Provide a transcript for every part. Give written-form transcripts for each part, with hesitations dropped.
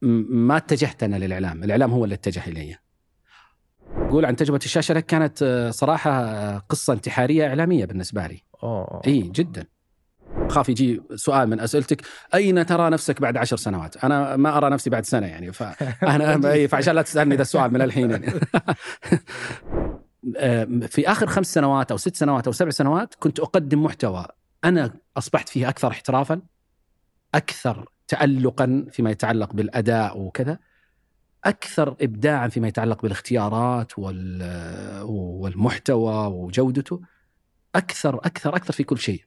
ما اتجهت أنا للإعلام، الإعلام هو اللي اتجه إلي. قول عن تجربة الشاشة لك، كانت صراحة قصة انتحارية إعلامية بالنسبة لي. إيه جدا. خاف يجي سؤال من أسئلتك أين ترى نفسك بعد 10 سنوات؟ أنا ما أرى نفسي بعد سنة يعني، فأنا فعشان لا تسألني ذا السؤال من الحين يعني. في آخر 5 سنوات أو 6 سنوات أو 7 سنوات كنت أقدم محتوى أنا أصبحت فيه أكثر احترافا، أكثر تألقا فيما يتعلق بالأداء وكذا، أكثر إبداعا فيما يتعلق بالاختيارات والمحتوى وجودته، أكثر في كل شيء.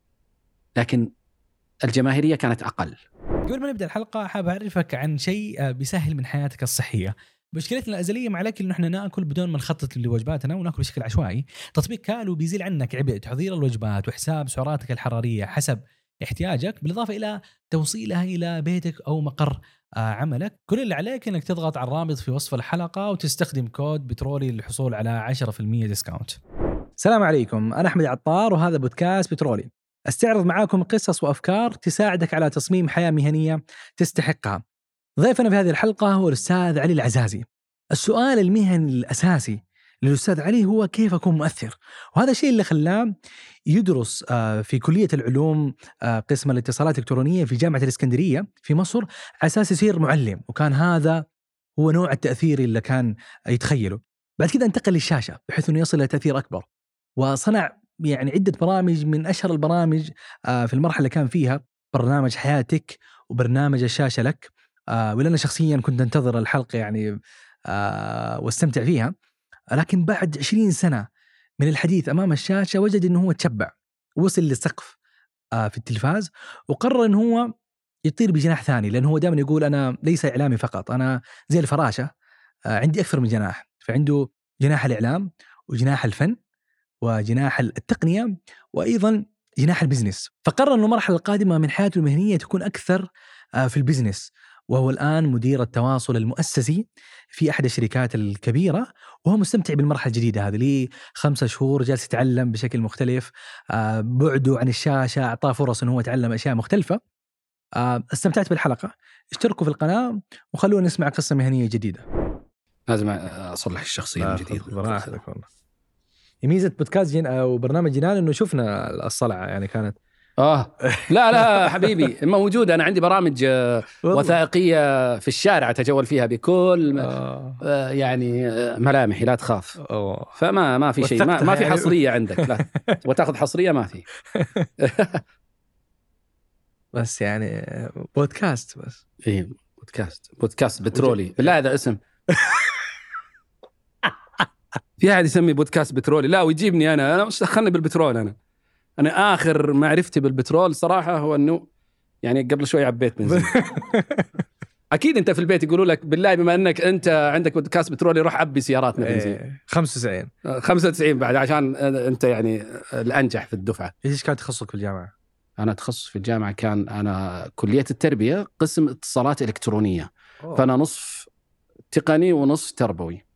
لكن الجماهيرية كانت أقل. قبل ما نبدأ الحلقة حاب أعرفك عن شيء بيسهل من حياتك الصحية. مشكلتنا الأزلية مع الأكل إنه إحنا نأكل بدون ما نخطط لوجباتنا ونأكل بشكل عشوائي. تطبيق كالو بيزيل عنك عبء تحضير الوجبات وحساب سعراتك الحرارية حسب احتياجك، بالإضافة إلى توصيلها إلى بيتك أو مقر عملك. كل اللي عليك إنك تضغط على الرابط في وصف الحلقة وتستخدم كود بترولي للحصول على 10% ديسكاونت. السلام عليكم، أنا أحمد عطار وهذا بودكاست بترولي. استعرض معاكم قصص وأفكار تساعدك على تصميم حياة مهنية تستحقها. ضيفنا في هذه الحلقة هو الأستاذ علي العزازي. السؤال المهني الأساسي للأستاذ علي هو كيف أكون مؤثر، وهذا الشيء اللي خلاه يدرس في كلية العلوم قسم الاتصالات الإلكترونية في جامعة الإسكندرية في مصر على أساس يصير معلم، وكان هذا هو نوع التأثير اللي كان يتخيله. بعد كده انتقل للشاشة بحيث أنه يصل إلى تأثير أكبر، وصنع يعني عدة برامج. من أشهر البرامج في المرحلة اللي كان فيها برنامج حياتك وبرنامج الشاشة لك، ولأنا شخصيا كنت انتظر الحلقة يعني واستمتع فيها. لكن بعد 20 سنة من الحديث أمام الشاشة وجد أنه هو تشبع، وصل للسقف في التلفاز، وقرر أنه هو يطير بجناح ثاني، لأنه هو دائما يقول أنا ليس إعلامي فقط، أنا زي الفراشة عندي أكثر من جناح. فعنده جناح الإعلام وجناح الفن وجناح التقنية وأيضا جناح البزنس. فقرر أنه المرحلة القادمة من حياته المهنية تكون أكثر في البزنس، وهو الآن مدير التواصل المؤسسي في أحد الشركات الكبيرة، وهو مستمتع بالمرحلة الجديدة هذه. لي 5 شهور جالس يتعلم بشكل مختلف، بعده عن الشاشة أعطاه فرص أنه هو يتعلم أشياء مختلفة. استمتعت بالحلقة، اشتركوا في القناة وخلونا نسمع قصة مهنية جديدة. لازم أصلح الشخصية من جديد. براحتك والله. ميزة بودكاست أو برنامج جنان إنه شفنا الصلعة يعني كانت لا حبيبي موجود. أنا عندي برامج وثائقية في الشارع أتجول فيها بكل يعني ملامحي، لا تخاف. فما في شيء، ما في حصرية عندك، لا وتأخذ حصرية ما في. بس يعني بودكاست بس. إيه بودكاست بترولي. بالله هذا اسم في أحد يسمي بودكاست بترولي؟ لا ويجيبني أنا مش دخلني بالبترول. أنا آخر معرفتي بالبترول صراحة هو أنه يعني قبل شوي عبيت بنزين. أكيد أنت في البيت يقولوا لك بالله بما أنك أنت عندك بودكاست بترولي روح عبي سياراتنا بنزين. 95 بعد عشان أنت يعني الأنجح في الدفعة. إيش كان تخصصك في الجامعة؟ أنا تخصص في الجامعة كان أنا كلية التربية قسم اتصالات إلكترونية. فأنا نصف تقني ونصف تربوي.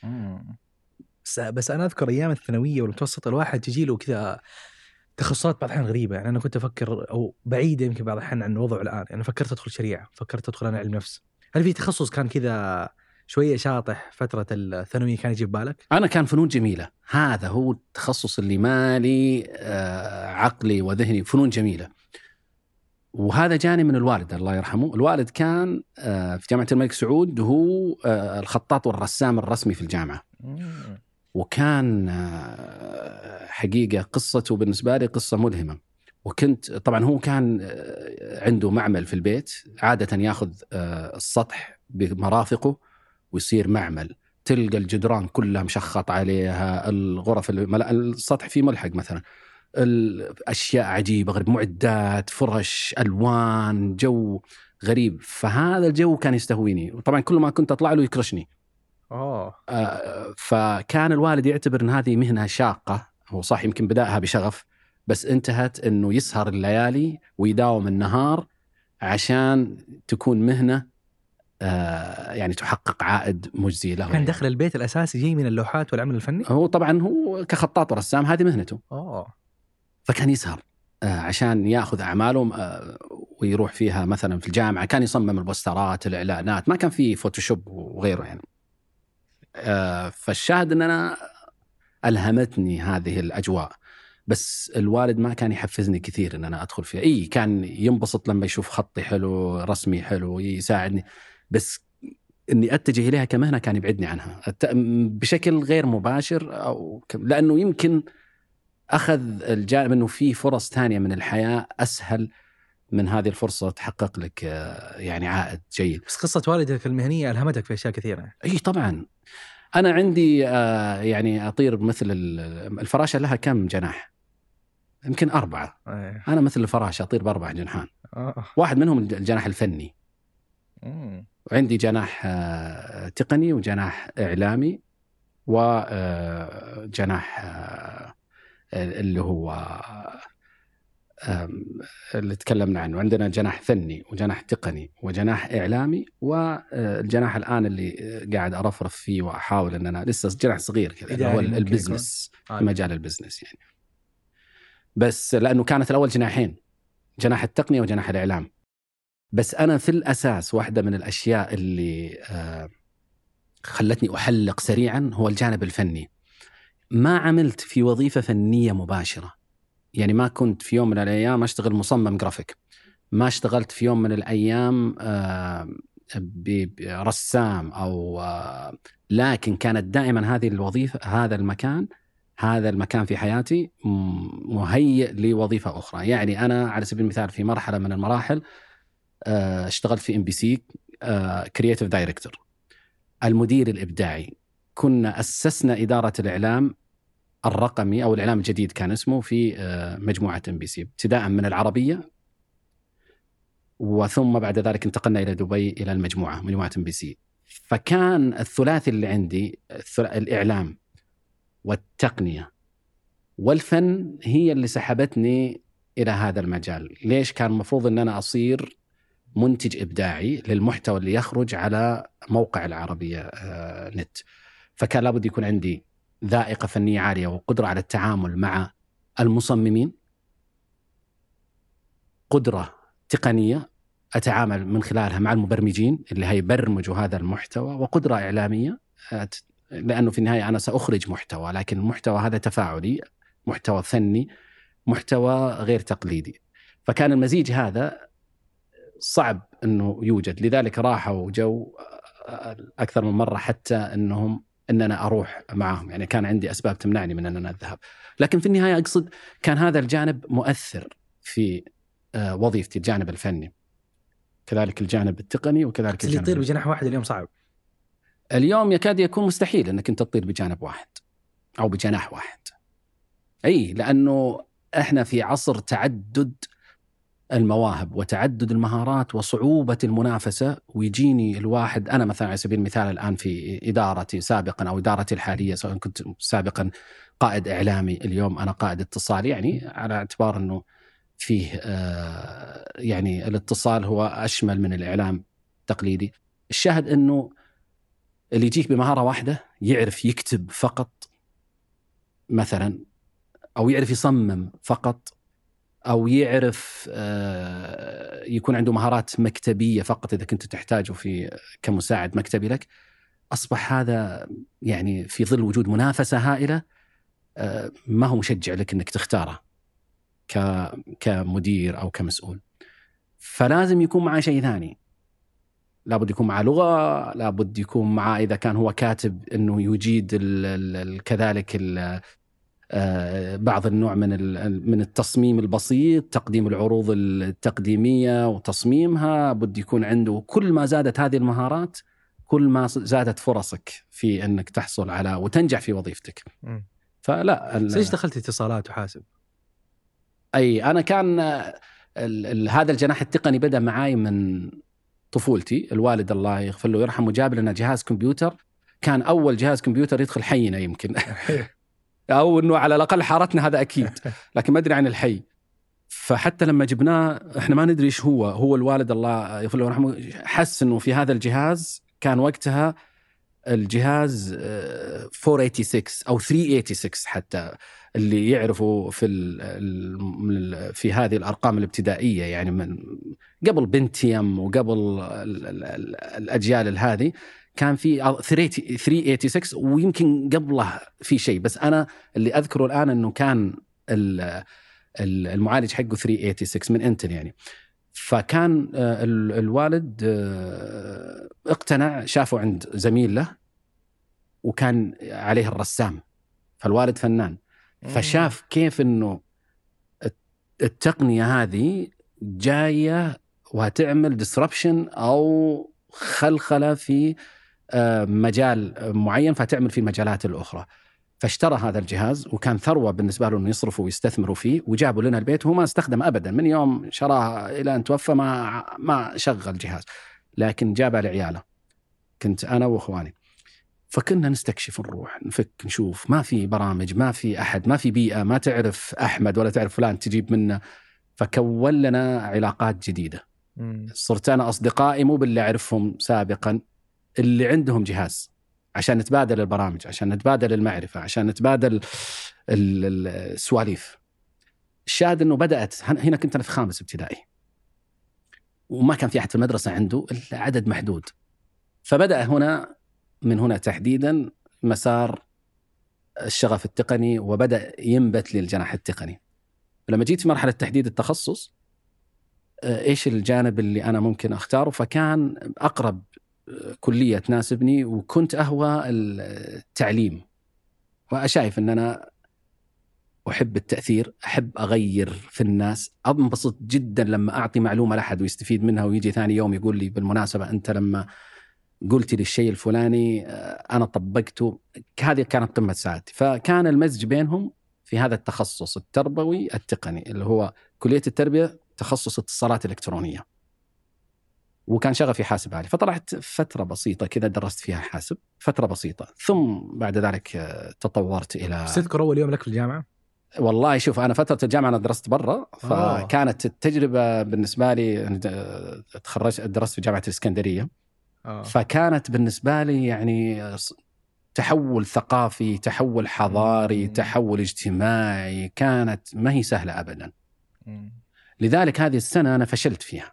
بس أنا أذكر أيام الثانوية والمتوسط الواحد تجي له كذا تخصصات بعض الأحيان غريبة. يعني أنا كنت أفكر أو بعيدة يمكن بعض الأحيان عن وضعه الآن. يعني فكرت أدخل شريعة، فكرت أدخل أنا علم نفس. هل في تخصص كان كذا شوية شاطح فترة الثانوية كان يجيب بالك؟ أنا كان فنون جميلة، هذا هو التخصص اللي مالي عقلي وذهني، فنون جميلة. وهذا جاني من الوالد الله يرحمه. الوالد كان في جامعة الملك سعود هو الخطاط والرسام الرسمي في الجامعة. وكان حقيقة قصته بالنسبة لي قصة ملهمة. وكنت طبعا هو كان عنده معمل في البيت، عادة ياخذ السطح بمرافقه ويصير معمل. تلقى الجدران كلها مشخط عليها، الغرف السطح فيه ملحق مثلا، الأشياء عجيبة غريب، معدات، فرش، ألوان، جو غريب. فهذا الجو كان يستهويني، وطبعا كل ما كنت أطلع له يكرشني. فكان الوالد يعتبر أن هذه مهنة شاقة. هو صح يمكن بدأها بشغف، بس انتهت أنه يسهر الليالي ويداوم النهار عشان تكون مهنة يعني تحقق عائد مجزي له. كان دخل البيت الأساسي جاي من اللوحات والعمل الفني. هو طبعا هو كخطاط ورسام هذه مهنته. فكان يسهر عشان يأخذ أعماله. ويروح فيها مثلا في الجامعة، كان يصمم البوسترات الإعلانات، ما كان في فوتوشوب وغيره يعني. فالشاهد أن أنا ألهمتني هذه الأجواء، بس الوالد ما كان يحفزني كثير أن أنا أدخل فيها. كان ينبسط لما يشوف خطي حلو، رسمي حلو، يساعدني، بس إني أتجه إليها كمهنة كان يبعدني عنها بشكل غير مباشر، أو لأنه يمكن أخذ الجانب أنه في فرص تانية من الحياة أسهل من هذه الفرصة تحقق لك يعني عائد جيد. بس قصة والدك المهنية ألهمتك في أشياء كثيرة. طبعا. أنا عندي يعني أطير مثل الفراشة، لها كم جناح؟ يمكن 4. أنا مثل الفراشة أطير ب4 جناحان. واحد منهم الجناح الفني، وعندي جناح تقني، وجناح إعلامي، وجناح اللي هو اللي تكلمنا عنه. عندنا جناح فني وجناح تقني وجناح إعلامي، والجناح الآن اللي قاعد أرفرف فيه وأحاول أن أنا لسه جناح صغير كذا، هو البزنس، مجال البزنس يعني. بس لأنه كانت الأول جناحين، جناح التقنية وجناح الإعلام. بس أنا في الأساس واحدة من الأشياء اللي خلتني أحلق سريعا هو الجانب الفني. ما عملت في وظيفة فنية مباشرة، يعني ما كنت في يوم من الأيام أشتغل مصمم جرافيك، ما اشتغلت في يوم من الأيام برسام أو لكن كانت دائما هذه الوظيفة، هذا المكان في حياتي مهيئ لوظيفة أخرى. يعني أنا على سبيل المثال في مرحلة من المراحل اشتغلت في MBC كرياتيف دايركتور، المدير الإبداعي. كنا أسسنا إدارة الإعلام الرقمي أو الإعلام الجديد كان اسمه في مجموعة MBC، ابتداء من العربية، وثم بعد ذلك انتقلنا إلى دبي إلى مجموعة MBC. فكان الثلاثي اللي عندي، الإعلام والتقنية والفن، هي اللي سحبتني إلى هذا المجال. ليش؟ كان المفروض أن أنا أصير منتج إبداعي للمحتوى اللي يخرج على موقع العربية نت، فكان لابد يكون عندي ذائقة فنية عالية وقدرة على التعامل مع المصممين، قدرة تقنية أتعامل من خلالها مع المبرمجين اللي هيبرمجوا هذا المحتوى، وقدرة إعلامية لأنه في النهاية أنا سأخرج محتوى، لكن المحتوى هذا تفاعلي، محتوى فني، محتوى غير تقليدي. فكان المزيج هذا صعب أنه يوجد، لذلك راحوا وجو أكثر من مرة حتى أننا أروح معهم. يعني كان عندي أسباب تمنعني من أننا أذهب، لكن في النهاية أقصد كان هذا الجانب مؤثر في وظيفتي، الجانب الفني، كذلك الجانب التقني، وكذلك اللي يطير بجناح واحد اليوم صعب. اليوم يكاد يكون مستحيل أنك أنت تطير بجانب واحد أو بجناح واحد. لأنه إحنا في عصر تعدد المواهب وتعدد المهارات وصعوبة المنافسة. ويجيني الواحد، أنا مثلا على سبيل المثال الآن في إدارتي سابقا أو إدارتي الحالية، سواء كنت سابقا قائد إعلامي، اليوم أنا قائد اتصال، يعني على اعتبار أنه فيه يعني الاتصال هو أشمل من الإعلام التقليدي. الشاهد أنه اللي يجيك بمهارة واحدة، يعرف يكتب فقط مثلا، أو يعرف يصمم فقط، أو يعرف يكون عنده مهارات مكتبية فقط إذا كنت تحتاجه في كمساعد مكتبي لك، أصبح هذا يعني في ظل وجود منافسة هائلة ما هو مشجع لك أنك تختاره كمدير أو كمسؤول. فلازم يكون معه شيء ثاني، لابد يكون معه لغة، لابد يكون معه إذا كان هو كاتب أنه يجيد كذلك بعض النوع من التصميم البسيط، تقديم العروض التقديمية وتصميمها. بد يكون عنده. كل ما زادت هذه المهارات كل ما زادت فرصك في أنك تحصل على وتنجح في وظيفتك. فلا ليش دخلت اتصالات وحاسب؟ أنا كان هذا الجناح التقني بدأ معاي من طفولتي. الوالد الله يغفر له ويرحمه جاب لنا جهاز كمبيوتر، كان أول جهاز كمبيوتر يدخل حينا يمكن أو أنه على الأقل حارتنا، هذا أكيد، لكن ما أدري عن الحي. فحتى لما جبناه إحنا ما ندري إيش هو الوالد الله يغفر له ويرحمه حس أنه في هذا الجهاز كان وقتها الجهاز 486 أو 386 حتى، اللي يعرفوا في هذه الأرقام الابتدائية، يعني من قبل بنتيوم وقبل الأجيال هذه كان في 386 ويمكن قبله في شيء، بس أنا اللي أذكره الآن أنه كان المعالج حقه 386 من انتل يعني. فكان الوالد اقتنع، شافه عند زميل له وكان عليه الرسام، فالوالد فنان، فشاف كيف انه التقنية هذه جاية وهتعمل disruption او خلخلة في مجال معين فتعمل في المجالات الأخرى. فاشترى هذا الجهاز وكان ثروة بالنسبة له انه يصرفوا ويستثمروا فيه، وجابوا لنا البيت وهو ما استخدم ابدا من يوم شراه الى ان توفى، ما شغل جهاز، لكن جابه لعياله. كنت انا واخواني، فكنا نستكشف، نروح نفك نشوف، ما في برامج، ما في احد، ما في بيئة، ما تعرف احمد ولا تعرف فلان تجيب منه. فكون لنا علاقات جديدة. صرت انا اصدقائي مو باللي اعرفهم سابقا، اللي عندهم جهاز، عشان نتبادل البرامج، عشان نتبادل المعرفة، عشان نتبادل السواليف. الشاهد أنه بدأت هنا، كنت أنا في 5 ابتدائي وما كان في أحد في المدرسة عنده إلا عدد محدود. فبدأ من هنا تحديدا مسار الشغف التقني، وبدأ ينبت لي الجناح التقني. لما جيت في مرحلة تحديد التخصص، إيش الجانب اللي أنا ممكن أختاره؟ فكان أقرب كلية تناسبني، وكنت أهوى التعليم، وأشايف أن أنا أحب التأثير، أحب أغير في الناس، أنبسط جدا لما أعطي معلومة لأحد ويستفيد منها ويجي ثاني يوم يقول لي بالمناسبة أنت لما قلت لي الشيء الفلاني أنا طبقته. هذه كانت قمة سعادتي. فكان المزج بينهم في هذا التخصص التربوي التقني اللي هو كلية التربية، تخصص اتصالات إلكترونية، وكان شغفي حاسب عالي. فطلعت فترة بسيطة كذا درست فيها حاسب، فترة بسيطة، ثم بعد ذلك تطورت إلى. تذكر أول يوم لك في الجامعة؟ والله شوف، أنا فترة الجامعة أنا درست برا، فكانت التجربة بالنسبة لي، تخرجت درست في جامعة الإسكندرية. فكانت بالنسبة لي يعني تحول ثقافي، تحول حضاري، تحول اجتماعي، كانت ما هي سهلة أبدا. لذلك هذه السنة أنا فشلت فيها،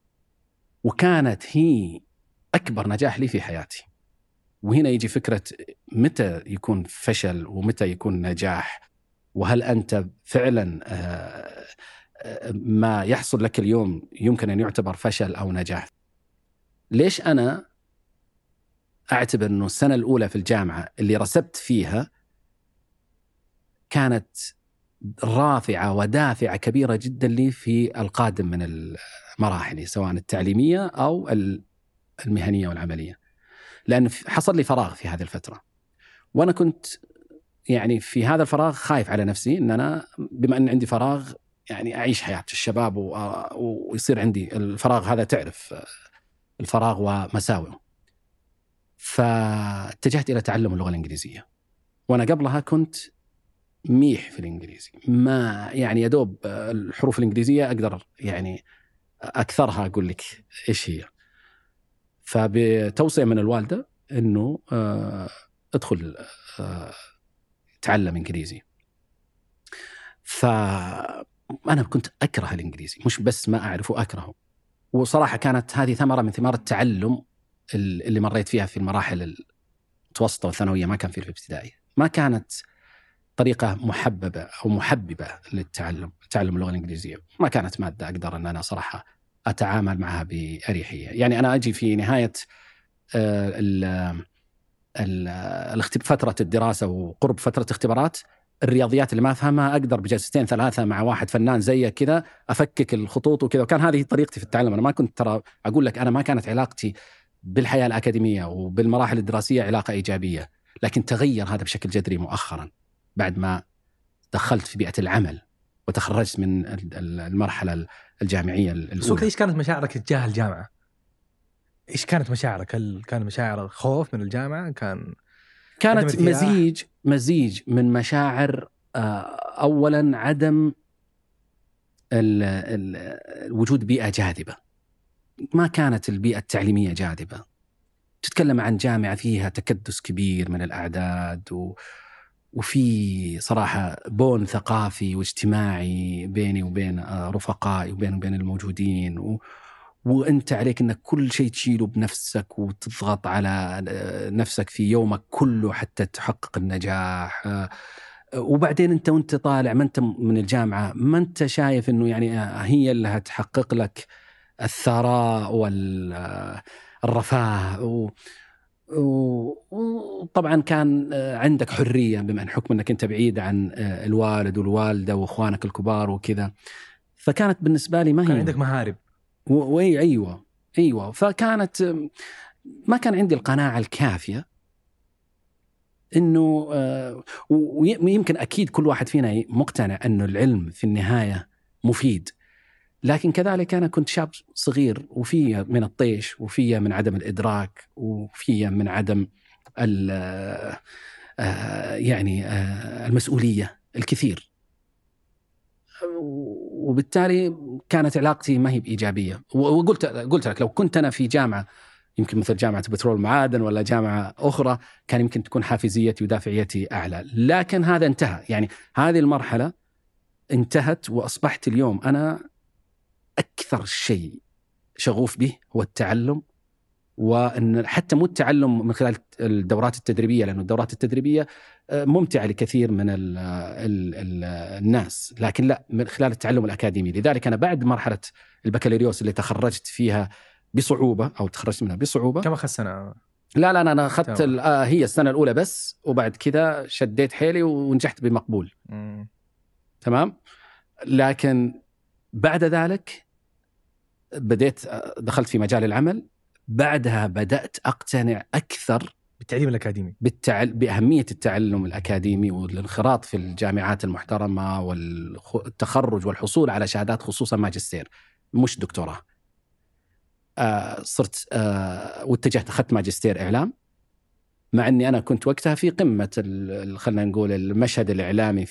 وكانت هي أكبر نجاح لي في حياتي. وهنا يجي فكرة متى يكون فشل ومتى يكون نجاح، وهل أنت فعلا ما يحصل لك اليوم يمكن أن يعتبر فشل أو نجاح. ليش أنا أعتبر أنه السنة الأولى في الجامعة اللي رسبت فيها كانت رافعة ودافعة كبيرة جدا لي في القادم من المراحل، سواء التعليمية أو المهنية والعملية، لأن حصل لي فراغ في هذه الفترة، وأنا كنت يعني في هذا الفراغ خايف على نفسي أن أنا بما أن عندي فراغ يعني أعيش حياة الشباب ويصير عندي الفراغ هذا، تعرف الفراغ ومساوئه. فاتجهت إلى تعلم اللغة الإنجليزية، وأنا قبلها كنت ميح في الإنجليزي، ما يعني يدوب الحروف الإنجليزية أقدر يعني أكثرها أقول لك إيش هي. فبتوصية من الوالدة أنه ادخل تعلم إنجليزي. فأنا كنت أكره الإنجليزي، مش بس ما أعرفه، أكرهه. وصراحة كانت هذه ثمرة من ثمار التعلم اللي مريت فيها في المراحل المتوسطة والثانوية. ما كان في الابتدائي، ما كانت طريقة محببة أو محببة للتعلم، تعلم اللغة الإنجليزية. ما كانت مادة أقدر أن أنا صراحة أتعامل معها بأريحية. يعني أنا أجي في نهاية فترة الدراسة وقرب فترة اختبارات، الرياضيات اللي ما أفهمها أقدر بجلستين 3 مع واحد فنان زي كذا أفكك الخطوط وكذا. وكان هذه طريقتي في التعلم. أنا ما كنت، ترى أقول لك، أنا ما كانت علاقتي بالحياة الأكاديمية وبالمراحل الدراسية علاقة إيجابية، لكن تغير هذا بشكل جذري مؤخرا بعد ما دخلت في بيئة العمل وتخرجت من المرحلة الجامعية الأولى. إيش كانت مشاعرك تجاه الجامعة؟ إيش كانت مشاعرك؟ هل كان مشاعر خوف من الجامعة؟ كانت مزيج من مشاعر. أولا عدم وجود بيئة جاذبة، ما كانت البيئة التعليمية جاذبة. تتكلم عن جامعة فيها تكدس كبير من الأعداد وفي صراحة بون ثقافي واجتماعي بيني وبين رفقائي وبين الموجودين وأنت عليك أنك كل شيء تشيله بنفسك وتضغط على نفسك في يومك كله حتى تحقق النجاح. وبعدين أنت وأنت طالع ما أنت من الجامعة ما أنت شايف أنه يعني هي اللي هتحقق لك الثراء والرفاه وطبعا كان عندك حرية بما أن حكم أنك أنت بعيد عن الوالد والوالدة وإخوانك الكبار وكذا، فكانت بالنسبة لي ما هي كان عندك مهارب أيوة فكانت ما كان عندي القناعة الكافية إنه ويمكن أكيد كل واحد فينا مقتنع أنه العلم في النهاية مفيد، لكن كذلك أنا كنت شاب صغير وفيه من الطيش وفيه من عدم الإدراك وفيه من عدم المسؤولية الكثير، وبالتالي كانت علاقتي ما هي بإيجابية. وقلت لك لو كنت أنا في جامعة يمكن مثل جامعة بترول معادن ولا جامعة أخرى كان يمكن تكون حافزيتي ودافعيتي أعلى، لكن هذا انتهى. يعني هذه المرحلة انتهت وأصبحت اليوم أنا أكثر شيء شغوف به هو التعلم، وأن حتى مو التعلم من خلال الدورات التدريبية، لأن الدورات التدريبية ممتعة لكثير من الناس، لكن لا من خلال التعلم الأكاديمي. لذلك أنا بعد مرحلة البكالوريوس اللي تخرجت فيها بصعوبة أو تخرجت منها بصعوبة. كم أخذ سنة؟ لا أنا أخذت هي السنة الأولى بس، وبعد كذا شديت حيلي ونجحت بمقبول. تمام. لكن بعد ذلك دخلت في مجال العمل، بعدها بدأت أقتنع أكثر بالتعليم الأكاديمي، بأهمية التعلم الأكاديمي والانخراط في الجامعات المحترمة والتخرج والحصول على شهادات خصوصا ماجستير مش دكتوراه. صرت واتجهت أخذت ماجستير إعلام، مع أني أنا كنت وقتها في قمة خلنا نقول المشهد الإعلامي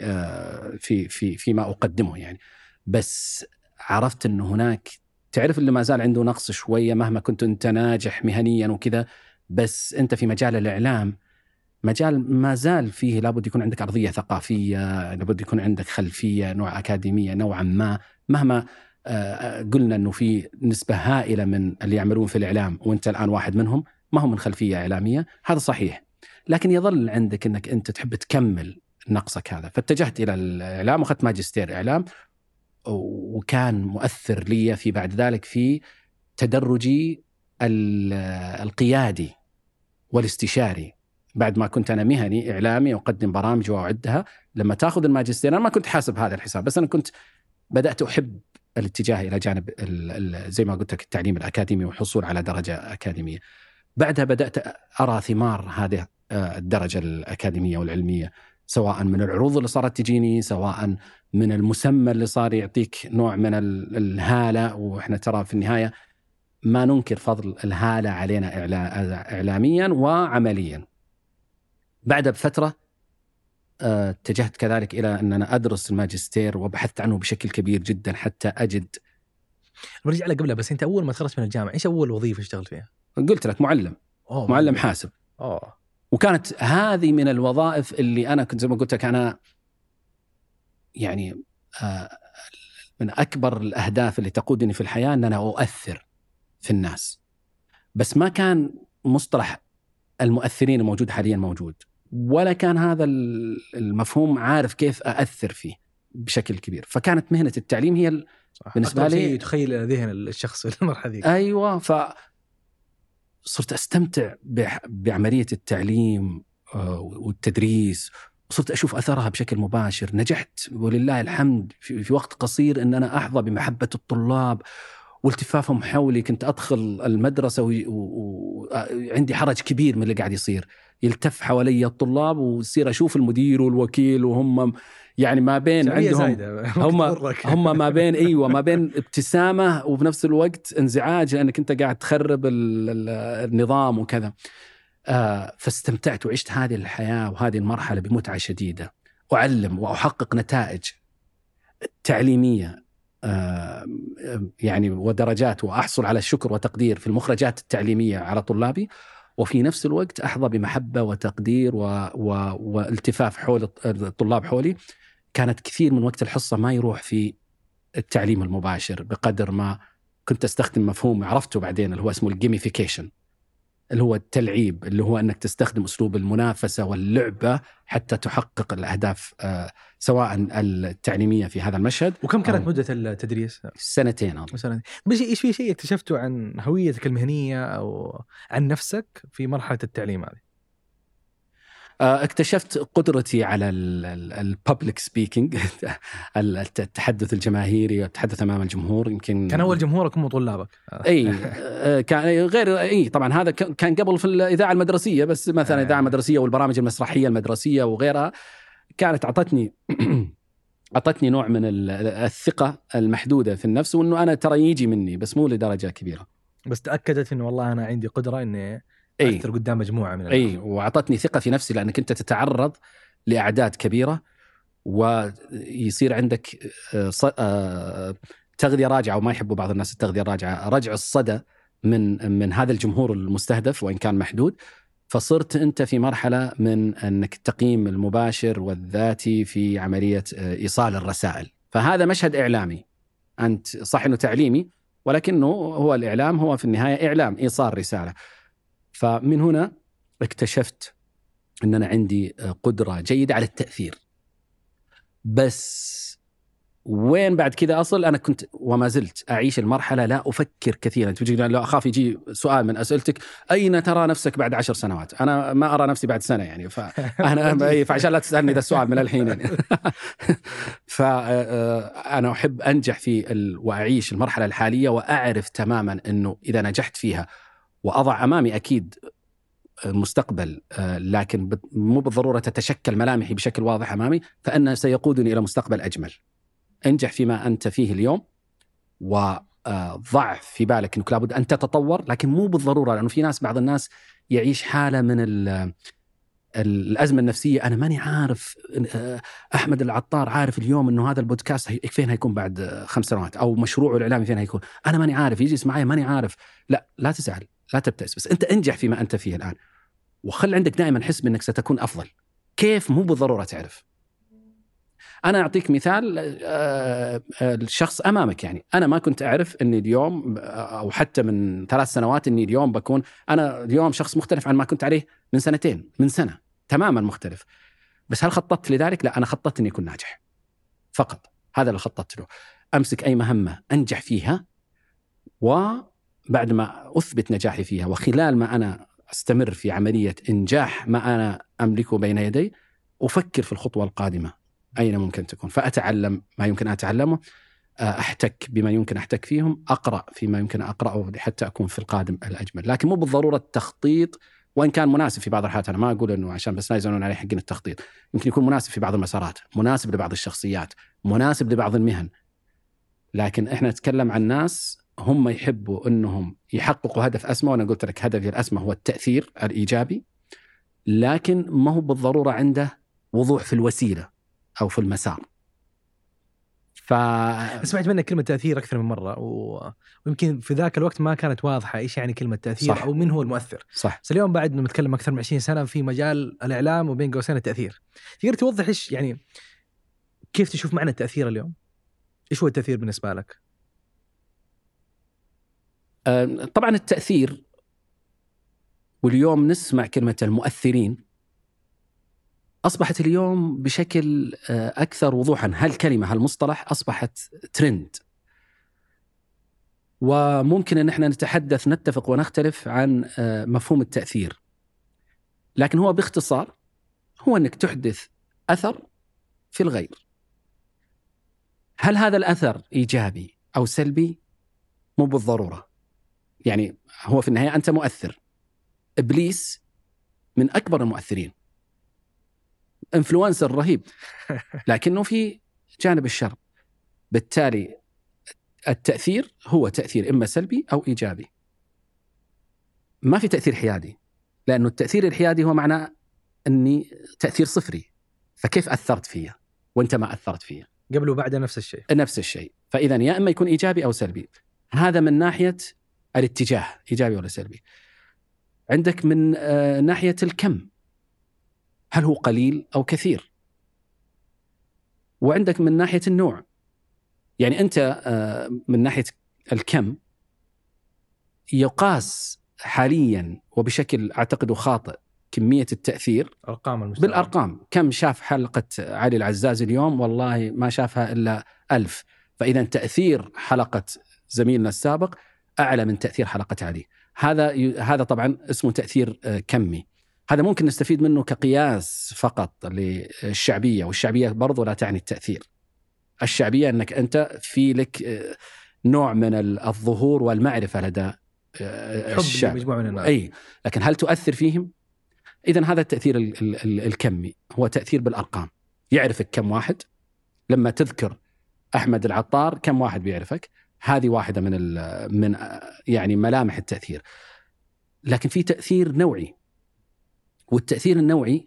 فيما أقدمه يعني، بس عرفت أنه هناك تعرف اللي ما زال عنده نقص شوية مهما كنت أنت ناجح مهنيا وكذا، بس أنت في مجال الإعلام مجال ما زال فيه لابد يكون عندك أرضية ثقافية، لابد يكون عندك خلفية نوع أكاديمية نوعا ما. مهما قلنا أنه في نسبة هائلة من اللي يعملون في الإعلام وأنت الآن واحد منهم ما هم من خلفية إعلامية، هذا صحيح، لكن يظل عندك أنك أنت تحب تكمل نقصك هذا. فاتجهت إلى الإعلام وأخذت ماجستير إعلام، وكان مؤثر لي في بعد ذلك في تدرجي القيادي والاستشاري. بعد ما كنت أنا مهني إعلامي أقدم برامج وأعدها، لما تأخذ الماجستير أنا ما كنت حاسب هذا الحساب، بس أنا كنت بدأت أحب الاتجاه إلى جانب زي ما قلت لك التعليم الأكاديمي والحصول على درجة أكاديمية. بعدها بدأت أرى ثمار هذه الدرجة الأكاديمية والعلمية، سواء من العروض اللي صارت تجيني، سواء من المسمى اللي صار يعطيك نوع من الهالة. وإحنا ترى في النهاية ما ننكر فضل الهالة علينا إعلاميا وعمليا. بعد بفترة اتجهت كذلك إلى أن أنا أدرس الماجستير وبحثت عنه بشكل كبير جدا حتى أجد. برجع لك قبلها، بس أنت أول ما تخرجت من الجامعة إيش أول وظيفة اشتغلت فيها؟ قلت لك معلم حاسب. وكانت هذه من الوظائف اللي أنا كنت زي ما قلت لك أنا يعني من أكبر الأهداف اللي تقودني في الحياة أن أنا أؤثر في الناس، بس ما كان مصطلح المؤثرين الموجود حاليا موجود، ولا كان هذا المفهوم عارف كيف أأثر فيه بشكل كبير. فكانت مهنة التعليم هي بالنسبة لي تخيل ذهن الشخص في المرحلة ذيك. أيوة، فصرت أستمتع بعملية التعليم والتدريس، وصرت أشوف أثرها بشكل مباشر. نجحت ولله الحمد في وقت قصير أن أنا أحظى بمحبة الطلاب والتفافهم حولي. كنت أدخل المدرسة وعندي حرج كبير من اللي قاعد يصير، يلتف حوالي الطلاب ويصير أشوف المدير والوكيل وهم يعني ما بين عندهم هم ما بين ما بين ابتسامة وفي نفس الوقت انزعاج لأنك أنت قاعد تخرب النظام وكذا. فاستمتعت وعشت هذه الحياة وهذه المرحلة بمتعة شديدة، أعلم وأحقق نتائج تعليمية يعني ودرجات وأحصل على الشكر وتقدير في المخرجات التعليمية على طلابي، وفي نفس الوقت أحظى بمحبة وتقدير والتفاف حول الطلاب حولي. كانت كثير من وقت الحصة ما يروح في التعليم المباشر بقدر ما كنت أستخدم مفهوم عرفته بعدين اللي هو اسمه الجيميفيكيشن، اللي هو التلعيب، اللي هو أنك تستخدم أسلوب المنافسة واللعبة حتى تحقق الأهداف سواء التعليمية في هذا المشهد. وكم كانت مدة التدريس؟ 2 سنتين. بس إيش في شيء اكتشفته عن هويتك المهنية أو عن نفسك في مرحلة التعليم هذه؟ اكتشفت قدرتي على الببليك سبيكينج، التحدث الجماهيري والتحدث امام الجمهور. يمكن كان اول جمهورك هم طلابك. اي كان غير اي طبعا هذا كان قبل في الاذاعه المدرسيه، بس مثلا الاذاعه المدرسيه والبرامج المسرحيه المدرسيه وغيرها كانت اعطتني نوع من الثقه المحدوده في النفس، وانه انا ترى يجي مني بس مو لدرجه كبيره، بس تاكدت انه والله انا عندي قدره اني أثر قدام مجموعة من الناس. وأعطتني ثقة في نفسي، لأنك أنت تتعرض لأعداد كبيرة ويصير عندك تغذية راجعة، وما يحبوا بعض الناس التغذية الراجعة، رجع الصدى من هذا الجمهور المستهدف وإن كان محدود. فصرت أنت في مرحلة من أنك التقييم المباشر والذاتي في عملية إيصال الرسائل. فهذا مشهد إعلامي، أنت صح أنه تعليمي، ولكنه هو الإعلام هو في النهاية إعلام، إيصال رسالة. فمن هنا اكتشفت أن أنا عندي قدرة جيدة على التأثير. بس وين بعد كذا أصل؟ أنا كنت وما زلت أعيش المرحلة لا أفكر كثيرا. تجي لا أخاف يجي سؤال من أسئلتك أين ترى نفسك بعد 10 سنوات؟ أنا ما أرى نفسي بعد سنة يعني، فعشان لا تسألني ذا السؤال من الحين يعني. فأنا أحب أنجح وأعيش المرحلة الحالية وأعرف تماما أنه إذا نجحت فيها وأضع أمامي أكيد المستقبل، لكن مو بالضرورة تتشكل ملامحي بشكل واضح أمامي، فإنه سيقودني إلى مستقبل أجمل. انجح فيما أنت فيه اليوم، وضع في بالك أنك لابد أن تتطور، لكن مو بالضرورة، لأنه في بعض الناس يعيش حالة من الأزمة النفسية. أنا ماني عارف، أحمد العطار عارف اليوم أنه هذا البودكاست فين هيكون بعد 5 سنوات، أو مشروعه الإعلامي فين هيكون، أنا ماني عارف، يجي يسمعي ماني عارف. لا تزعل، لا تبتئس، بس أنت انجح فيما أنت فيه الآن، وخل عندك دائما حس بأنك ستكون أفضل. كيف؟ مو بالضرورة تعرف. أنا أعطيك مثال، الشخص أمامك، يعني أنا ما كنت أعرف أني اليوم أو حتى من 3 سنوات أني اليوم بكون أنا اليوم شخص مختلف عن ما كنت عليه من 2 من سنة، تماما مختلف. بس هل خططت لذلك؟ لا، أنا خططت أني أكون ناجح فقط، هذا اللي خططت له. أمسك أي مهمة أنجح فيها، وبعد ما أثبت نجاحي فيها وخلال ما أنا أستمر في عملية إنجاح ما أنا أملكه بين يدي، أفكر في الخطوة القادمة أين ممكن تكون، فأتعلم ما يمكن أتعلمه، أحتك بما يمكن أحتك فيهم، أقرأ فيما يمكن أقرأه حتى أكون في القادم الأجمل. لكن مو بالضرورة التخطيط، وإن كان مناسب في بعض الحالات. أنا ما أقول أنه عشان بس لا يزعلون عليه حقين التخطيط، يمكن يكون مناسب في بعض المسارات، مناسب لبعض الشخصيات، مناسب لبعض المهن. لكن إحنا نتكلم عن ناس هم يحبوا أنهم يحققوا هدف أسمى، وأنا قلت لك هدفي الأسمى هو التأثير الإيجابي، لكن ما هو بالضرورة عنده وضوح في الوسيلة أو في المسار. سمعت منك كلمة تأثير أكثر من مرة، ويمكن في ذاك الوقت ما كانت واضحة إيش يعني كلمة تأثير، صح. أو من هو المؤثر، صح. بس اليوم بعد نتكلم أكثر من 20 سنة في مجال الإعلام وبين قوسين التأثير. تقدر توضح إيش يعني، كيف تشوف معنى التأثير اليوم؟ إيش هو التأثير بالنسبة لك؟ طبعا التأثير، واليوم نسمع كلمة المؤثرين، أصبحت اليوم بشكل أكثر وضوحا. هالكلمة هالمصطلح أصبحت ترند، وممكن أن احنا نتحدث ونختلف عن مفهوم التأثير، لكن هو باختصار هو أنك تحدث أثر في الغير. هل هذا الأثر إيجابي أو سلبي؟ مو بالضرورة. يعني هو في النهاية أنت مؤثر. إبليس من أكبر المؤثرين، إنفلونسر رهيب، لكنه في جانب الشر. بالتالي التأثير هو تأثير إما سلبي أو إيجابي، ما في تأثير حيادي، لأنه التأثير الحيادي هو معناه أني تأثير صفري، فكيف أثرت فيه وأنت ما أثرت فيه؟ قبل وبعد نفس الشيء. نفس الشيء. فإذا يا إما يكون إيجابي أو سلبي. هذا من ناحية الاتجاه، إيجابي ولا سلبي. عندك من ناحية الكم، هل هو قليل أو كثير. وعندك من ناحية النوع، يعني أنت من ناحية الكم يقاس حاليا وبشكل أعتقد خاطئ كمية التأثير بالأرقام. كم شاف حلقة علي العزاز اليوم؟ والله ما شافها إلا 1000. فإذا تأثير حلقة زميلنا السابق أعلى من تأثير حلقة علي. هذا طبعا اسمه تأثير كمي. هذا ممكن نستفيد منه كقياس فقط للشعبية، والشعبية برضو لا تعني التأثير. الشعبية أنك أنت في لك نوع من الظهور والمعرفة لدى الشعب، مجموعة من الناس. أي، لكن هل تؤثر فيهم؟ إذن هذا التأثير الكمي هو تأثير بالأرقام. يعرفك كم واحد. لما تذكر أحمد العطار كم واحد بيعرفك؟ هذه واحدة من يعني ملامح التأثير. لكن في تأثير نوعي، والتأثير النوعي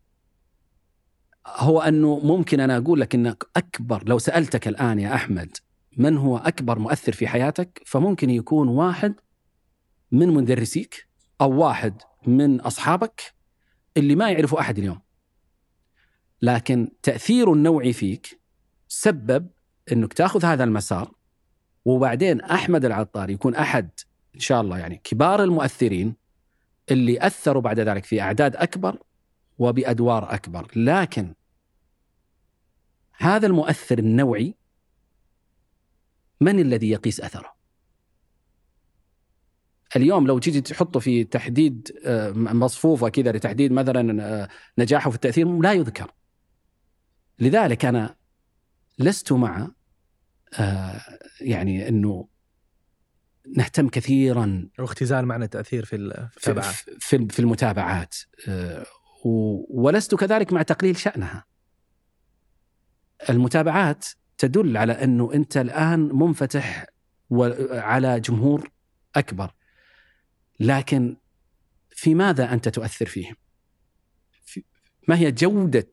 هو أنه ممكن أنا أقول لك أنك أكبر، لو سألتك الآن يا أحمد من هو أكبر مؤثر في حياتك، فممكن يكون واحد من مدرسيك أو واحد من أصحابك اللي ما يعرفوا أحد اليوم. لكن تأثير النوعي فيك سبب أنك تأخذ هذا المسار، وبعدين أحمد العطار يكون أحد إن شاء الله يعني كبار المؤثرين اللي أثروا بعد ذلك في أعداد أكبر وبأدوار أكبر. لكن هذا المؤثر النوعي من الذي يقيس أثره؟ اليوم لو تيجي تحطه في تحديد مصفوفة كذا لتحديد مثلا نجاحه في التأثير لا يذكر. لذلك أنا لست مع يعني أنه نهتم كثيرا واختزال معنى التأثير في المتابعات في المتابعات، ولست كذلك مع تقليل شأنها. المتابعات تدل على أنه أنت الآن منفتح على جمهور أكبر، لكن في ماذا أنت تؤثر فيهم؟ ما هي جودة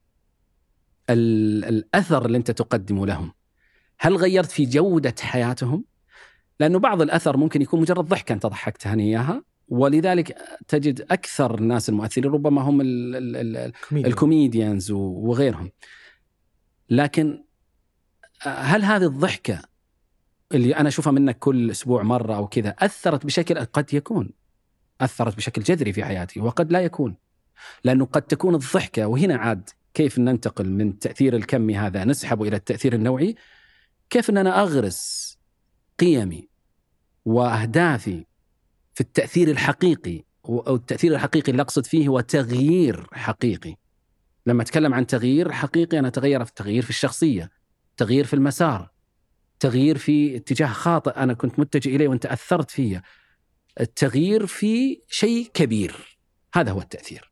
الأثر اللي أنت تقدمه لهم؟ هل غيرت في جودة حياتهم؟ لأنه بعض الأثر ممكن يكون مجرد ضحكة أنت ضحكتها إياها، ولذلك تجد أكثر الناس المؤثرين ربما هم الكوميديانز وغيرهم. لكن هل هذه الضحكة اللي أنا أشوفها منك كل أسبوع مرة أو كذا أثرت بشكل، قد يكون أثرت بشكل جذري في حياتي وقد لا يكون، لأنه قد تكون الضحكة. وهنا عاد كيف ننتقل من التأثير الكمي هذا نسحبه إلى التأثير النوعي؟ كيف أن أنا أغرس قيمي وأهدافي في التأثير الحقيقي، أو التأثير الحقيقي اللي أقصد فيه هو تغيير حقيقي. لما أتكلم عن تغيير حقيقي أنا تغيير في الشخصية، تغيير في المسار، تغيير في اتجاه خاطئ أنا كنت متجه إليه وأنت أثرت فيه، التغيير في شيء كبير. هذا هو التأثير.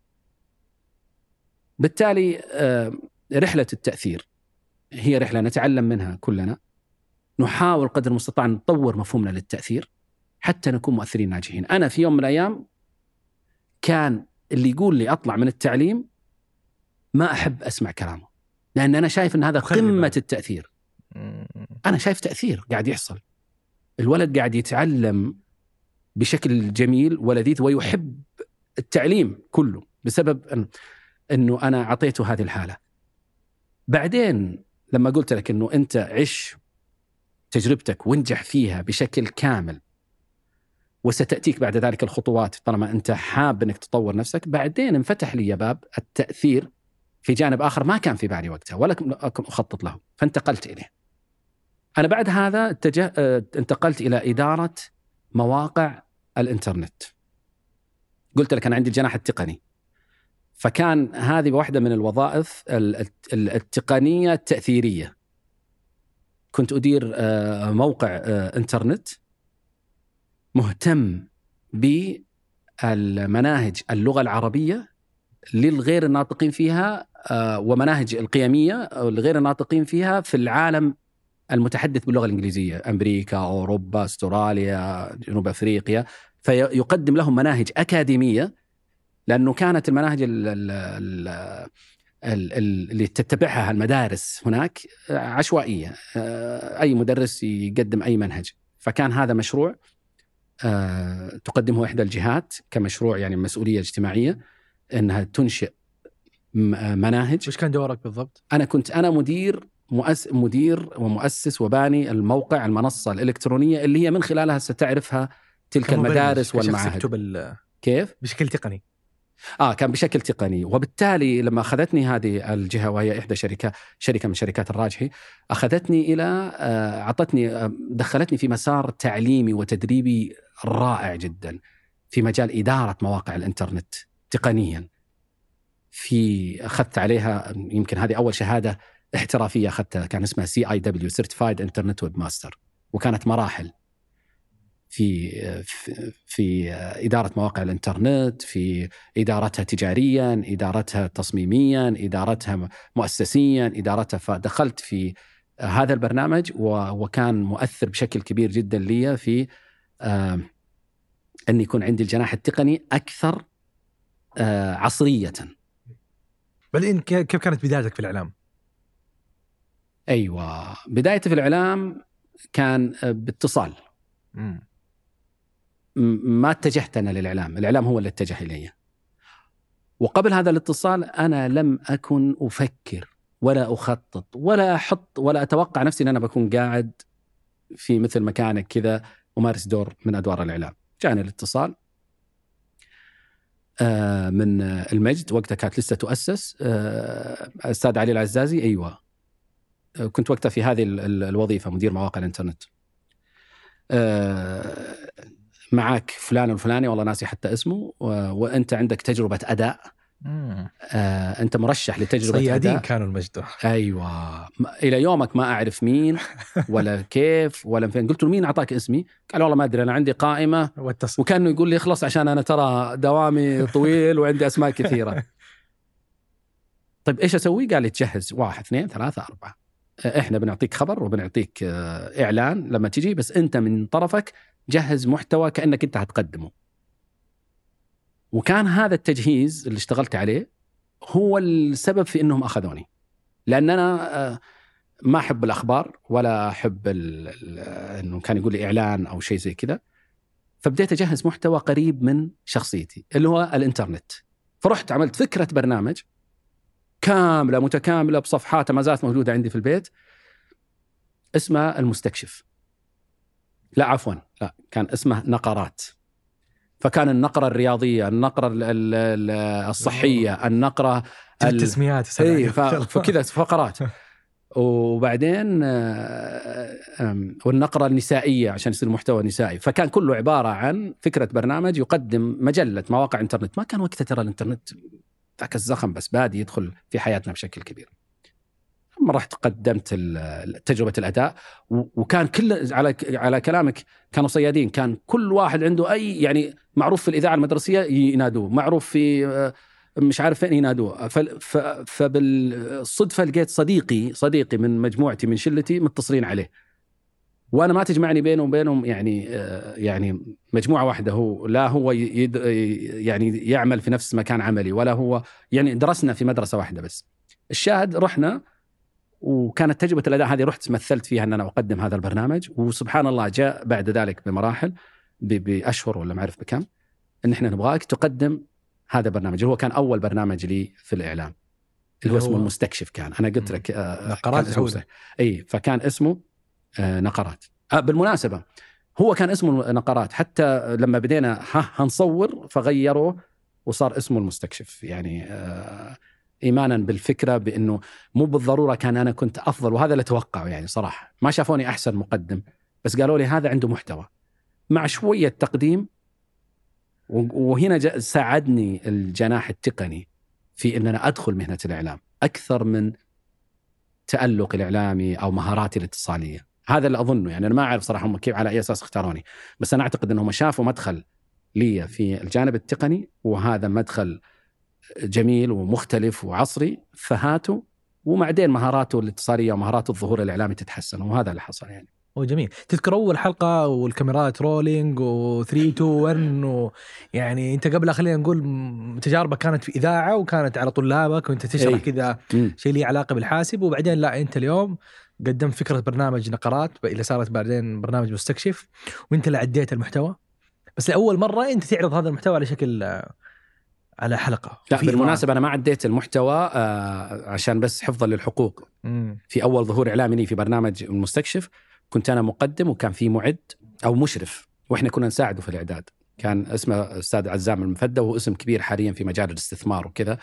بالتالي رحلة التأثير هي رحلة نتعلم منها كلنا، نحاول قدر المستطاع نطور مفهومنا للتأثير حتى نكون مؤثرين ناجحين. أنا في يوم من الأيام كان اللي يقول لي أطلع من التعليم ما أحب أسمع كلامه، لأن أنا شايف أن هذا قمة التأثير. أنا شايف تأثير قاعد يحصل، الولد قاعد يتعلم بشكل جميل ولذيذ ويحب التعليم كله بسبب أنه أنا أعطيته هذه الحالة. بعدين لما قلت لك أنه أنت عش تجربتك وانجح فيها بشكل كامل، وستأتيك بعد ذلك الخطوات طالما أنت حاب أنك تطور نفسك، بعدين انفتح لي باب التأثير في جانب آخر ما كان في بالي وقتها ولا أكن أخطط له، فانتقلت إليه. أنا بعد هذا انتقلت إلى إدارة مواقع الإنترنت. قلت لك أنا عندي الجناح التقني، فكان هذه واحدة من الوظائف التقنية التأثيرية. كنت أدير موقع إنترنت مهتم بالمناهج اللغة العربية للغير الناطقين فيها، ومناهج القيمية للغير الناطقين فيها في العالم المتحدث باللغة الإنجليزية، أمريكا، أوروبا، أستراليا، جنوب أفريقيا. فيقدم لهم مناهج أكاديمية، لأنه كانت المناهج اللي تتبعها المدارس هناك عشوائية، أي مدرس يقدم أي منهج. فكان هذا مشروع تقدمه إحدى الجهات كمشروع يعني مسؤولية اجتماعية، أنها تنشئ مناهج. وش كان دورك بالضبط؟ أنا كنت مدير ومؤسس وباني الموقع، المنصة الإلكترونية اللي هي من خلالها ستعرفها تلك المدارس والمعاهد. كيف؟ بشكل تقني. كان بشكل تقني. وبالتالي لما أخذتني هذه الجهة، وهي إحدى شركة من شركات الراجحي، أخذتني إلى دخلتني في مسار تعليمي وتدريبي رائع جدا في مجال إدارة مواقع الإنترنت تقنيا. أخذت عليها يمكن هذه أول شهادة احترافية أخذتها، كان اسمها CIW Certified Internet Webmaster، وكانت مراحل في إدارة مواقع الإنترنت، في إدارتها تجاريا، إدارتها تصميميا، إدارتها مؤسسيا، إدارتها. فدخلت في هذا البرنامج وكان مؤثر بشكل كبير جدا لي في أن يكون عندي الجناح التقني أكثر عصرية. بعدين كيف كانت بدايتك في الإعلام؟ أيوة، بدايتي في الإعلام كان باتصال. ما اتجهت أنا للإعلام، الإعلام هو اللي اتجه إلي. وقبل هذا الاتصال أنا لم أكن أفكر ولا أخطط ولا أحط ولا أتوقع نفسي أن أنا بكون قاعد في مثل مكانك كذا أمارس دور من أدوار الإعلام. جاءني الاتصال من المجد، وقتها كانت لسه تؤسس، أستاذ علي العزازي. أيوة، كنت وقتها في هذه الوظيفة مدير مواقع الإنترنت. معك فلان الفلاني، والله ناسي حتى اسمه، وأنت عندك تجربة أداء. أنت مرشح لتجربة صيادين أداء. كانوا المجد. أيوة، إلى يومك ما أعرف مين ولا كيف ولا فين. قلت له مين أعطاك اسمي؟ قال والله ما أدري، أنا عندي قائمة. وكانوا يقول لي اخلص عشان أنا ترى دوامي طويل وعندي أسماء كثيرة. طيب إيش أسوي؟ قال لي تجهز 1 2 3 4. إحنا بنعطيك خبر وبنعطيك إعلان لما تجي، بس أنت من طرفك جهز محتوى كأنك أنت هتقدمه. وكان هذا التجهيز اللي اشتغلت عليه هو السبب في أنهم أخذوني، لأن أنا ما أحب الأخبار ولا أحب أنه كان يقول لي إعلان أو شيء زي كذا. فبديت أجهز محتوى قريب من شخصيتي اللي هو الإنترنت. فرحت عملت فكرة برنامج كاملة متكاملة بصفحات ما زالت موجودة عندي في البيت، اسمها المستكشف. لا عفوا، لا، كان اسمه نقرات. فكان النقرة الرياضية، النقرة الصحية، النقرة التسميات، فكذا فقرات. وبعدين والنقرة النسائية عشان يصير محتوى نسائي. فكان كله عبارة عن فكرة برنامج يقدم مجلة مواقع انترنت. ما كان وقتها ترى الانترنت ذاك الزخم، بس بادي يدخل في حياتنا بشكل كبير. لما رحت قدمت تجربة الأداء، وكان كل على كلامك كانوا صيادين. كان كل واحد عنده أي يعني معروف في الإذاعة المدرسية ينادوه، معروف في مش عارف فين ينادوه. فبالصدفة لقيت صديقي من مجموعتي من شلتي متصلين عليه، وأنا ما تجمعني بينه وبينهم يعني مجموعة واحدة. هو يعني يعمل في نفس مكان عملي، ولا هو يعني درسنا في مدرسة واحدة. بس الشاهد رحنا، وكانت تجربة الأداء هذه رحت مثلت فيها أن أنا أقدم هذا البرنامج. وسبحان الله جاء بعد ذلك بمراحل بأشهر ولا ما أعرف بكم إن إحنا نبغاك تقدم هذا البرنامج. هو كان أول برنامج لي في الإعلام اللي هو اسمه المستكشف. كان أنا قلت لك نقرات. أي، فكان اسمه نقرات. بالمناسبة هو كان اسمه نقرات، حتى لما بدينا هنصور فغيروه وصار اسمه المستكشف. يعني إيمانا بالفكرة بأنه مو بالضرورة كان أنا كنت أفضل، وهذا اللي توقعه. يعني صراحة ما شافوني أحسن مقدم، بس قالوا لي هذا عنده محتوى مع شوية تقديم. وهنا ساعدني الجناح التقني في أن أنا أدخل مهنة الإعلام أكثر من تألق الإعلامي أو مهاراتي الاتصالية. هذا اللي أظنه. يعني أنا ما أعرف صراحة هم كيف على أي أساس اختاروني، بس أنا أعتقد أنهم شافوا مدخل لي في الجانب التقني، وهذا مدخل جميل ومختلف وعصري، فهاتوا. ومعدين مهاراته الاتصالية ومهارات الظهور الإعلامي تتحسن، وهذا اللي حصل يعني. جميل. تذكر أول حلقة والكاميرات رولينج و3 2 1 يعني أنت قبل خلينا نقول تجاربك كانت في إذاعة وكانت على طلابك وأنت تشرح كذا شيء ليه علاقة بالحاسب، وبعدين لا أنت اليوم قدمت فكرة برنامج نقرات اللي صارت بعدين برنامج مستكشف، وأنت اللي عديت المحتوى، بس لأول مرة أنت تعرض هذا المحتوى على شكل على حلقة. لا بالمناسبة أنا ما عديت المحتوى عشان بس حفظا للحقوق. في أول ظهور إعلامي لي في برنامج المستكشف كنت أنا مقدم وكان في معد أو مشرف، وإحنا كنا نساعده في الإعداد، كان اسمه أستاذ عزام المفدى وهو اسم كبير حاليا في مجال الاستثمار وكذا.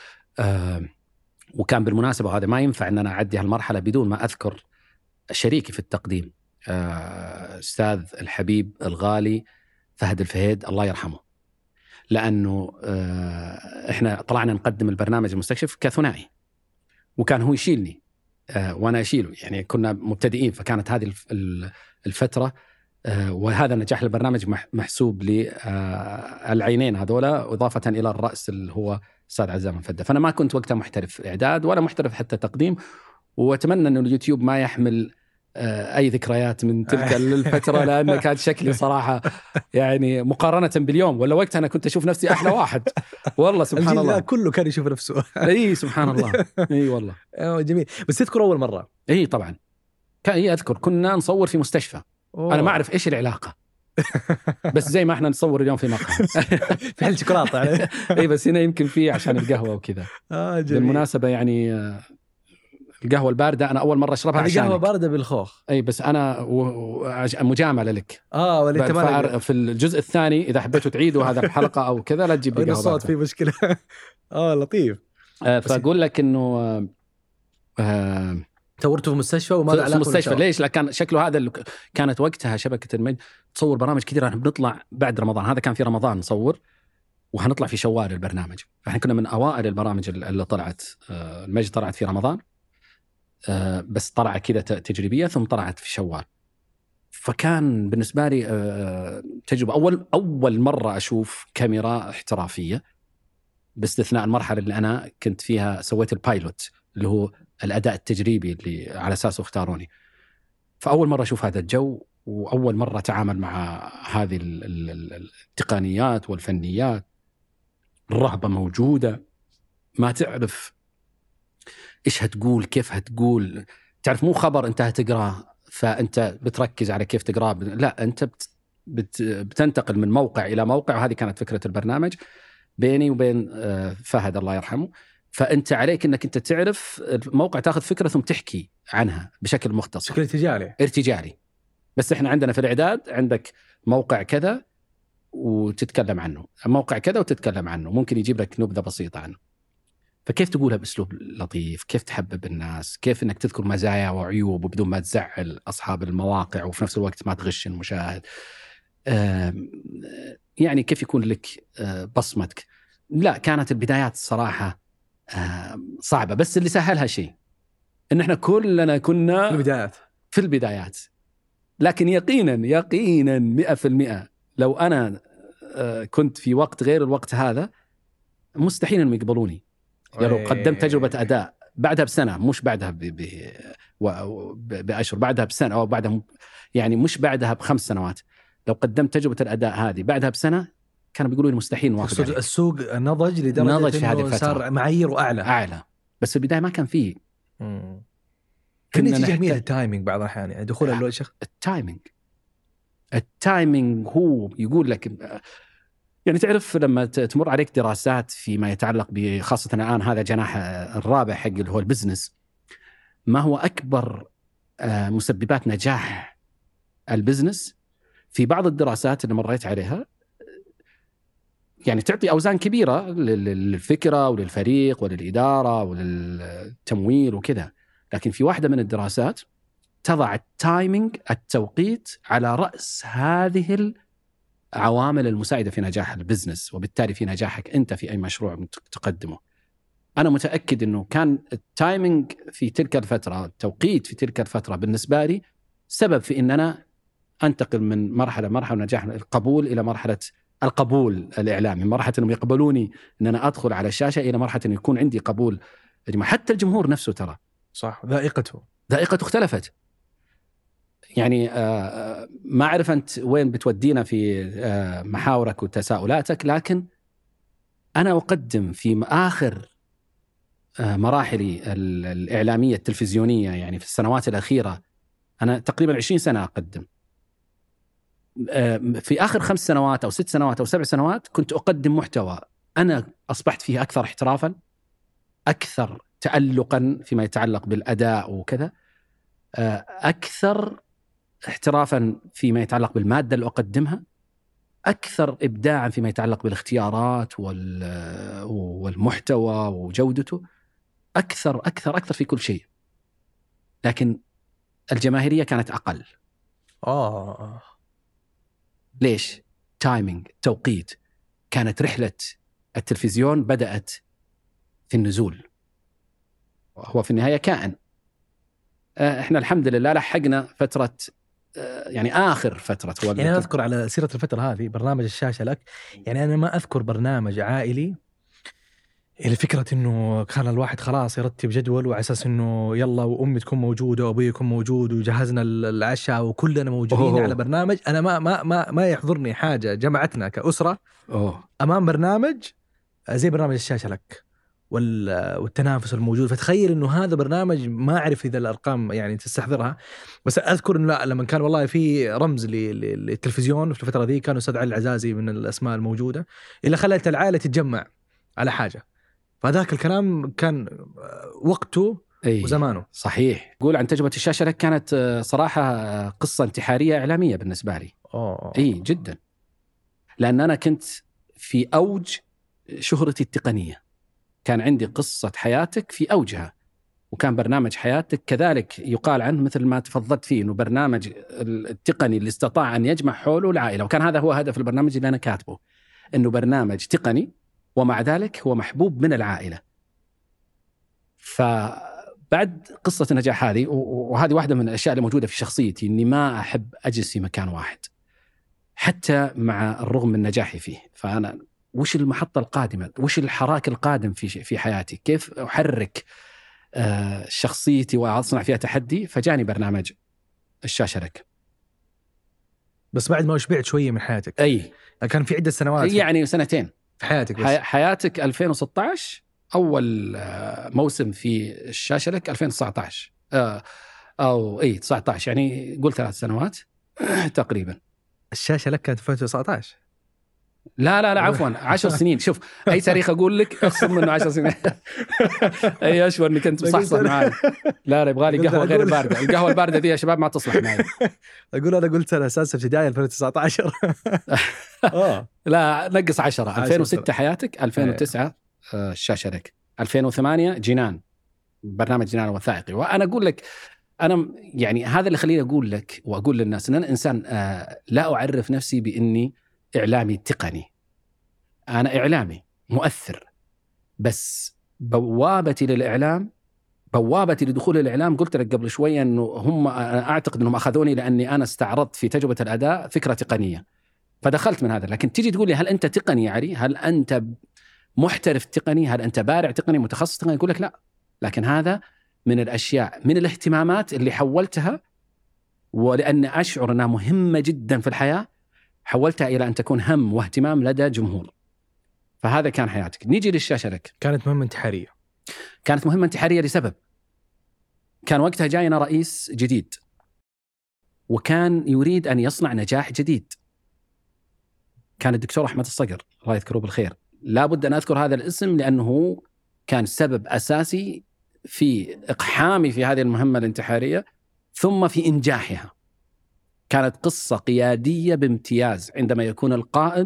وكان بالمناسبة هذا ما ينفع أن أنا أعدي هالمرحلة بدون ما أذكر شريكي في التقديم أستاذ الحبيب الغالي فهد الفهيد الله يرحمه، لأنه إحنا طلعنا نقدم البرنامج المستكشف كثنائي، وكان هو يشيلني وأنا أشيله، يعني كنا مبتدئين، فكانت هذه الفترة وهذا نجاح البرنامج محسوب للعينين هذولا إضافة إلى الرأس اللي هو أستاذ عزام الفدة. فأنا ما كنت وقتها محترف إعداد ولا محترف حتى تقديم، وأتمنى أن اليوتيوب ما يحمل أي ذكريات من تلك الفترة، لأن كان شكلي صراحة يعني مقارنة باليوم، ولا وقتها أنا كنت أشوف نفسي أحلى واحد والله سبحان الله، كله كان يشوف نفسه أي سبحان الله. أي والله جميل. بس تذكر أول مرة؟ أي طبعا كان أذكر كنا نصور في مستشفى. أنا ما أعرف إيش العلاقة بس زي ما إحنا نصور اليوم في مقهى في حل شوكولاتة يعني. أي بس هنا يمكن فيه عشان القهوة وكذا. بالمناسبة يعني القهوة الباردة أنا أول مرة أشربها عشان قهوة باردة بالخوخ. أي بس أنا مجاملة لك. في الجزء الثاني إذا حبيتوا تعيدوا هذا الحلقة أو كذا لا تجيب لي قهوة الصوت فيه مشكلة. لطيف. فأقول لك إنه تورته في مستشفى وما في المستشفى. ليش؟ لكن شكله هذا اللي كانت وقتها شبكة المجد تصور برامج كثيرة. احنا بنطلع بعد رمضان، هذا كان في رمضان نصور، وهنطلع في شوال البرنامج. فاحنا كنا من أوائل البرامج اللي طلعت. المجد طلعت في رمضان بس طلع كذا تجريبية، ثم طلعت في شوال. فكان بالنسبة لي تجربة أول مرة أشوف كاميرا احترافية، باستثناء المرحلة اللي أنا كنت فيها سويت البايلوت اللي هو الأداء التجريبي اللي على أساسه اختاروني. فأول مرة أشوف هذا الجو، وأول مرة أتعامل مع هذه التقنيات والفنيات. الرهبة موجودة، ما تعرف إيش هتقول، كيف هتقول. تعرف مو خبر أنت هتقرأ فأنت بتركز على كيف تقرأ، لا أنت بتنتقل من موقع إلى موقع. وهذه كانت فكرة البرنامج بيني وبين فهد الله يرحمه. فأنت عليك أنك أنت تعرف الموقع، تأخذ فكرة ثم تحكي عنها بشكل مختصر، بشكل ارتجالي. بس إحنا عندنا في الإعداد عندك موقع كذا وتتكلم عنه، موقع كذا وتتكلم عنه، ممكن يجيب لك نبذة بسيطة عنه. فكيف تقولها بأسلوب لطيف، كيف تحبب الناس، كيف أنك تذكر مزايا وعيوب وبدون ما تزعل أصحاب المواقع وفي نفس الوقت ما تغش المشاهد. يعني كيف يكون لك بصمتك. لا كانت البدايات الصراحة صعبة، بس اللي سهلها شيء إن إحنا كلنا كنا في البدايات. لكن يقينا 100% لو أنا كنت في وقت غير الوقت هذا مستحيل أنهم يقبلوني. لو قدمت تجربة أداء بعدها بسنة، مش بعدها بأشهر، بعدها بسنة أو بعدها يعني مش بعدها ب5 سنوات، لو قدمت تجربة الأداء هذه بعدها بسنة كانوا بيقولوا لي مستحيل نوافق عليك. السوق نضج لدرجة في هذه الفترة، صار معايير وأعلى. بس في البداية ما كان فيه. كنا نحتاج التايمينج بعض الأحيان، يعني دخول الشخص. التايمينج هو يقول لك، يعني تعرف لما تمر عليك دراسات فيما يتعلق بخاصة الآن هذا جناح الرابع حق اللي هو البزنس، ما هو أكبر مسببات نجاح البزنس. في بعض الدراسات اللي مريت عليها يعني تعطي أوزان كبيرة للفكرة وللفريق وللإدارة وللتمويل وكذا، لكن في واحدة من الدراسات تضع التايمينج، التوقيت، على رأس هذه العوامل المساعدة في نجاح البزنس، وبالتالي في نجاحك أنت في أي مشروع تقدمه. أنا متأكد أنه كان التايمينج في تلك الفترة، التوقيت في تلك الفترة بالنسبة لي سبب في أن أنا أنتقل من مرحلة نجاح القبول إلى مرحلة القبول الإعلامي، مرحلة أنهم يقبلوني أن أنا أدخل على الشاشة إلى مرحلة أن يكون عندي قبول. حتى الجمهور نفسه ترى صح، ذائقته اختلفت. يعني ما أعرف أنت وين بتودينا في محاورك وتساؤلاتك، لكن أنا أقدم في آخر مراحلي الإعلامية التلفزيونية، يعني في السنوات الأخيرة أنا تقريبا 20 سنة أقدم. في آخر 5 سنوات أو 6 سنوات أو 7 سنوات كنت أقدم محتوى أنا أصبحت فيه أكثر احترافا، أكثر تألقا فيما يتعلق بالأداء وكذا، أكثر احترافا فيما يتعلق بالمادة اللي أقدمها، أكثر إبداعا فيما يتعلق بالاختيارات والمحتوى وجودته، أكثر في كل شيء. لكن الجماهيرية كانت أقل. ليش؟ تايمينج، توقيت. كانت رحلة التلفزيون بدأت في النزول، هو في النهاية كائن. احنا الحمد لله لحقنا فترة، يعني آخر فترة. يعني أنا أذكر على سيرة الفترة هذه برنامج الشاشة لك، يعني أنا ما أذكر برنامج عائلي اللي فكرة إنه كان الواحد خلاص يرتب جدول وعلى أساس إنه يلا وأمي تكون موجودة وأبوي يكون موجود وجهزنا العشاء وكلنا موجودين على برنامج. أنا ما يحضرني حاجة جمعتنا كأسرة أمام برنامج زي برنامج الشاشة لك والتنافس الموجود. فتخيل إنه هذا برنامج ما أعرف إذا الأرقام يعني تستحضرها، بس أذكر إنه لا، لما كان والله في رمز للتلفزيون في الفترة ذي كان أستاذ علي العزازي من الأسماء الموجودة اللي خلت العائلة تتجمع على حاجة. فذاك الكلام كان وقته وزمانه. صحيح. قول عن تجربة الشاشة لك، كانت صراحة قصة انتحارية إعلامية بالنسبة لي. جدا، لأن أنا كنت في أوج شهرتي التقنية، كان عندي قصة حياتك في أوجها، وكان برنامج حياتك كذلك يقال عنه مثل ما تفضلت فيه أنه برنامج التقني اللي استطاع أن يجمع حوله العائلة. وكان هذا هو هدف البرنامج اللي أنا كاتبه، أنه برنامج تقني ومع ذلك هو محبوب من العائلة. فبعد قصة النجاح هذه، وهذه واحدة من الأشياء اللي موجودة في شخصيتي، أني ما أحب أجلس في مكان واحد حتى مع الرغم من نجاحي فيه. فأنا وش المحطة القادمة، وش الحراك القادم في حياتي، كيف أحرك شخصيتي وأصنع فيها تحدي. فجاني برنامج الشاشة لك. بس بعد ما شبعت شوية من حياتك. كان في عدة سنوات، يعني 2 في حياتك. بس حياتك 2016 أول موسم في الشاشة لك 2019 أو 19، يعني قلت 3 سنوات تقريبا. الشاشة لك كانت 2019. لا عفوا 10 سنين. شوف أي تاريخ أقول لك أخصم منه 10 سنين. أي أشوى أني كنت مصحصح معي. لا يبغى لي قهوة غير باردة. القهوة الباردة دي يا شباب ما تصلح معي. أنا قلت أنا أساس ابتدائي 2019. لا نقص 10. 2006 حياتك، 2009 الشاشة لك، 2008 جنان، برنامج جنان الوثائقي. وأنا أقول لك، أنا يعني هذا اللي خليني أقول لك وأقول للناس أن أنا إنسان لا أعرف نفسي بإني إعلامي تقني. أنا إعلامي مؤثر، بس بوابتي للإعلام، بوابتي لدخول الإعلام، قلت لك قبل شوية أنه هم أعتقد أنهم أخذوني لأني أنا استعرضت في تجربة الأداء فكرة تقنية فدخلت من هذا. لكن تيجي تقول لي هل أنت تقني يا علي؟ هل أنت محترف تقني؟ هل أنت بارع تقني متخصص تقني؟ أقول لك لا. لكن هذا من الأشياء، من الاهتمامات اللي حولتها، ولأن أشعر أنها مهمة جدا في الحياة حولتها إلى أن تكون هم واهتمام لدى جمهور. فهذا كان حياتك. نيجي للشاشة لك. كانت مهمة انتحارية. كانت مهمة انتحارية لسبب. كان وقتها جاينا رئيس جديد وكان يريد أن يصنع نجاح جديد. كان الدكتور أحمد الصقر الله يذكره بالخير. لا بد أن أذكر هذا الاسم لأنه كان سبب أساسي في إقحامي في هذه المهمة الانتحارية ثم في إنجاحها. كانت قصة قيادية بامتياز عندما يكون القائد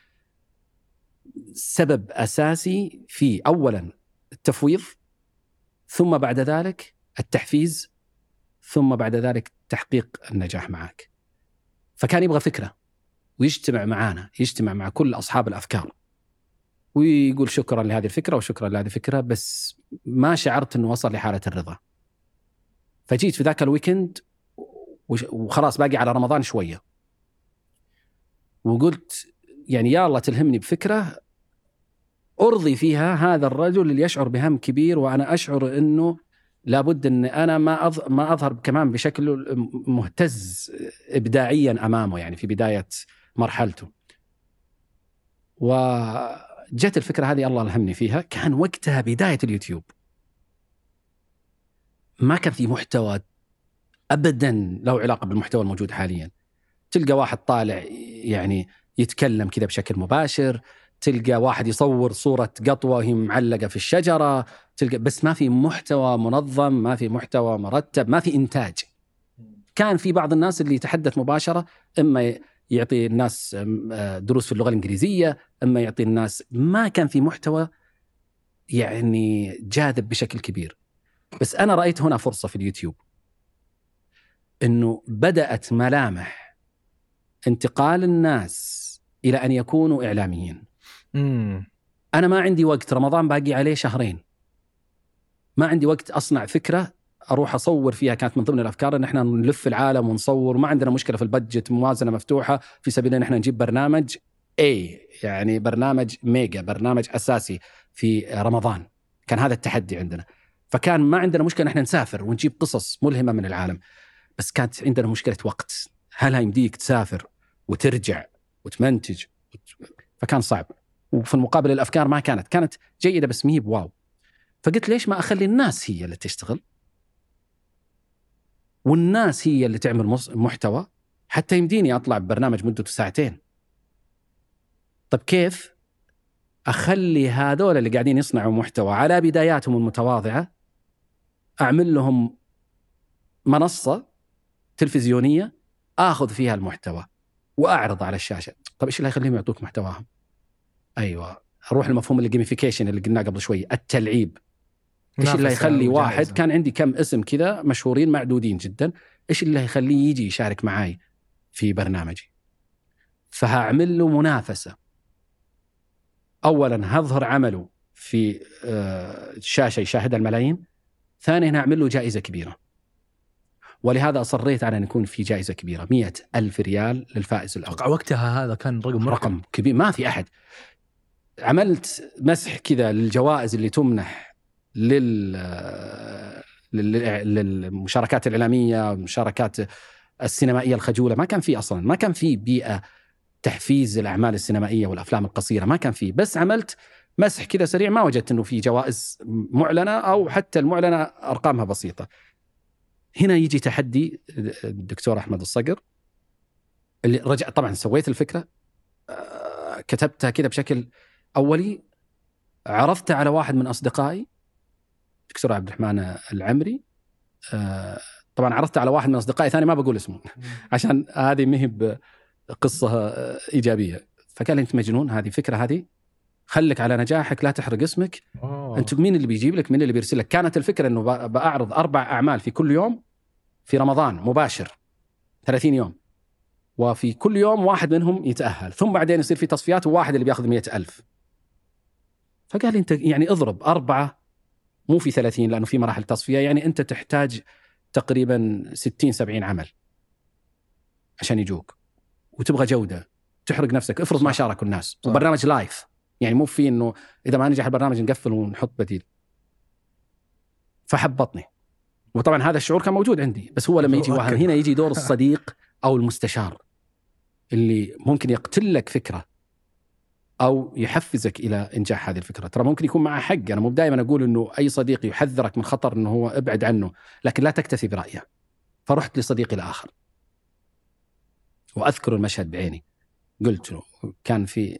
سبب أساسي في أولا التفويض، ثم بعد ذلك التحفيز، ثم بعد ذلك تحقيق النجاح معك. فكان يبغى فكرة ويجتمع معانا، يجتمع مع كل أصحاب الأفكار ويقول شكرا لهذه الفكرة وشكرا لهذه الفكرة، بس ما شعرت أنه وصل لحالة الرضا. فجيت في ذاك الويكند وخلاص باقي على رمضان شوية، وقلت يعني يا الله تلهمني بفكرة أرضي فيها هذا الرجل اللي يشعر بهم كبير، وأنا أشعر أنه لابد أن أنا ما أظهر كمان بشكل مهتز إبداعيا أمامه، يعني في بداية مرحلته. وجت الفكرة هذه الله ألهمني فيها. كان وقتها بداية اليوتيوب، ما كان في محتوى أبدا له علاقة بالمحتوى الموجود حاليا. تلقى واحد طالع يعني يتكلم كذا بشكل مباشر، تلقى واحد يصور صورة قطوة وهي معلقة في الشجرة، تلقى بس ما في محتوى منظم، ما في محتوى مرتب، ما في إنتاج. كان في بعض الناس اللي يتحدث مباشرة، إما يعطي الناس دروس في اللغة الإنجليزية، إما يعطي الناس، ما كان في محتوى يعني جاذب بشكل كبير. بس أنا رأيت هنا فرصة في اليوتيوب، إنه بدأت ملامح انتقال الناس إلى أن يكونوا إعلاميين. أنا ما عندي وقت، رمضان باقي عليه شهرين، ما عندي وقت أصنع فكرة أروح أصور فيها. كانت من ضمن الأفكار أن احنا نلف العالم ونصور، ما عندنا مشكلة في البادجت، موازنة مفتوحة في سبيل أن احنا نجيب برنامج يعني برنامج ميجا، برنامج أساسي في رمضان. كان هذا التحدي عندنا، فكان ما عندنا مشكلة أن احنا نسافر ونجيب قصص ملهمة من العالم، بس كانت عندنا مشكلة وقت. هل هيمديك تسافر وترجع وتمنتج؟ فكان صعب. وفي المقابل الأفكار ما كانت جيدة بس مية بواو. فقلت ليش ما أخلي الناس هي اللي تشتغل، والناس هي اللي تعمل محتوى، حتى يمديني أطلع ببرنامج مدته 2 ساعة. طب كيف أخلي هذول اللي قاعدين يصنعوا محتوى على بداياتهم المتواضعة أعمل لهم منصة تلفزيونية آخذ فيها المحتوى وأعرض على الشاشة؟ طب إيش اللي يخليهم يعطوك محتواهم؟ أيوة، أروح المفهوم الجيميفيكيشن اللي قلنا قبل شوي، التلعيب. إيش اللي يخلي واحد كان عندي كم اسم كذا مشهورين معدودين جدا، إيش اللي يخليه يجي يشارك معاي في برنامجي؟ فهعمل له منافسة. أولا هظهر عمله في شاشة يشاهدها الملايين، ثانيا هعمل له جائزة كبيرة. ولهذا أصريت على أن يكون في جائزة كبيرة، 100,000 ريال للفائز الأول. وقتها هذا كان رقم كبير، ما في أحد. عملت مسح كذا للجوائز اللي تمنح للمشاركات الإعلامية والمشاركات السينمائية الخجولة. ما كان في أصلا، ما كان في بيئة تحفيز الأعمال السينمائية والأفلام القصيرة، ما كان في. بس عملت مسح كذا سريع، ما وجدت أنه في جوائز معلنة، أو حتى المعلنة أرقامها بسيطة. هنا يجي تحدي الدكتور أحمد الصقر اللي رجع. طبعا سويت الفكرة، كتبتها كذا بشكل أولي، عرضتها على واحد من أصدقائي دكتور عبد الرحمن العمري. طبعا عرضتها على واحد من أصدقائي ثاني ما بقول اسمه عشان هذه مهب قصة إيجابية. فقال لي أنت مجنون، هذه فكرة، هذه خلك على نجاحك، لا تحرق اسمك. أنت مين اللي بيجيب لك، مين اللي بيرسل لك؟ كانت الفكرة أنه بأعرض 4 أعمال في كل يوم في رمضان مباشر 30 يوم، وفي كل يوم واحد منهم يتأهل، ثم بعدين يصير في تصفيات وواحد اللي بياخذ 100,000. فقال لي أنت يعني اضرب 4 مو في 30، لأنه في مراحل تصفية، يعني أنت تحتاج تقريبا 60-70 عمل عشان يجوك، وتبغى جودة، تحرق نفسك. افرض ما شاركوا الناس، وبرنامج لايف، يعني مو في إنه إذا ما نجح البرنامج نقفل ونحط بديل. فحبطني. وطبعا هذا الشعور كان موجود عندي، بس هو لما يجي واحد هنا يجي دور الصديق أو المستشار اللي ممكن يقتل لك فكرة أو يحفزك إلى إنجاح هذه الفكرة. ترى ممكن يكون معه حق، أنا مو دائما أقول إنه أي صديق يحذرك من خطر إنه هو ابعد عنه، لكن لا تكتفي برأيه. فرحت لصديقي الآخر وأذكر المشهد بعيني، قلت له كان في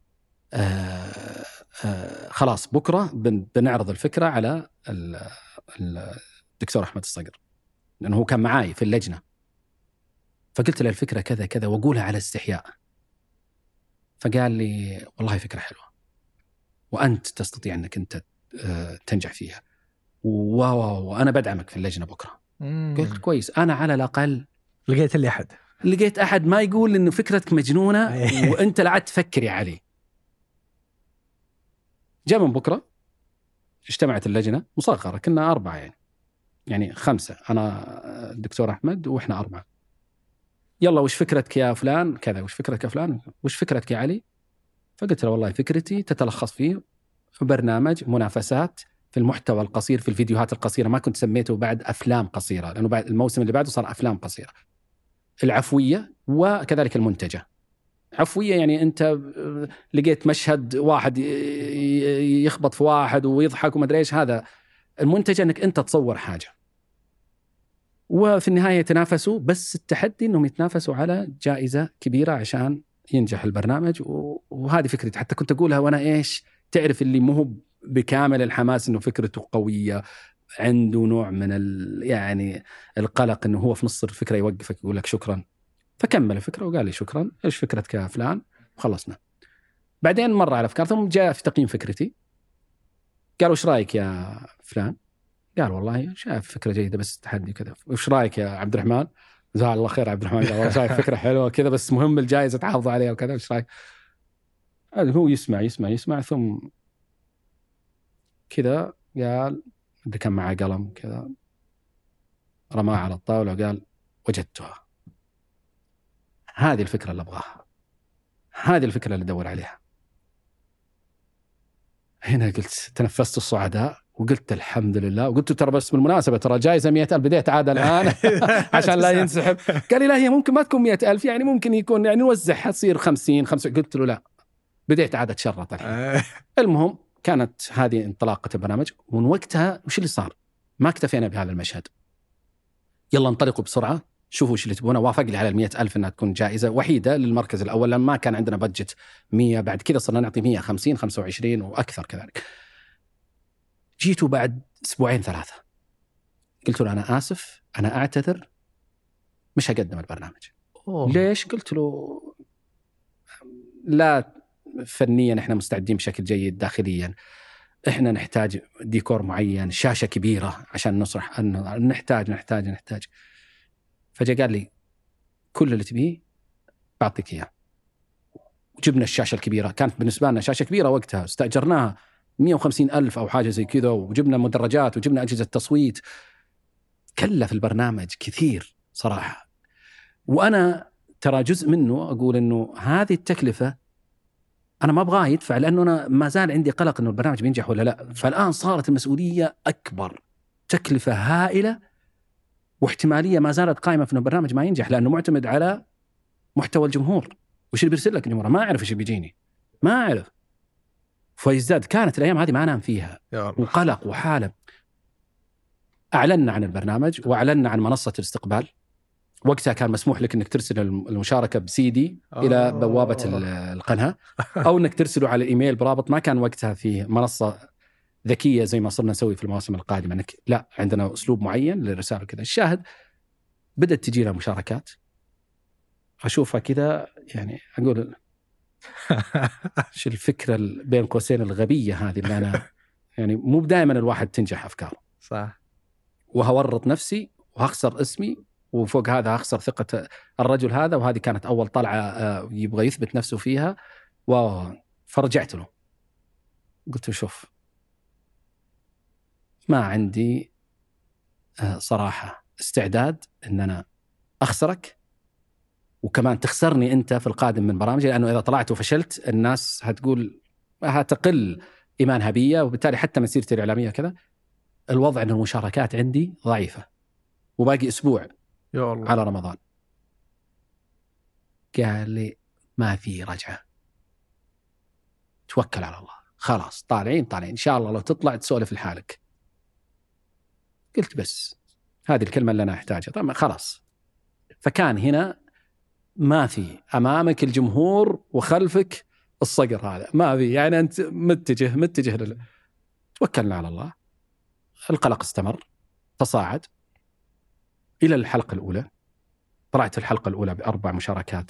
خلاص بكرة بنعرض الفكرة على الدكتور أحمد الصقر، لأنه هو كان معاي في اللجنة. فقلت له الفكرة كذا كذا وأقولها على استحياء. فقال لي والله فكرة حلوة وأنت تستطيع أنك أنت تنجح فيها، وأنا بدعمك في اللجنة بكرة. قلت كويس، أنا على الأقل لقيت أحد ما يقول إنه فكرتك مجنونة وأنت لا عاد تفكر يا علي. جاء من بكرة اجتمعت اللجنة مصغرة، كنا 4 يعني 5، أنا الدكتور أحمد وإحنا 4. يلا وش فكرتك يا فلان كذا، وش فكرتك يا فلان، وش فكرتك يا علي؟ فقلت له والله فكرتي تتلخص في برنامج منافسات في المحتوى القصير، في الفيديوهات القصيرة. ما كنت سميته بعد أفلام قصيرة، لأنه بعد الموسم اللي بعده صار أفلام قصيرة. العفوية وكذلك المنتجة. عفوية يعني أنت لقيت مشهد واحد يخبط في واحد ويضحك وما أدري إيش، هذا المنتجة، أنك أنت تصور حاجة. وفي النهاية يتنافسوا، بس التحدي أنهم يتنافسوا على جائزة كبيرة عشان ينجح البرنامج. وهذه فكرتي، حتى كنت أقولها وأنا إيش تعرف اللي مو بكامل الحماس أنه فكرته قوية، عنده نوع من يعني القلق أنه هو في نص الفكرة يوقفك يقول لك شكرا، فكمل الفكرة وقال لي شكرا، إيش فكرتك يا فلان، وخلصنا. بعدين مر على أفكار، ثم جاء في تقييم فكرتي قالوا إيش رأيك يا فلان؟ قال والله شايف فكرة جيدة بس تحدي كذا. وإيش رأيك يا عبد الرحمن؟ جزاه الله خير عبد الرحمن، قال والله شايف فكرة حلوة كذا بس مهم الجائزة تحافظ عليها وكذا، إيش رأيك؟ هو يسمع ثم كذا قال، اللي كان معه قلم كذا رماه على الطاولة وقال وجدتها، هذه الفكرة اللي أبغاها، هذه الفكرة اللي أدور عليها. هنا قلت تنفست الصعداء وقلت الحمد لله. وقلت ترى بس بالمناسبة ترى جائزة 100,000 بديت عاد الآن عشان لا ينسحب. قال لي لا هي ممكن ما تكون 100,000، يعني ممكن يكون يعني نوزعها تصير 50. قلت له لا، بديت عاد أتشرط الحين. المهم كانت هذه انطلاقة البرنامج. ومن وقتها وش اللي صار؟ ما اكتفينا بهذا المشهد، يلا انطلقوا بسرعة شوفوا وش اللي تبونه. وافق لي على 100,000 أنها تكون جائزة وحيدة للمركز الأول، لما ما كان عندنا بادجت 100. بعد كذا صرنا نعطي 150 25 وأكثر كذلك. جيتوا بعد 2-3 قلت له أنا آسف، أنا أعتذر، مش هقدم البرنامج. ليش؟ قلت له لا، فنيا احنا مستعدين بشكل جيد، داخليا احنا نحتاج ديكور معين، شاشة كبيرة عشان نصرح، أنه نحتاج. فجاء قال لي كل اللي تبيه بعطيك إياه. وجبنا الشاشة الكبيرة، كانت بالنسبة لنا شاشة كبيرة وقتها، استأجرناها 150,000 أو حاجة زي كذا، وجبنا مدرجات وجبنا أجهزة تصويت. كلف البرنامج كثير صراحة. وأنا ترى جزء منه أقول إنه هذه التكلفة أنا ما أبغاه يدفع، لأنه أنا ما زال عندي قلق إنه البرنامج بينجح ولا لا. فالآن صارت المسؤولية أكبر، تكلفة هائلة، واحتمالية ما زالت قائمة في إنه البرنامج ما ينجح، لأنه معتمد على محتوى الجمهور. وش اللي بيرسل لك الجمهور؟ ما أعرف إيش بيجيني، ما أعرف. فيزداد كانت الأيام هذه ما أنام فيها، وقلق وحالة. أعلنا عن البرنامج وأعلنا عن منصة الاستقبال. وقتها كان مسموح لك أنك ترسل المشاركة بسيدي إلى بوابة القناة، أو أنك ترسله على الإيميل برابط. ما كان وقتها فيه منصة ذكية زي ما صرنا نسوي في المواسم القادمة، أنك لا، عندنا أسلوب معين للرسالة كذا. الشاهد بدأت تجينا مشاركات، أشوفها كذا يعني أقول شو الفكرة بين قوسين الغبية هذه اللي أنا يعني مو دائما الواحد تنجح أفكاره، صح، وهورط نفسي وهخسر اسمي، وفوق هذا هخسر ثقة الرجل هذا. وهذه كانت أول طلعة يبغى يثبت نفسه فيها. فرجعت له قلت له شوف، ما عندي صراحة استعداد أن أنا أخسرك، وكمان تخسرني أنت في القادم من برامجي، لأنه إذا طلعت وفشلت الناس هتقول، هتقل إيمانها بي، وبالتالي حتى مسيرتي الإعلامية كذا. الوضع أن المشاركات عندي ضعيفة وباقي أسبوع يا الله على رمضان. قال لي ما في رجعة، توكل على الله، خلاص طالعين إن شاء الله لو تطلع تسولف لحالك. قلت بس هذه الكلمة اللي أنا أحتاجها، طبعا خلاص. فكان هنا ما في أمامك الجمهور وخلفك الصقر هذا، ما في، يعني أنت متجه توكلنا على الله. القلق استمر، تصاعد إلى الحلقة الأولى. طلعت الحلقة الأولى ب4 مشاركات،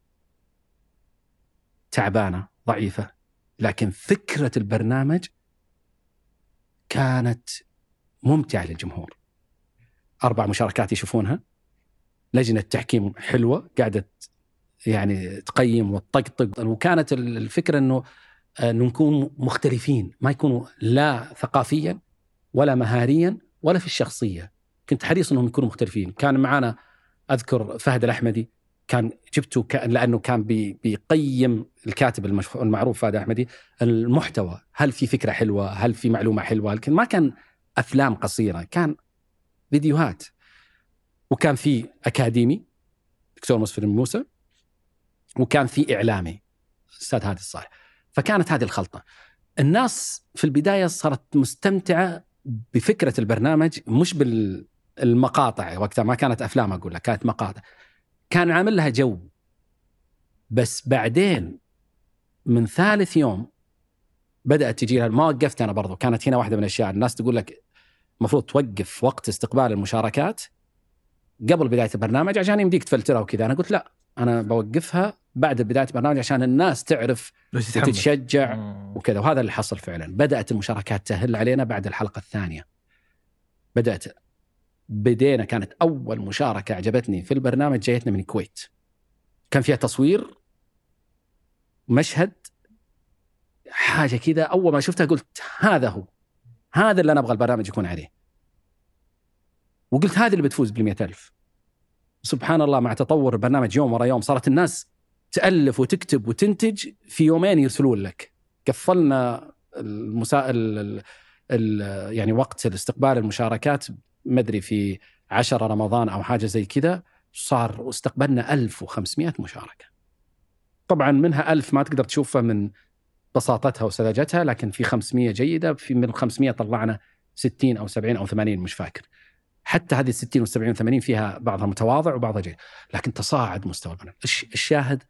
تعبانة ضعيفة، لكن فكرة البرنامج كانت ممتعة للجمهور. 4 مشاركات يشوفونها، لجنة تحكيم حلوة قاعدة يعني تقيم وتطقطق. وكانت الفكرة أنه نكون مختلفين، ما يكونوا لا ثقافيا ولا مهاريا ولا في الشخصية. كنت حريص أنهم يكونوا مختلفين. كان معنا أذكر فهد الأحمدي، كان جبته لأنه كان بيقيم الكاتب المعروف فهد أحمدي المحتوى، هل في فكرة حلوة، هل في معلومة حلوة. لكن ما كان أفلام قصيرة، كان فيديوهات. وكان في أكاديمي دكتور مسفر موسى، وكان في إعلامي أستاذ هادي الصالح. فكانت هذه الخلطة. الناس في البداية صارت مستمتعة بفكرة البرنامج، مش بالمقاطع. وقتها ما كانت أفلام، أقول لك كانت مقاطع، كان عامل لها جو. بس بعدين من ثالث يوم بدأت تجي لها، ما وقفت أنا برضو، كانت هنا واحدة من الأشياء الناس تقول لك مفروض توقف وقت استقبال المشاركات قبل بداية البرنامج عشان يمديك تفلترها وكذا. أنا قلت لا، أنا بوقفها بعد بداية البرنامج عشان الناس تعرف وتتشجع وكذا. وهذا اللي حصل فعلا. بدأت المشاركات تهل علينا بعد الحلقة الثانية. بدينا كانت أول مشاركة عجبتني في البرنامج جايتنا من الكويت، كان فيها تصوير مشهد حاجة كذا. أول ما شفتها قلت هذا اللي أنا أبغى البرنامج يكون عليه. وقلت هذه اللي بتفوز ب100,000. سبحان الله، مع تطور البرنامج يوم ورا يوم صارت الناس تألف وتكتب وتنتج في يومين يرسلون لك. قفلنا يعني وقت الاستقبال المشاركات مدري في 10 رمضان أو حاجة زي كذا، صار واستقبلنا 1500 مشاركة. طبعا منها 1000 ما تقدر تشوفها من بساطتها وسذاجتها، لكن في 500 جيدة. في من 500 طلعنا 60 أو 70 أو 80 مش فاكر. حتى هذه 60 و70 و80 فيها بعضها متواضع وبعضها جيد، لكن تصاعد مستوى البرنامج. الشاهد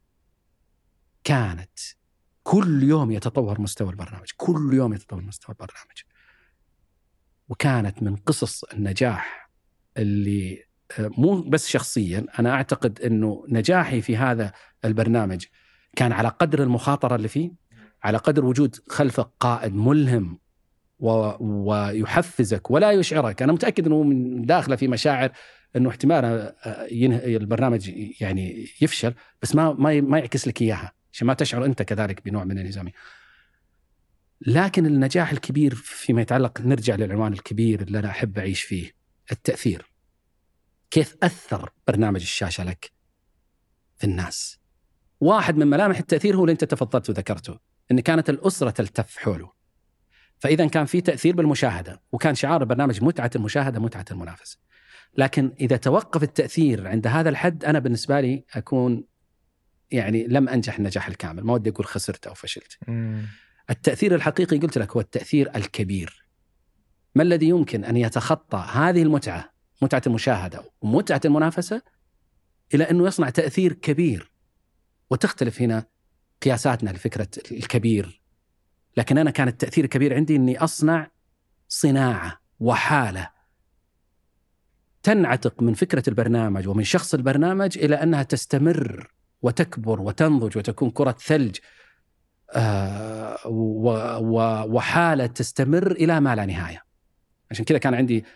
كانت كل يوم يتطور مستوى البرنامج، كل يوم يتطور مستوى البرنامج. وكانت من قصص النجاح اللي مو بس شخصيا، أنا أعتقد أنه نجاحي في هذا البرنامج كان على قدر المخاطرة اللي فيه، على قدر وجود خلفك قائد ملهم ويحفزك ولا يشعرك. أنا متأكد أنه من داخله في مشاعر أنه احتمال البرنامج يعني يفشل، بس ما يعكس لك إياها عشان ما تشعر أنت كذلك بنوع من الانهزام. لكن النجاح الكبير فيما يتعلق، نرجع للعنوان الكبير اللي أنا أحب أعيش فيه، التأثير. كيف أثر برنامج الشاشة لك في الناس؟ واحد من ملامح التأثير هو اللي أنت تفضلت وذكرته، أن كانت الأسرة تلتف حوله. فإذا كان في تأثير بالمشاهدة، وكان شعار البرنامج متعة المشاهدة متعة المنافسة. لكن إذا توقف التأثير عند هذا الحد، أنا بالنسبة لي أكون يعني لم أنجح النجاح الكامل. ما ودي أقول خسرت أو فشلت. التأثير الحقيقي قلت لك هو التأثير الكبير. ما الذي يمكن أن يتخطى هذه المتعة، متعة المشاهدة ومتعة المنافسة، إلى أنه يصنع تأثير كبير؟ وتختلف هنا قياساتنا لفكرة الكبير. لكن أنا كان التأثير الكبير عندي أني أصنع صناعة وحالة تنعتق من فكرة البرنامج ومن شخص البرنامج إلى أنها تستمر وتكبر وتنضج وتكون كرة ثلج، وحالة تستمر إلى ما لا نهاية. عشان كذا كان عندي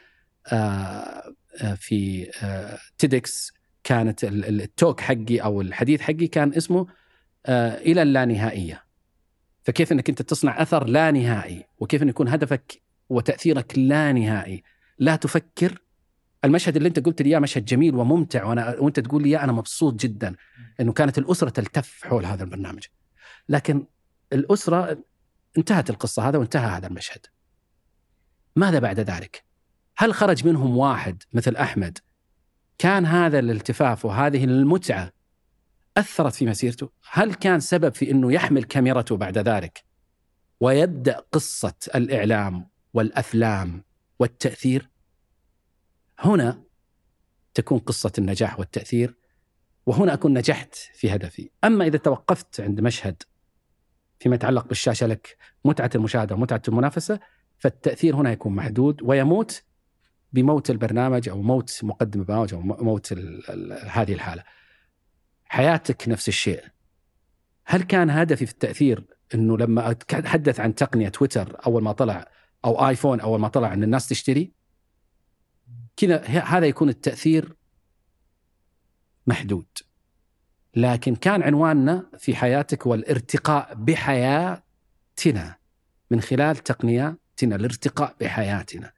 في تيدكس كانت التوك حقي أو الحديث حقي كان اسمه إلى اللانهائية. فكيف أنك أنت تصنع أثر لا نهائي، وكيف أن يكون هدفك وتأثيرك لا نهائي. لا تفكر. المشهد اللي أنت قلت لي إياه مشهد جميل وممتع، وأنت تقول لي أنا مبسوط جدا أنه كانت الأسرة تلتف حول هذا البرنامج. لكن الأسرة انتهت القصة هذا وانتهى هذا المشهد. ماذا بعد ذلك؟ هل خرج منهم واحد مثل أحمد كان هذا الالتفاف وهذه المتعة أثرت في مسيرته؟ هل كان سبب في أنه يحمل كاميرته بعد ذلك ويبدأ قصة الإعلام والأفلام والتأثير؟ هنا تكون قصة النجاح والتأثير، وهنا أكون نجحت في هدفي. أما إذا توقفت عند مشهد فيما يتعلق بالشاشة لك متعة المشاهدة ومتعة المنافسة، فالتأثير هنا يكون محدود ويموت بموت البرنامج أو موت مقدم البرنامج أو موت هذه الحالة. حياتك نفس الشيء. هل كان هدفي في التأثير أنه لما أتحدث عن تقنية تويتر أول ما طلع أو آيفون أول ما طلع أن الناس تشتري كذا، هذا يكون التأثير محدود؟ لكن كان عنواننا في حياتك هو الارتقاء بحياتنا من خلال تقنياتنا، الارتقاء بحياتنا.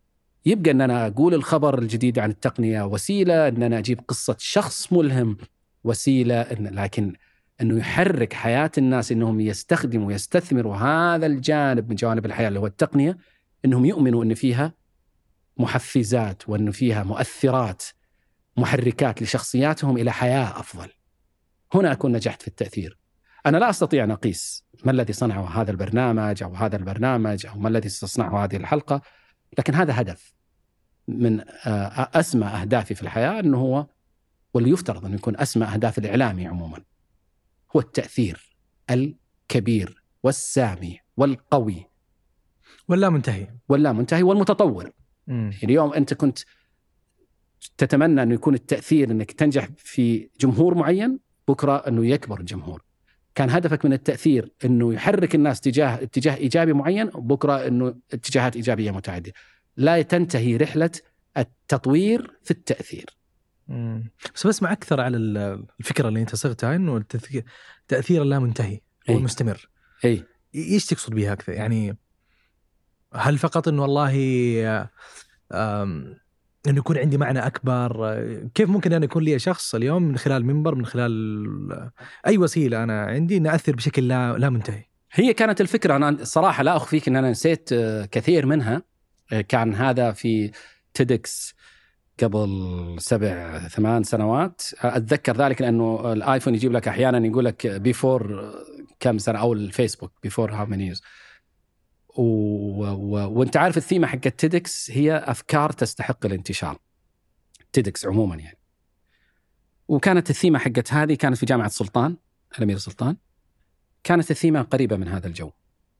يبقى أن أنا أقول الخبر الجديد عن التقنية وسيلة، أن أنا أجيب قصة شخص ملهم وسيلة، لكن أنه يحرك حياة الناس، أنهم يستخدموا ويستثمروا هذا الجانب من جوانب الحياة اللي هو التقنية، أنهم يؤمنوا أن فيها محفزات وأن فيها مؤثرات محركات لشخصياتهم إلى حياة أفضل. هنا أكون نجحت في التأثير. أنا لا أستطيع أن أقيس ما الذي صنعه هذا البرنامج أو هذا البرنامج أو ما الذي ستصنعه هذه الحلقة، لكن هذا هدف من أسمى أهدافي في الحياة، أنه هو واللي يفترض أن يكون أسمى أهداف الإعلامي عموما، هو التأثير الكبير والسامي والقوي واللا منتهي والمتطور. اليوم أنت كنت تتمنى أنه يكون التأثير أنك تنجح في جمهور معين، بكرة أنه يكبر الجمهور. كان هدفك من التأثير أنه يحرك الناس اتجاه إيجابي معين، بكرة أنه اتجاهات إيجابية متعددة. لا تنتهي رحلة التطوير في التأثير. بس بسمع أكثر على الفكرة اللي أنت صغتها، أنه التأثير لا منتهي والمستمر. إيش تقصد بها أكثر؟ يعني هل فقط أنه والله أنه يكون عندي معنى أكبر؟ كيف ممكن أن يكون لي شخص اليوم من خلال منبر، من خلال أي وسيلة أنا عندي، أن أثر بشكل لا منتهي؟ هي كانت الفكرة. أنا صراحة لا أخفيك أن أنا نسيت كثير منها. كان هذا في تيدكس قبل 7-8 سنوات. أتذكر ذلك لأنه الآيفون يجيب لك أحيانا يقول لك بيفور كم سنة، أو الفيسبوك بيفور هاو ماني ييرز. وانت عارف الثيمة حق تيدكس هي أفكار تستحق الانتشار، تيدكس عموما يعني. وكانت الثيمة حقت هذه كانت في جامعة سلطان، الأمير سلطان. كانت الثيمة قريبة من هذا الجو.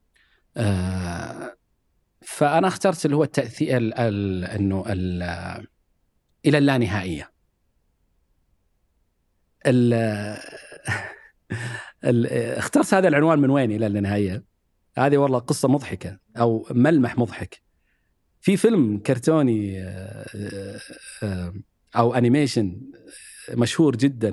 فأنا اخترت اللي هو التأثير إنه إلى اللانهائية. اخترت هذا العنوان من وين إلى اللانهائية؟ هذه والله قصة مضحكة أو ملمح مضحك. في فيلم كرتوني أو أنيميشن مشهور جدا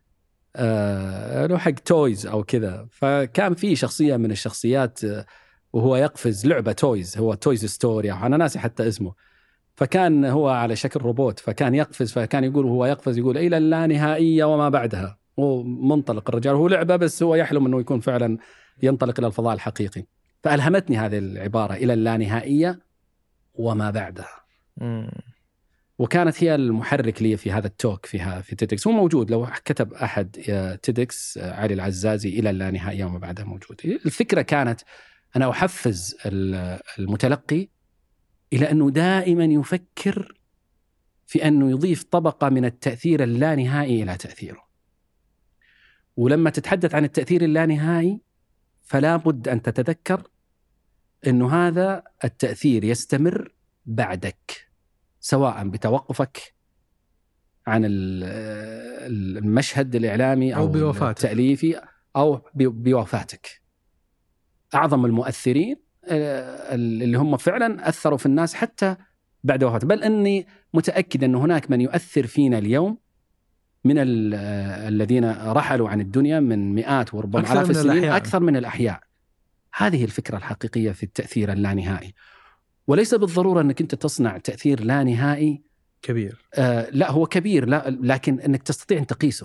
له حق تويز أو كذا، فكان في شخصية من الشخصيات وهو يقفز لعبة تويز، هو تويز ستوري، أنا ناسي حتى اسمه. فكان هو على شكل روبوت، فكان يقفز، فكان يقول وهو يقفز يقول إلى اللانهائية وما بعدها. هو منطلق الرجال، هو لعبة بس هو يحلم أنه يكون فعلا ينطلق إلى الفضاء الحقيقي. فألهمتني هذه العبارة إلى اللانهائية وما بعدها. وكانت هي المحرك لي في هذا التوك في تيدكس. هو موجود، لو كتب أحد تيدكس علي العزازي إلى اللانهائية وما بعدها موجود. الفكرة كانت أنا أحفز المتلقي إلى أنه دائما يفكر في أنه يضيف طبقة من التأثير اللانهائي إلى تأثيره. ولما تتحدث عن التأثير اللانهائي فلا بد أن تتذكر أنه هذا التأثير يستمر بعدك، سواء بتوقفك عن المشهد الإعلامي أو التأليفي أو بوفاتك. أعظم المؤثرين اللي هم فعلا أثروا في الناس حتى بعد وفاته. بل أني متأكد أن هناك من يؤثر فينا اليوم من الذين رحلوا عن الدنيا من مئات وربما آلاف السنين أكثر من الأحياء. هذه الفكرة الحقيقية في التأثير اللانهائي. وليس بالضرورة أنك أنت تصنع تأثير لا نهائي كبير. لا هو كبير، لا، لكن أنك تستطيع أن تقيسه.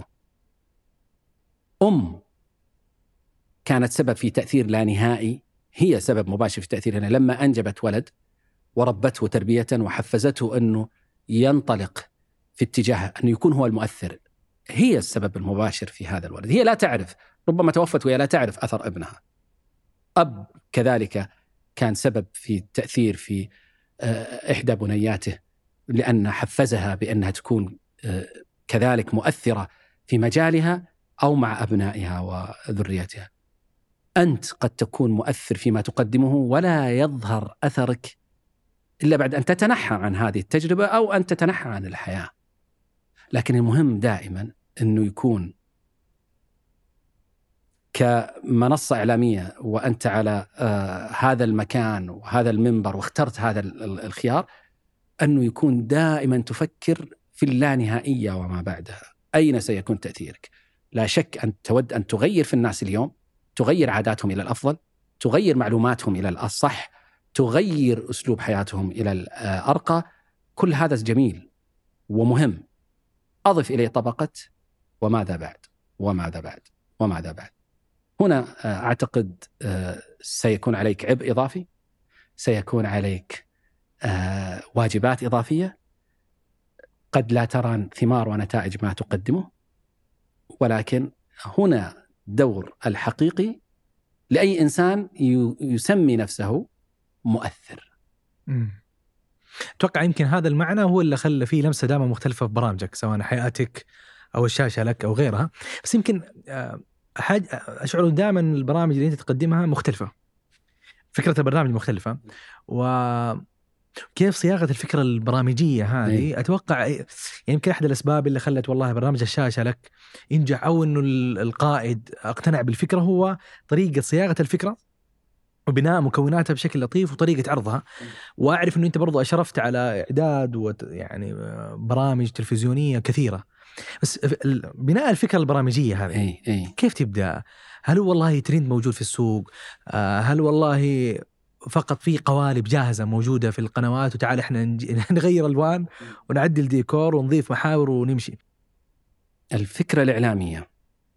كانت سبب في تأثير لا نهائي، هي سبب مباشر في تأثير هنا لما أنجبت ولد وربته تربية وحفزته أنه ينطلق في اتجاه أنه يكون هو المؤثر. هي السبب المباشر في هذا الولد. هي لا تعرف، ربما توفت وهي لا تعرف أثر ابنها. أب كذلك كان سبب في التأثير في إحدى بنياته، لأن حفزها بأنها تكون كذلك مؤثرة في مجالها أو مع أبنائها وذريتها. أنت قد تكون مؤثر فيما تقدمه ولا يظهر أثرك إلا بعد أن تتنحى عن هذه التجربة أو أن تتنحى عن الحياة. لكن المهم دائما أنه يكون كمنصة إعلامية وأنت على هذا المكان وهذا المنبر واخترت هذا الخيار، أنه يكون دائما تفكر في اللانهائية وما بعدها. أين سيكون تأثيرك؟ لا شك أن تود أن تغير في الناس اليوم، تغير عاداتهم إلى الأفضل، تغير معلوماتهم إلى الصح، تغير أسلوب حياتهم إلى الأرقى. كل هذا جميل ومهم. أضف إليه طبقة وماذا بعد وماذا بعد وماذا بعد. هنا أعتقد سيكون عليك عبء إضافي، سيكون عليك واجبات إضافية، قد لا ترى ثمار ونتائج ما تقدمه، ولكن هنا دور الحقيقي لأي إنسان يسمي نفسه مؤثر. أتوقع يمكن هذا المعنى هو اللي خلى فيه لمسة دائما مختلفة في برامجك، سواء حياتك أو الشاشة لك أو غيرها. بس يمكن أشعر دائما البرامج اللي أنت تقدمها مختلفة، فكرة البرنامج مختلفة، وكيف صياغة الفكرة البرامجية هذه أتوقع يعني يمكن أحد الأسباب اللي خلت والله برنامج الشاشة لك ينجح، أو أنه القائد اقتنع بالفكرة، هو طريقة صياغة الفكرة وبناء مكوناتها بشكل لطيف وطريقة عرضها. وأعرف أنه أنت برضو أشرفت على إعداد يعني برامج تلفزيونية كثيرة، بس بناء الفكرة البرامجية هذه كيف تبدأ؟ هل والله ترند موجود في السوق؟ هل والله فقط في قوالب جاهزة موجودة في القنوات وتعال إحنا نغير ألوان ونعدل ديكور ونضيف محاور ونمشي؟ الفكرة الإعلامية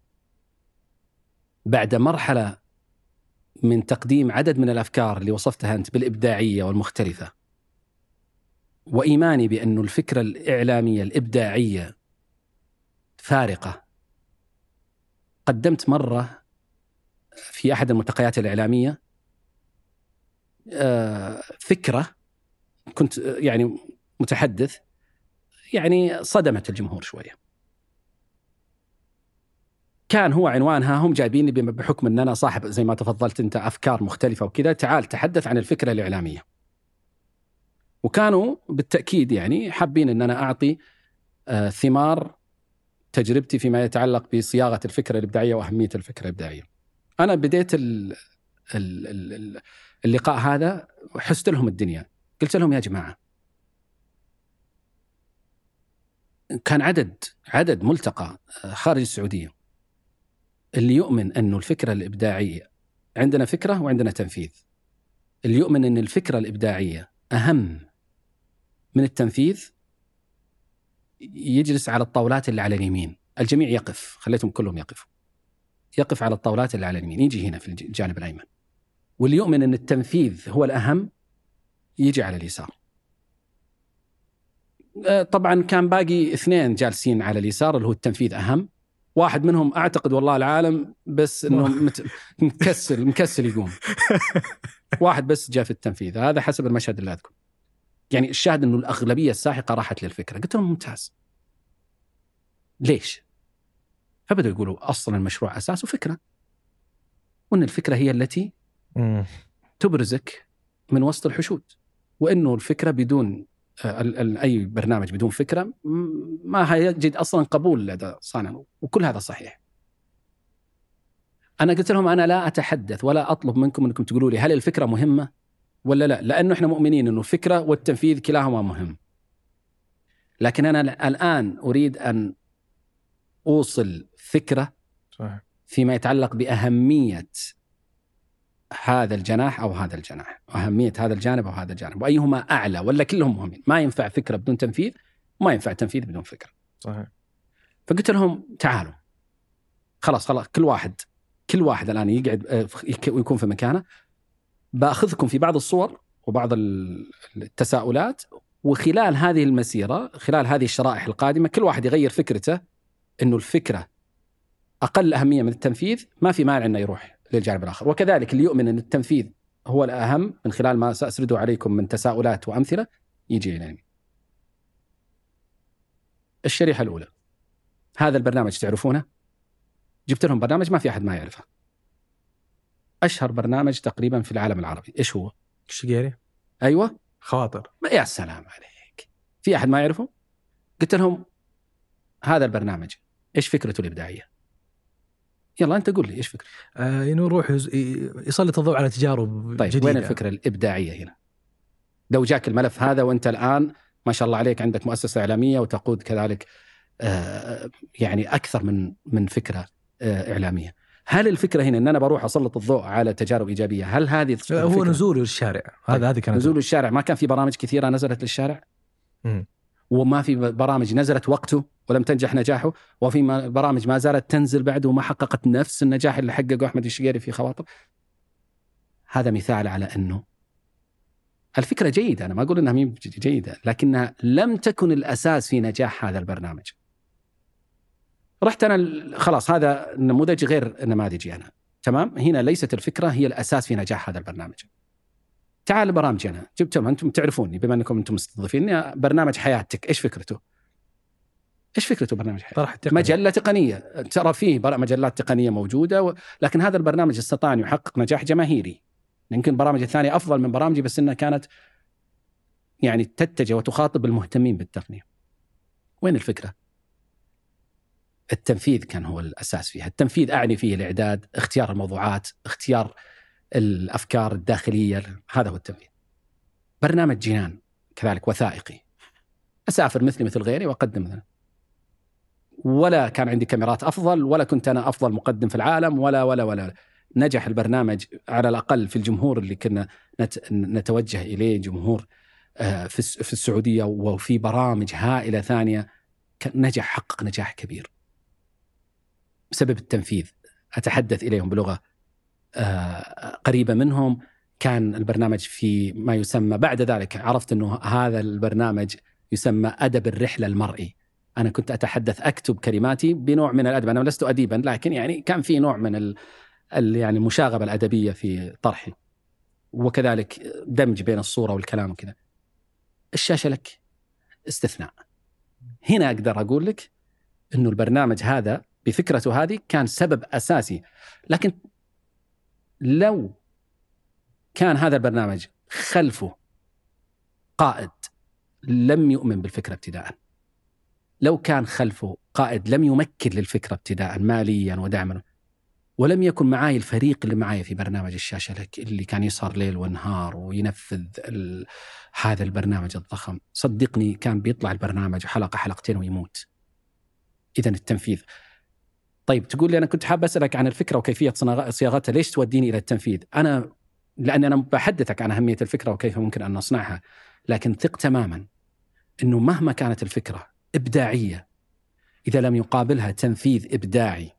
بعد مرحلة من تقديم عدد من الأفكار اللي وصفتها أنت بالإبداعية والمختلفة، وإيماني بأن الفكرة الإعلامية الإبداعية فارقة. قدمت مرة في أحد الملتقيات الإعلامية فكرة، كنت يعني متحدث، يعني صدمت الجمهور شوية. كان هو عنوانها هم جايبيني بحكم أن أنا صاحب زي ما تفضلت أنت أفكار مختلفة وكذا، تعال تحدث عن الفكرة الإعلامية. وكانوا بالتأكيد يعني حابين أن أنا أعطي ثمار تجربتي فيما يتعلق بصياغة الفكرة الإبداعية وأهمية الفكرة الإبداعية. أنا بديت اللقاء هذا وحست لهم الدنيا، قلت لهم يا جماعة، كان عدد ملتقى خارج السعودية، اللي يؤمن أنه الفكرة الإبداعية عندنا فكرة وعندنا تنفيذ، اللي يؤمن أن الفكرة الإبداعية أهم من التنفيذ يجلس على الطاولات اللي على اليمين. الجميع يقف، خليتهم كلهم يقف على الطاولات اللي على اليمين، يجي هنا في الجانب الأيمن. واللي يؤمن أن التنفيذ هو الأهم يجي على اليسار. طبعا كان باقي 2 جالسين على اليسار اللي هو التنفيذ أهم. واحد منهم أعتقد والله العالم بس أنه مكسل يقوم. واحد بس جاء في التنفيذ، هذا حسب المشهد اللي أذكر. يعني الشاهد أنه الأغلبية الساحقة راحت للفكرة. قلت لهم ممتاز، ليش؟ فبدأوا يقولوا أصلا المشروع أساسه فكرة، وأن الفكرة هي التي تبرزك من وسط الحشود، وأنه الفكرة بدون أي برنامج بدون فكرة ما هيجد أصلا قبول لدى صانع، وكل هذا صحيح. أنا قلت لهم أنا لا أتحدث ولا أطلب منكم أنكم تقولوا لي هل الفكرة مهمة ولا لا، لأنه إحنا مؤمنين أنه الفكرة والتنفيذ كلاهما مهم. لكن أنا الآن أريد أن أوصل فكرة صحيح فيما يتعلق بأهمية هذا الجناح أو هذا الجناح، أهمية هذا الجانب أو هذا الجانب، وأيهما أعلى، ولا كلهم مهمين. ما ينفع فكرة بدون تنفيذ، وما ينفع تنفيذ بدون فكرة. صحيح. فقلت لهم تعالوا خلاص كل واحد الآن يقعد ويكون في مكانه. بأخذكم في بعض الصور وبعض التساؤلات، وخلال هذه المسيرة، خلال هذه الشرائح القادمة، كل واحد يغير فكرته إنه الفكرة أقل أهمية من التنفيذ، ما في مانع إنه يروح للجانب الآخر. وكذلك اللي يؤمن أن التنفيذ هو الأهم من خلال ما سأسرده عليكم من تساؤلات وأمثلة يجي إليني. الشريحة الأولى، هذا البرنامج تعرفونه؟ جبت لهم برنامج ما في أحد ما يعرفه، أشهر برنامج تقريبا في العالم العربي. إيش هو؟ الشقيري. أيوة، خواطر. يا سلام عليك، في أحد ما يعرفه؟ قلت لهم هذا البرنامج إيش فكرته الإبداعية؟ يلا أنت قول لي إيش فكرة. إنه يروح يسلط الضوء على تجارب طيب جديدة. وين الفكرة الإبداعية هنا؟ لو جاك الملف هذا وأنت الآن ما شاء الله عليك عندك مؤسسة إعلامية وتقود كذلك يعني أكثر من فكرة إعلامية، هل الفكرة هنا أن أنا بروح أسلط الضوء على تجارب إيجابية؟ هل هذه هو نزول الشارع؟ طيب. هذه كانت نزول الشارع. ما كان في برامج كثيرة نزلت للشارع؟ وما في برامج نزلت وقته ولم تنجح نجاحه، وفي برامج ما زالت تنزل بعده وما حققت نفس النجاح اللي حققه أحمد الشقيري في خواطر. هذا مثال على أنه الفكرة جيدة، أنا ما أقول أنها مين جيدة، لكنها لم تكن الأساس في نجاح هذا البرنامج. رحت أنا خلاص، هذا نموذج غير نماذجي أنا، تمام. هنا ليست الفكرة هي الأساس في نجاح هذا البرنامج. تعال برامجي أنا جبتهم، أنتم تعرفوني بما أنكم أنتم مستضيفين. برنامج حياتك إيش فكرته؟ إيش فكرته برنامج حياتك؟ مجلة تقنية، ترى فيه مجلات تقنية موجودة لكن هذا البرنامج استطاع أن يحقق نجاح جماهيري. يمكن برامج الثانية أفضل من برامجي، بس إنها كانت يعني تتجه وتخاطب المهتمين بالتقنية. وين الفكرة؟ التنفيذ كان هو الأساس فيها. التنفيذ أعني فيه الإعداد، اختيار الموضوعات، اختيار الأفكار الداخلية، هذا هو التنفيذ. برنامج جنان كذلك وثائقي، أسافر مثل غيري وأقدم مثلا، ولا كان عندي كاميرات أفضل، ولا كنت أنا أفضل مقدم في العالم، ولا نجح البرنامج على الأقل في الجمهور اللي كنا نتوجه إليه، جمهور في السعودية وفي برامج هائلة ثانية، نجح، حقق نجاح كبير بسبب التنفيذ. أتحدث إليهم بلغة قريبة منهم. كان البرنامج في ما يسمى، بعد ذلك عرفت أنه هذا البرنامج يسمى أدب الرحلة المرئي. أنا كنت أتحدث، أكتب كلماتي بنوع من الأدب، أنا لست أديبا لكن يعني كان في نوع من يعني المشاغبة الأدبية في طرحي، وكذلك دمج بين الصورة والكلام وكذا. الشاشة لك استثناء. هنا أقدر أقول لك أنه البرنامج هذا بفكرته هذه كان سبب أساسي. لكن لو كان هذا البرنامج خلفه قائد لم يؤمن بالفكرة ابتداء، لو كان خلفه قائد لم يمكن للفكرة ابتداء ماليا ودعما، ولم يكن معاي الفريق اللي معاي في برنامج الشاشة لك اللي كان يسهر ليل ونهار وينفذ هذا البرنامج الضخم، صدقني كان بيطلع البرنامج حلقة حلقتين ويموت. إذن التنفيذ. طيب تقول لي أنا كنت حاب أسألك عن الفكرة وكيفية صياغتها، ليش توديني إلى التنفيذ؟ لأن أنا بحدثك عن أهمية الفكرة وكيف ممكن أن نصنعها، لكن ثق تماما أنه مهما كانت الفكرة إبداعية، إذا لم يقابلها تنفيذ إبداعي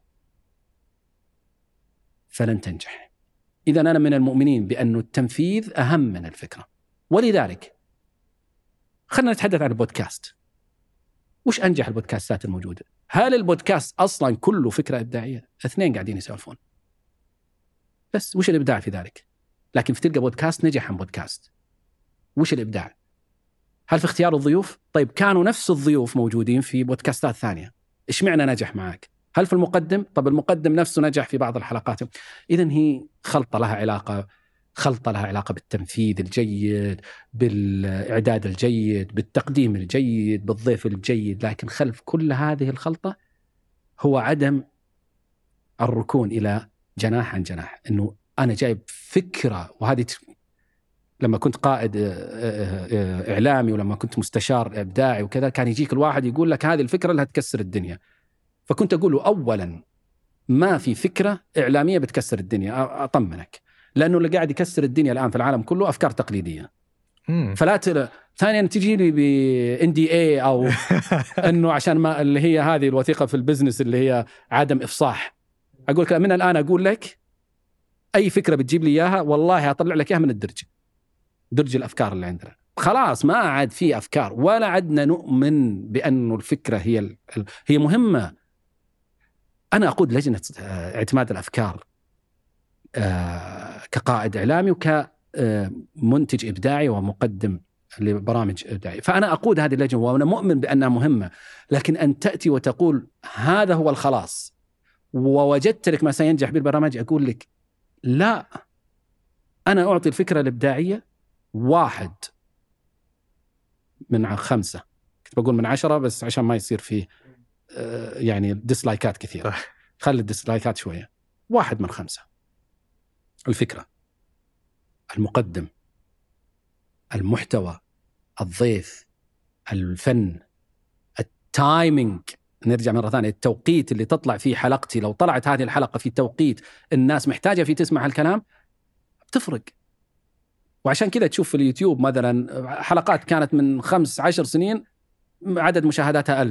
فلن تنجح. إذا أنا من المؤمنين بأن التنفيذ أهم من الفكرة. ولذلك خلنا نتحدث عن البودكاست. وش أنجح البودكاستات الموجودة؟ هل البودكاست أصلا كله فكرة إبداعية؟ 2 قاعدين يسولفون بس، وش الإبداع في ذلك؟ لكن في تلقى بودكاست نجح عن بودكاست، وش الإبداع؟ هل في اختيار الضيوف؟ طيب كانوا نفس الضيوف موجودين في بودكاستات ثانية، إيش معنى نجح معك؟ هل في المقدم؟ طب المقدم نفسه نجح في بعض الحلقات. إذن هي خلطة لها علاقة بالتنفيذ الجيد، بالإعداد الجيد، بالتقديم الجيد، بالضيف الجيد. لكن خلف كل هذه الخلطة هو عدم الركون إلى جناح عن جناح، إنه أنا جايب فكرة. وهذه لما كنت قائد إعلامي ولما كنت مستشار إبداعي وكذا، كان يجيك الواحد يقول لك هذه الفكرة اللي هتكسر الدنيا، فكنت أقول له أولا ما في فكرة إعلامية بتكسر الدنيا، أطمنك، لأنه اللي قاعد يكسر الدنيا الآن في العالم كله أفكار تقليدية. فلا ثانيا تجي لي ب-NDA أو أنه عشان ما اللي هي هذه الوثيقة في البزنس اللي هي عدم إفصاح. أقول لك من الآن أقول لك أي فكرة بتجيب لي إياها والله أطلع لك إياها من درج الأفكار اللي عندنا. خلاص ما عاد في أفكار، ولا عدنا نؤمن بأنه الفكرة هي مهمة. أنا أقود لجنة اعتماد الأفكار كقائد إعلامي وكمنتج إبداعي ومقدم لبرامج إبداعية، فأنا أقود هذه اللجنة وأنا مؤمن بأنها مهمة. لكن أن تأتي وتقول هذا هو الخلاص ووجدت لك ما سينجح بالبرامج، أقول لك لا، أنا أعطي الفكرة الإبداعية 1 من 5، كنت بقول من 10 بس عشان ما يصير فيه يعني ديسلايكات كثيرة، خلي الديسلايكات شوية. 1 من 5. الفكرة، المقدم، المحتوى، الضيف، الفن، التايمينج. نرجع مرة ثانية، التوقيت اللي تطلع فيه حلقتي، لو طلعت هذه الحلقة في توقيت الناس محتاجة فيه تسمع الكلام بتفرق. وعشان كذا تشوف في اليوتيوب مثلا حلقات كانت من 5-10 سنين عدد مشاهداتها 1000،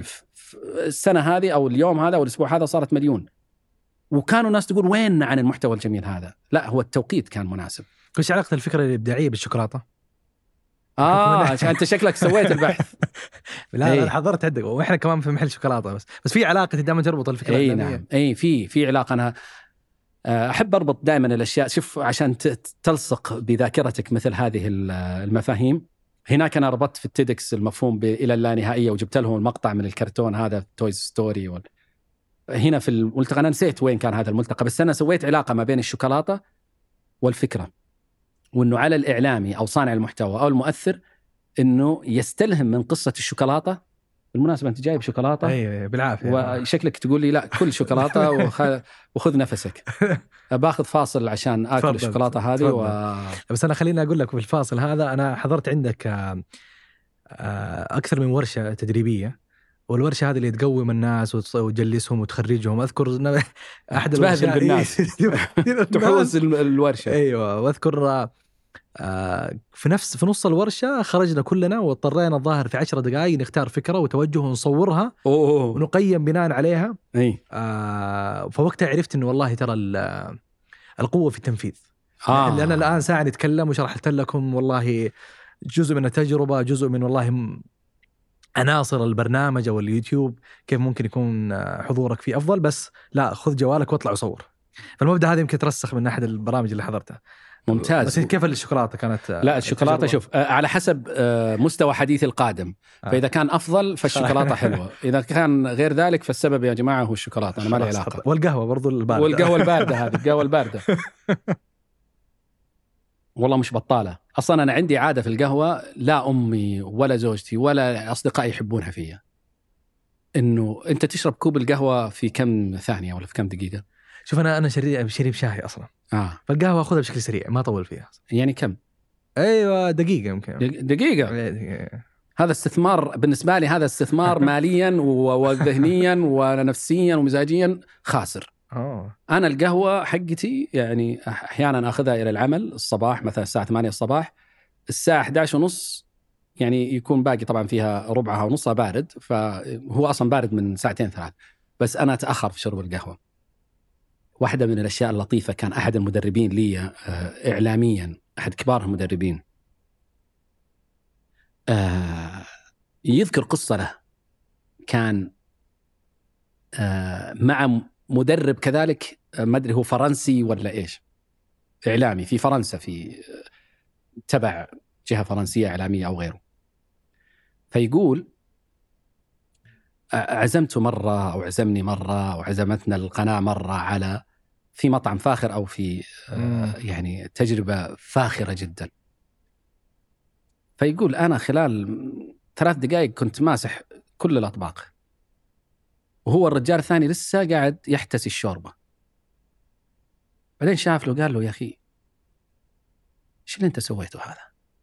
السنة هذه أو اليوم هذا أو الأسبوع هذا صارت مليون، وكانوا الناس تقول وين عن المحتوى الجميل هذا. لا، هو التوقيت كان مناسب. وش علاقة الفكرة الإبداعية بالشوكولاتة؟ عشان أنت شكلك سويت البحث. لا أنا حضرت عندك، وإحنا كمان في محل شوكولاتة، بس في علاقة دائما تربط الفكرة الإبداعية. نعم. في علاقة. أنا أحب أربط دائما الأشياء. شوف، عشان تلصق بذاكرتك مثل هذه المفاهيم. هناك أنا ربطت في التيدكس المفهوم إلى اللانهائية، وجبت لهم المقطع من الكرتون هذا تويز ستوري. هنا في الملتقى أنا نسيت وين كان هذا الملتقى، بس أنا سويت علاقة ما بين الشوكولاتة والفكرة، وأنه على الإعلامي أو صانع المحتوى أو المؤثر أنه يستلهم من قصة الشوكولاتة. بالمناسبة أنت جايب شوكولاتة؟ أيه بالعافية. وشكلك تقول لي لا كل شوكولاتة وخذ نفسك. باخذ فاصل عشان آكل الشوكولاتة هذه بس أنا خليني أقول لك في الفاصل هذا، أنا حضرت عندك أكثر من ورشة تدريبية، والورشة هذه اللي تقوم الناس وتجلسهم وتخرجهم. أذكر أحد الورشات بالناس تحوز الورشة. أيوة. وأذكر في نص الورشة خرجنا كلنا واضطرينا الظاهر في 10 دقائق نختار فكرة وتوجه ونصورها ونقيم بناء عليها. فوقتها عرفت إنه والله ترى القوة في التنفيذ. لأن الآن ساعة نتكلم وشرحت لكم والله جزء من التجربة، جزء من والله عناصر البرنامج أو اليوتيوب كيف ممكن يكون حضورك فيه أفضل. بس لا، خذ جوالك واطلع وصور. فالمبدأ هذا يمكن ترسخ من أحد البرامج اللي حضرتها. ممتاز. بس كيف الشوكولاتة كانت؟ لا، الشوكولاتة شوف على حسب مستوى حديث القادم. فإذا كان أفضل فالشوكولاتة حلوة، إذا كان غير ذلك فالسبب يا جماعة هو الشوكولاتة. أنا ما لي علاقة. والقهوة برضو الباردة. والقهوة الباردة هذه القهوة الباردة والله مش بطالة. أصلا أنا عندي عادة في القهوة لا أمي ولا زوجتي ولا أصدقائي يحبونها فيها، إنه أنت تشرب كوب القهوة في كم ثانية ولا في كم دقيقة. شوف أنا شريب شاهي أصلا. فالقهوة أخذها بشكل سريع ما طول فيها. يعني كم؟ أيوة دقيقة يمكن. دقيقة. هذا استثمار بالنسبة لي، هذا استثمار ماليا وذهنيا ونفسيا ومزاجيا خاسر. أنا القهوة حقتي يعني أحيانا أخذها إلى العمل الصباح مثلا الساعة 8 الصباح، الساعة 11:30 يعني يكون باقي طبعا فيها ربعها ونصها بارد، فهو أصلا بارد من 2-3 بس أنا أتأخر في شرب القهوة. واحدة من الأشياء اللطيفة، كان أحد المدربين لي إعلاميا، أحد كبار المدربين، يذكر قصة له. كان مع مدرب كذلك، ما أدري هو فرنسي ولا إيش، إعلامي في فرنسا، في تبع جهة فرنسية إعلامية أو غيره. فيقول عزمته مرة أو عزمني مرة أو عزمتنا القناة مرة على في مطعم فاخر أو في يعني تجربة فاخرة جدا. فيقول أنا خلال 3 دقائق كنت ماسح كل الأطباق، وهو الرجال الثاني لسه قاعد يحتسي الشوربة. بعدين شاف له قال له يا أخي إيش اللي أنت سويته هذا؟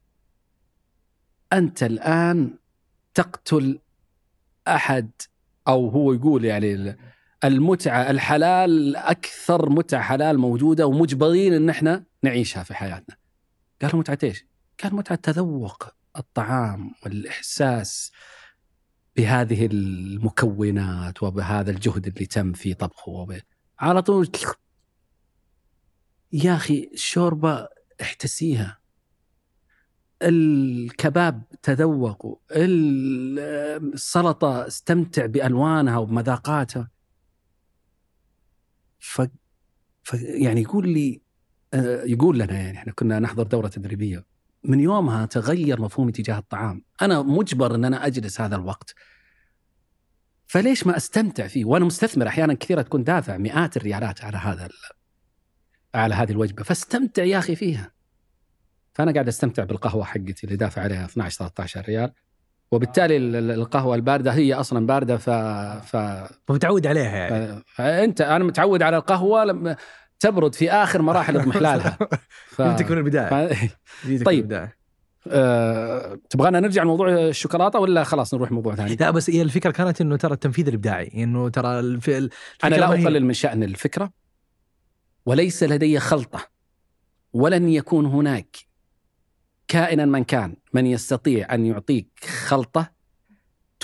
أنت الآن تقتل أحد، أو هو يقول يعني المتعة الحلال، أكثر متعة حلال موجودة ومجبرين إن إحنا نعيشها في حياتنا. قال له متعة إيش؟ قال متعة تذوق الطعام والإحساس بهذه المكونات وبهذا الجهد اللي تم في طبخه. على طول يا أخي الشوربة احتسيها، الكباب تذوقوا، السلطة استمتع بألوانها وبمذاقاتها. يعني يقول لي يقول لنا يعني احنا كنا نحضر دورة تدريبية، من يومها تغير مفهومي تجاه الطعام. أنا مجبر أن أنا أجلس هذا الوقت، فليش ما أستمتع فيه؟ وأنا مستثمر أحيانا كثيرة تكون دافع مئات الريالات على هذه الوجبة، فاستمتع يا أخي فيها. فأنا قاعد أستمتع بالقهوة حقتي اللي دافع عليها 12-13 ريال، وبالتالي القهوة الباردة هي أصلا باردة فمتعود عليها يعني. أنا متعود على القهوة لما تبرد في آخر مراحل اضمحلالها. جيتك من البداية. طيب تبغانا نرجع لموضوع الشوكولاتة ولا خلاص نروح موضوع ثاني؟ لا بس هي الفكرة كانت إنه ترى التنفيذ الإبداعي، إنه ترى أنا لا أقلل من شأن الفكرة، وليس لدي خلطة، ولن يكون هناك كائنا من كان من يستطيع أن يعطيك خلطة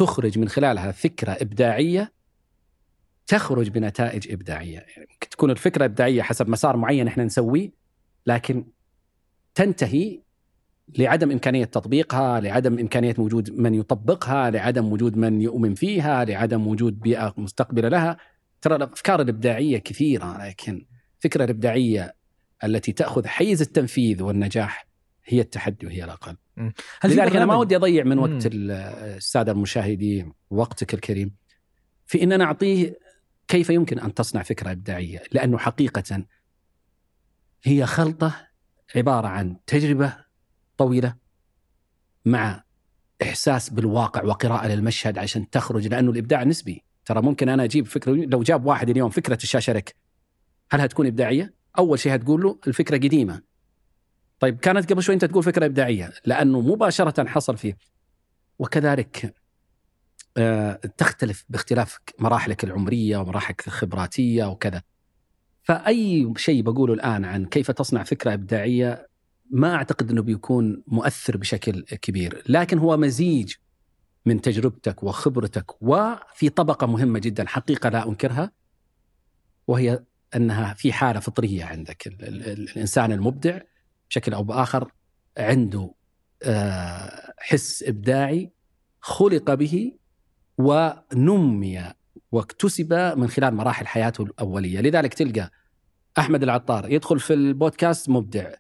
تخرج من خلالها فكرة إبداعية تخرج بنتائج إبداعية. يعني ممكن تكون الفكرة إبداعية حسب مسار معين إحنا نسويه، لكن تنتهي لعدم إمكانية تطبيقها، لعدم إمكانية وجود من يطبقها، لعدم وجود من يؤمن فيها، لعدم وجود بيئة مستقبلة لها. ترى الأفكار الإبداعية كثيرة، لكن الفكرة الإبداعية التي تأخذ حيز التنفيذ والنجاح هي التحدي وهي الأقل. لذلك أنا ما ودي أضيع من وقت السادة المشاهدين وقتك الكريم في إن أنا أعطيه كيف يمكن أن تصنع فكرة إبداعية، لأنه حقيقة هي خلطة عبارة عن تجربة طويلة مع إحساس بالواقع وقراءة للمشهد عشان تخرج، لأنه الإبداع نسبي. ترى ممكن أنا أجيب فكرة، لو جاب واحد اليوم فكرة الشاشة لك، هل هتكون إبداعية؟ أول شيء هتقول له الفكرة قديمة. طيب كانت قبل شوي أنت تقول فكرة إبداعية، لأنه مباشرة حصل فيه. وكذلك تختلف باختلاف مراحلك العمرية ومراحلك الخبراتية وكذا. فأي شيء بقوله الآن عن كيف تصنع فكرة إبداعية ما أعتقد أنه بيكون مؤثر بشكل كبير، لكن هو مزيج من تجربتك وخبرتك، وفي طبقة مهمة جدا حقيقة لا أنكرها، وهي أنها في حالة فطرية عندك. الإنسان المبدع بشكل أو بآخر عنده حس إبداعي خلق به ونمي واكتسب من خلال مراحل حياته الأولية. لذلك تلقى أحمد العطار يدخل في البودكاست مبدع،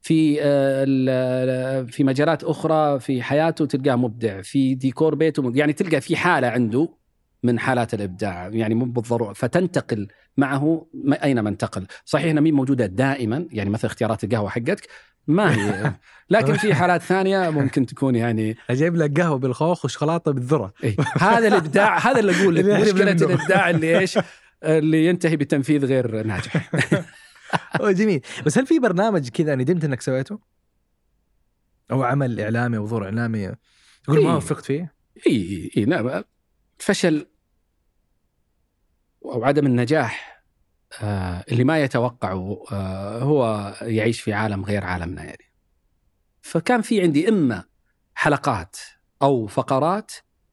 في مجالات أخرى في حياته تلقاه مبدع، في ديكور بيته يعني تلقى في حالة عنده من حالات الإبداع، يعني مو بالضرورة فتنتقل معه أينما انتقل. صحيح أنها مين موجودة دائما، يعني مثل اختيارات القهوة حقتك ما هي، لكن في حالات ثانية ممكن تكون يعني أجيب لك قهوة بالخوخ وشوكولاتة بالذرة. هذا الإبداع، هذا اللي أقول لك مشكلة الإبداع اللي إيش اللي ينتهي بتنفيذ غير ناجح. جميل. بس هل في برنامج كذا ندمت انك سويته او عمل اعلامي او ظهور اعلامي تقول ما وفقت فيه؟ اي نعم. الفشل او عدم النجاح اللي ما يتوقعه هو يعيش في عالم غير عالمنا يعني. فكان في عندي اما حلقات او فقرات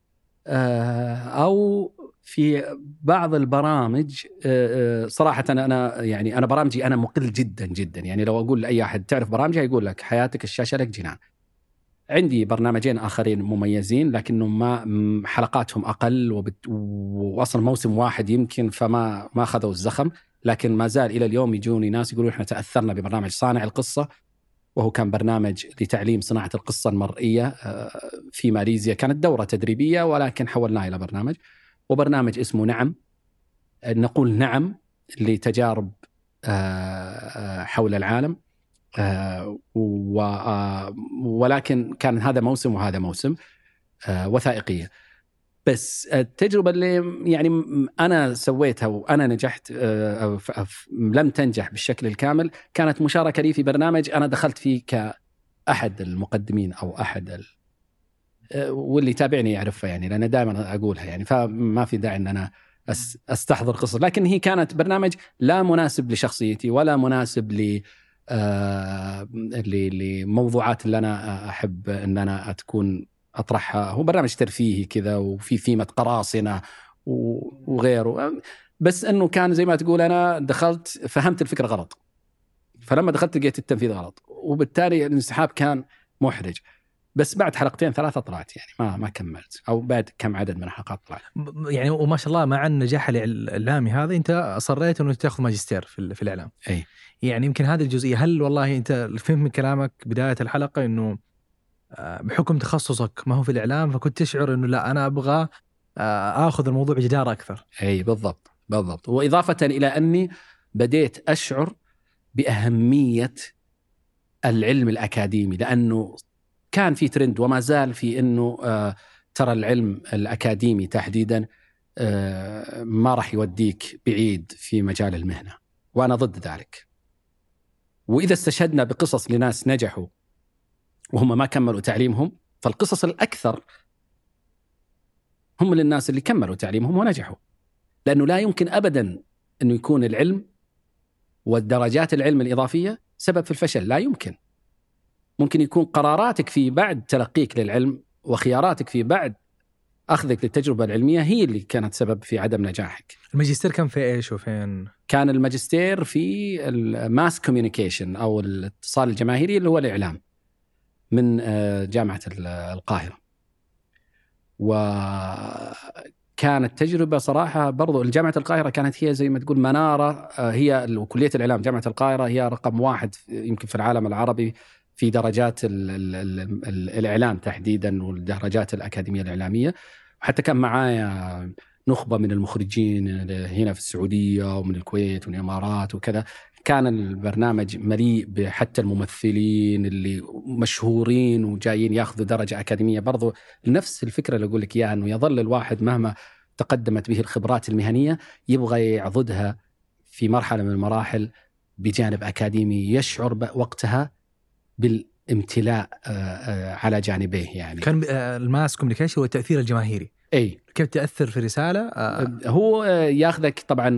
او في بعض البرامج. صراحة أنا يعني أنا برامجي أنا مقل جدا جدا، يعني لو أقول لأي أحد تعرف برامجي يقول لك حياتك الشاشة لك جنان. عندي برنامجين آخرين مميزين لكنهم ما حلقاتهم أقل وأصلا موسم واحد يمكن، فما أخذوا الزخم. لكن ما زال إلى اليوم يجوني ناس يقولون إحنا تأثرنا ببرنامج صانع القصة، وهو كان برنامج لتعليم صناعة القصة المرئية في ماليزيا. كانت دورة تدريبية ولكن حولناها إلى برنامج. وبرنامج اسمه نعم، نقول نعم لتجارب حول العالم، ولكن كان هذا موسم وهذا موسم وثائقية. بس التجربة اللي يعني أنا سويتها وأنا نجحت لم تنجح بالشكل الكامل كانت مشاركة لي في برنامج أنا دخلت فيه كأحد المقدمين أو أحد واللي تابعني يعرفها يعني، لأن دائما أقولها يعني، فما في داعي أن أنا أستحضر قصة. لكن هي كانت برنامج لا مناسب لشخصيتي ولا مناسب لموضوعات اللي أنا أحب أن أنا تكون أطرحها. هو برنامج ترفيهي كذا وفي ثيمة قراصنة وغيره، بس أنه كان زي ما تقول أنا دخلت فهمت الفكرة غلط، فلما دخلت لقيت التنفيذ غلط، وبالتالي الانسحاب كان محرج. بس بعد حلقتين ثلاثة طلعت يعني ما كملت، أو بعد كم عدد من الحلقات طلعت يعني. وما شاء الله مع النجاح الإعلامي هذا أنت أصريت أنه تأخذ ماجستير في الإعلام. أي يعني يمكن هذه الجزئية، هل والله أنت فهمت من كلامك بداية الحلقة أنه بحكم تخصصك ما هو في الإعلام فكنت تشعر أنه لا أنا أبغى أخذ الموضوع بجدارة أكثر؟ أي بالضبط. وإضافة إلى أني بديت أشعر بأهمية العلم الأكاديمي، لأنه كان في ترند وما زال في أنه ترى العلم الأكاديمي تحديدا ما راح يوديك بعيد في مجال المهنة، وأنا ضد ذلك. وإذا استشهدنا بقصص لناس نجحوا وهم ما كملوا تعليمهم، فالقصص الأكثر هم للناس اللي كملوا تعليمهم ونجحوا، لأنه لا يمكن أبدا أنه يكون العلم والدرجات العلم الإضافية سبب في الفشل. لا يمكن. ممكن يكون قراراتك في بعد تلقيك للعلم وخياراتك في بعد أخذك للتجربة العلمية هي اللي كانت سبب في عدم نجاحك. الماجستير كان في إيش وفين؟ كان الماجستير في الماس كوميونيكيشن أو الاتصال الجماهيري اللي هو الإعلام من جامعة القاهرة. وكانت تجربة صراحة برضو. جامعة القاهرة كانت هي زي ما تقول منارة، هي كلية الإعلام جامعة القاهرة هي رقم 1 يمكن في العالم العربي في درجات الإعلام تحديدا والدرجات الأكاديمية الإعلامية. وحتى كان معايا نخبة من المخرجين هنا في السعودية ومن الكويت والإمارات وكذا. كان البرنامج مليء بحتى الممثلين اللي مشهورين وجايين ياخذوا درجة أكاديمية. برضو نفس الفكرة اللي أقول لك إياها، أنه يظل الواحد مهما تقدمت به الخبرات المهنية يبغى يعضدها في مرحلة من المراحل بجانب أكاديمي يشعر وقتها بالامتلاء على جانبيه. يعني كان الماس كوميونيكيشن هو التأثير الجماهيري. أي كيف تأثر في رسالة؟ هو ياخذك طبعا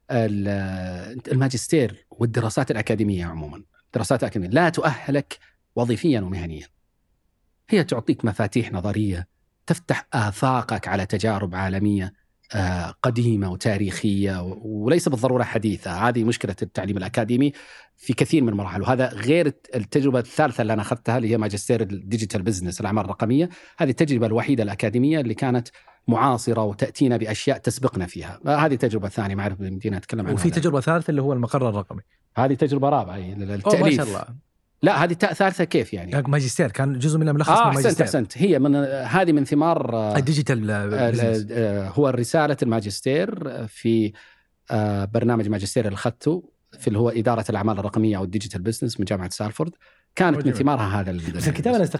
الماجستير والدراسات الأكاديمية عموما، دراسات أكاديمية لا تؤهلك وظيفيا ومهنيا، هي تعطيك مفاتيح نظرية تفتح آفاقك على تجارب عالمية قديمة وتاريخية وليس بالضرورة حديثة. هذه مشكلة التعليم الأكاديمي في كثير من المراحل. وهذا غير التجربة الثالثة اللي أنا أخذتها اللي هي ماجستير الديجيتال بزنس، الأعمال الرقمية. هذه التجربة الوحيدة الأكاديمية اللي كانت معاصرة وتأتينا بأشياء تسبقنا فيها. هذه تجربة ثانية ما أعرف بدينا نتكلم عنها. وفي تجربة ثالثة اللي هو المقر الرقمي. هذه تجربة رابعة التأليف. ما شاء الله. لا هذه ثالثة. كيف يعني؟ ماجستير كان جزء من ملخص الماجستير. أحسنت. هي من هذه من ثمار الديجيتال هو رسالة الماجستير في برنامج ماجستير اللي أخذته في اللي هو إدارة الأعمال الرقمية أو الديجيتال بزنس من جامعة سالفورد. كانت من ثمارها هذا بس الكتاب. أنا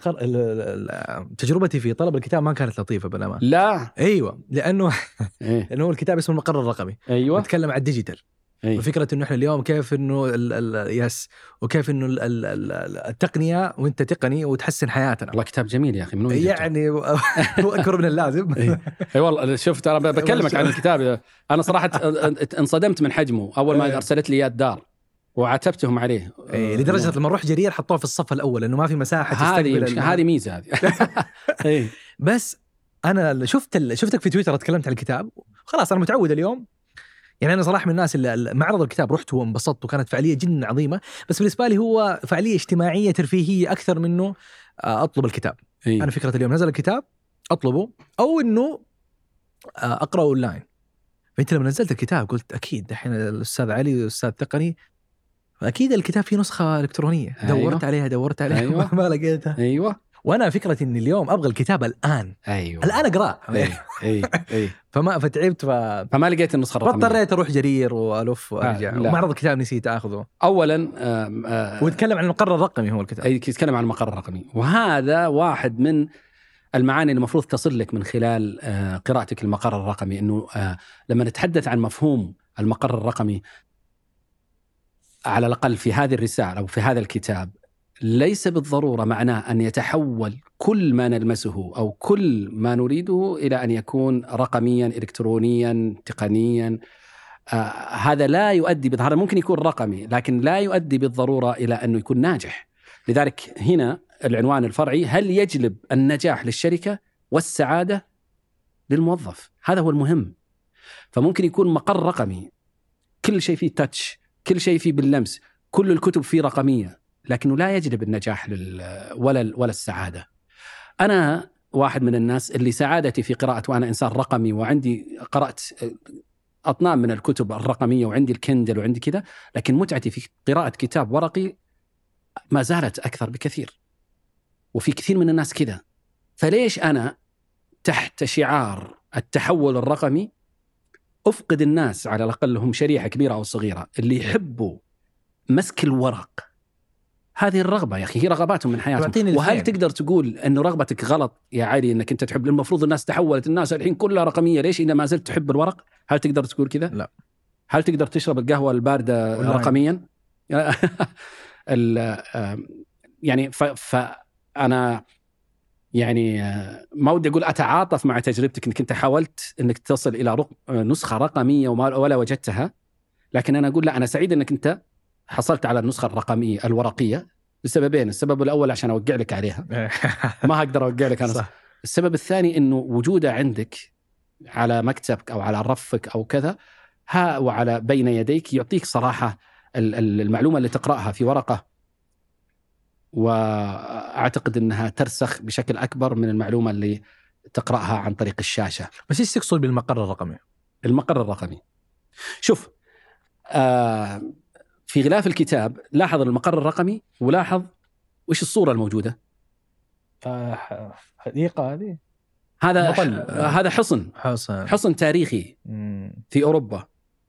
تجربتي في طلب الكتاب ما كانت لطيفة بالأمانة. لا أيوة لأنه لأنه الكتاب اسمه المقر الرقمي. أيوة نتكلم عن الديجيتال. وفكرة إنه إحنا اليوم كيف إنه وكيف إنه التقنية وأنت تقني وتحسن حياتنا. والله كتاب جميل يا أخي. من يعني هو أكبر من اللازم. أي والله شفت أنا بكلمك عن الكتاب. أنا صراحة انصدمت من حجمه أول ما أرسلت لي إياه الدار وعاتبتهم عليه. لدرجة لما نروح جرير حطوه في الصف الأول لأنه ما في مساحة تستقبل. هذه ميزة هذه. بس أنا شفتك في تويتر اتكلمت عن الكتاب. خلاص أنا متعود اليوم. يعني أنا صراحة من الناس اللي معرض الكتاب رحت وانبسطت وكانت فعالية جدا عظيمة. بس بالنسبة لي هو فعالية اجتماعية ترفيهية أكثر منه أطلب الكتاب. أنا فكرة اليوم نزل الكتاب أطلبه أو إنه أقرأه أونلاين. فأنت لما نزلت الكتاب قلت أكيد الحين الأستاذ علي أستاذ تقني أكيد الكتاب فيه نسخة إلكترونية. دورت عليها أيوة. ما لقيتها. أيوة. وأنا فكرة إن اليوم أبغى الكتاب الآن. أيوة. الآن أقرأ. فتعبت فما لقيت النسخة الرقمية. اضطريت أروح جرير وألف وأرجع. ومعرض الكتاب نسيت أخذه. أولا ويتكلم عن المقر الرقمي هو الكتاب. يتكلم عن المقر الرقمي. وهذا واحد من المعاني المفروض تصل لك من خلال قراءتك المقر الرقمي. إنه لما نتحدث عن مفهوم المقر الرقمي على الأقل في هذه الرسالة أو في هذا الكتاب ليس بالضرورة معناه أن يتحول كل ما نلمسه أو كل ما نريده إلى أن يكون رقميا إلكترونيا تقنيا. هذا لا يؤدي بالضرورة. ممكن يكون رقمي لكن لا يؤدي بالضرورة إلى أنه يكون ناجح. لذلك هنا العنوان الفرعي: هل يجلب النجاح للشركة والسعادة للموظف؟ هذا هو المهم. فممكن يكون مقر رقمي كل شيء فيه تاتش، كل شيء فيه باللمس، كل الكتب فيه رقمية، لكنه لا يجلب النجاح ولا السعادة. أنا واحد من الناس اللي سعادتي في قراءة، وأنا إنسان رقمي وعندي قرأت أطنان من الكتب الرقمية وعندي الكندل وعندي كذا، لكن متعتي في قراءة كتاب ورقي ما زالت أكثر بكثير. وفي كثير من الناس كذا. فليش أنا تحت شعار التحول الرقمي أفقد الناس، على الأقل هم شريحة كبيرة أو صغيرة، اللي يحبوا مسك الورق؟ هذه الرغبة يا أخي هي رغباتهم من حياتهم. وهل تقدر تقول أنه رغبتك غلط يا علي أنك أنت تحب؟ المفروض الناس تحولت، الناس الحين كلها رقمية، ليش إذا ما زلت تحب الورق؟ هل تقدر تقول كذا؟ لا. هل تقدر تشرب القهوة الباردة رقميا؟ يعني فأنا يعني ما ودي أقول أتعاطف مع تجربتك أنك أنت حاولت أنك تصل إلى نسخة رقمية ولا وجدتها، لكن أنا أقول لا، أنا سعيد أنك أنت حصلت على النسخة الرقمية الورقية لسببين. السبب الأول عشان أوقع لك عليها، ما هقدر أوقع لك أنا. السبب الثاني أنه وجوده عندك على مكتبك أو على رفك أو كذا وعلى بين يديك يعطيك صراحة المعلومة اللي تقرأها في ورقة، وأعتقد أنها ترسخ بشكل أكبر من المعلومة اللي تقرأها عن طريق الشاشة. بس إيش تقصد بالمقر الرقمي؟ المقر الرقمي، شوف في غلاف الكتاب لاحظ المقر الرقمي، ولاحظ وش الصورة الموجودة. حديقة هذه، هذا حصن تاريخي في أوروبا،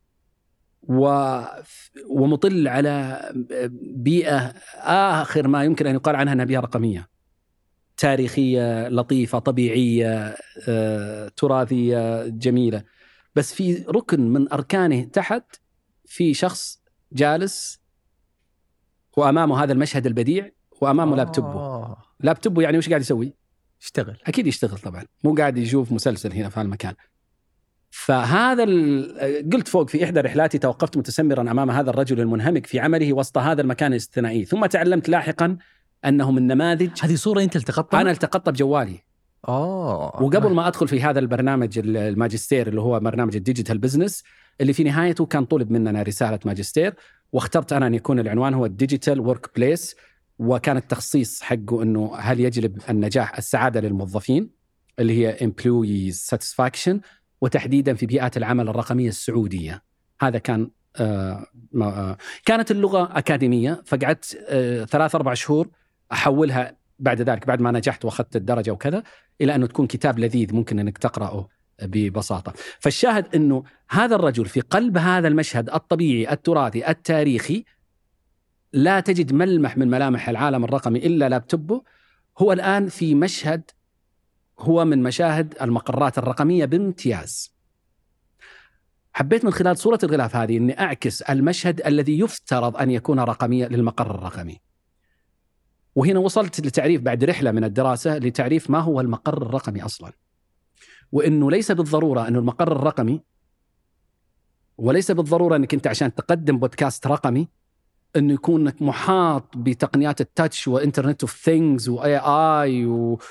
ومطل على بيئة آخر ما يمكن أن يقال عنها أنها بيئة رقمية، تاريخية لطيفة طبيعية تراثية جميلة. بس في ركن من أركانه تحت في شخص جالس وأمامه هذا المشهد البديع، وأمامه لابتوبه. يعني وش قاعد يسوي؟ يشتغل، أكيد يشتغل طبعا، مو قاعد يشوف مسلسل هنا في هالمكان. فهذا قلت فوق في إحدى رحلاتي توقفت متسمرا أمام هذا الرجل المنهمك في عمله وسط هذا المكان الاستثنائي، ثم تعلمت لاحقا أنه من نماذج. هذه صورة أنت التقطتها؟ أنا التقطتها بجوالي. وقبل ما أدخل في هذا البرنامج الماجستير اللي هو برنامج الديجيتال بزنس، اللي في نهايته كان طلب مننا رسالة ماجستير، واخترت أنا أن يكون العنوان هو الديجيتال ورك بليس، وكان التخصيص حقه أنه هل يجلب النجاح السعادة للموظفين اللي هي employees satisfaction، وتحديدا في بيئات العمل الرقمية السعودية. هذا كان كانت اللغة أكاديمية، فقعدت 3-4 شهور أحولها بعد ذلك، بعد ما نجحت وأخذت الدرجة وكذا، إلى أنه تكون كتاب لذيذ ممكن أنك تقرأه ببساطة. فالشاهد أنه هذا الرجل في قلب هذا المشهد الطبيعي التراثي التاريخي، لا تجد ملمح من ملامح العالم الرقمي إلا لابتوبه. هو الآن في مشهد هو من مشاهد المقرات الرقمية بامتياز. حبيت من خلال صورة الغلاف هذه أني أعكس المشهد الذي يفترض أن يكون رقميا للمقر الرقمي. وهنا وصلت لتعريف بعد رحلة من الدراسة لتعريف ما هو المقر الرقمي أصلا، وأنه ليس بالضرورة أنه المقر الرقمي، وليس بالضرورة أنك أنت عشان تقدم بودكاست رقمي أنه يكونك محاط بتقنيات التاتش وإنترنت أوف ثينجز وآي آي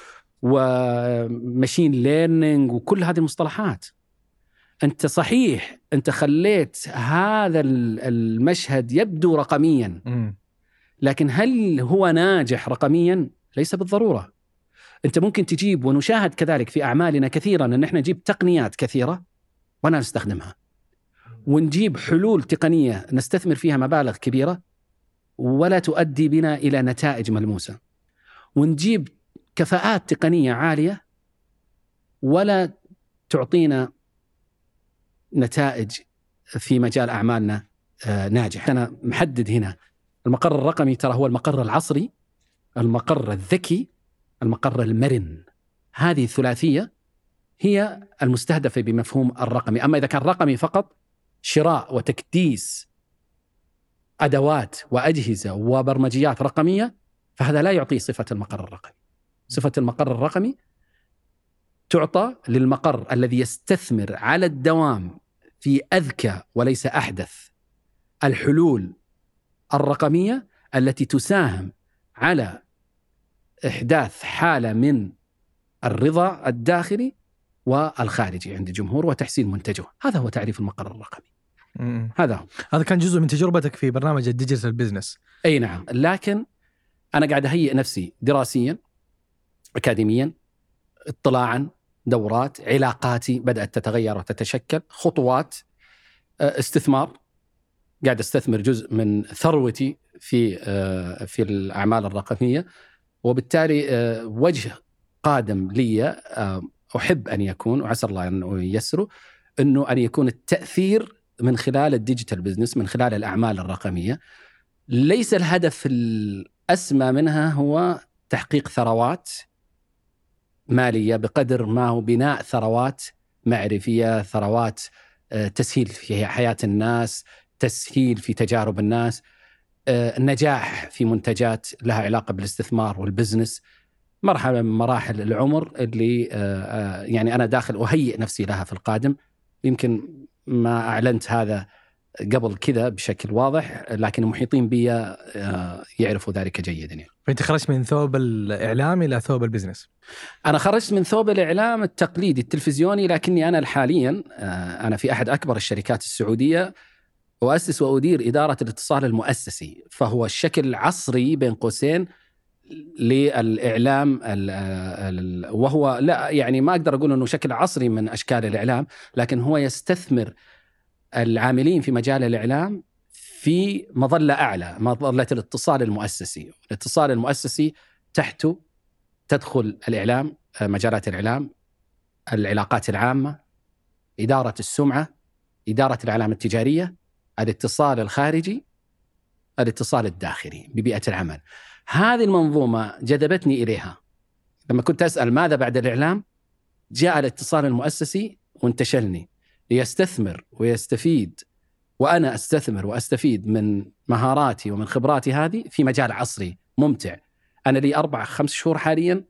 وماشين ليرنينج وكل هذه المصطلحات. أنت صحيح أنت خليت هذا المشهد يبدو رقميا، لكن هل هو ناجح رقميا؟ ليس بالضرورة. أنت ممكن تجيب، ونشاهد كذلك في أعمالنا كثيرا، أن احنا نجيب تقنيات كثيرة وأنا نستخدمها، ونجيب حلول تقنية نستثمر فيها مبالغ كبيرة ولا تؤدي بنا إلى نتائج ملموسة، ونجيب كفاءات تقنية عالية ولا تعطينا نتائج في مجال أعمالنا ناجح. أنا محدد هنا المقر الرقمي ترى هو المقر العصري، المقر الذكي، المقر المرن. هذه الثلاثية هي المستهدفة بمفهوم الرقمي. أما إذا كان رقمي فقط شراء وتكديس أدوات وأجهزة وبرمجيات رقمية، فهذا لا يعطي صفة المقر الرقمي. صفة المقر الرقمي تعطى للمقر الذي يستثمر على الدوام في أذكى وليس أحدث الحلول الرقمية التي تساهم على إحداث حالة من الرضا الداخلي والخارجي عند الجمهور وتحسين منتجه. هذا هو تعريف المقر الرقمي. هذا كان جزء من تجربتك في برنامج الديجيتال بزنس. أي نعم، لكن أنا قاعد أهيئ نفسي دراسيا أكاديميا، اطلاعا، دورات، علاقاتي بدأت تتغير وتتشكل، خطوات، استثمار، قاعد استثمر جزء من ثروتي في الأعمال الرقمية، وبالتالي وجه قادم لي أحب أن يكون، وعسى الله أن ييسره، أنه أن يكون التأثير من خلال الديجيتال بزنس، من خلال الأعمال الرقمية. ليس الهدف الأسمى منها هو تحقيق ثروات مالية بقدر ما هو بناء ثروات معرفية، ثروات تسهيل في حياة الناس، تسهيل في تجارب الناس، النجاح في منتجات لها علاقة بالاستثمار والبزنس. مرحلة من مراحل العمر اللي يعني أنا داخل أهيئ نفسي لها في القادم. يمكن ما أعلنت هذا قبل كذا بشكل واضح، لكن المحيطين بي يعرفوا ذلك جيدا يعني. فأنت خرجت من ثوب الإعلام إلى ثوب البزنس. أنا خرجت من ثوب الإعلام التقليدي التلفزيوني، لكني أنا حاليا أنا في أحد أكبر الشركات السعودية، وأسس وأدير إدارة الاتصال المؤسسي، فهو الشكل عصري بين قوسين للإعلام، وهو لا يعني ما أقدر أقول أنه شكل عصري من أشكال الإعلام، لكن هو يستثمر العاملين في مجال الإعلام في مظلة أعلى، مظلة الاتصال المؤسسي. الاتصال المؤسسي تحته تدخل الإعلام، مجالات الإعلام، العلاقات العامة، إدارة السمعة، إدارة العلامة التجارية، الاتصال الخارجي، الاتصال الداخلي ببيئة العمل. هذه المنظومة جذبتني إليها. لما كنت أسأل ماذا بعد الإعلام، جاء الاتصال المؤسسي وانتشلني ليستثمر ويستفيد، وأنا أستثمر وأستفيد من مهاراتي ومن خبراتي هذه في مجال عصري ممتع. أنا لي 4-5 شهور حاليا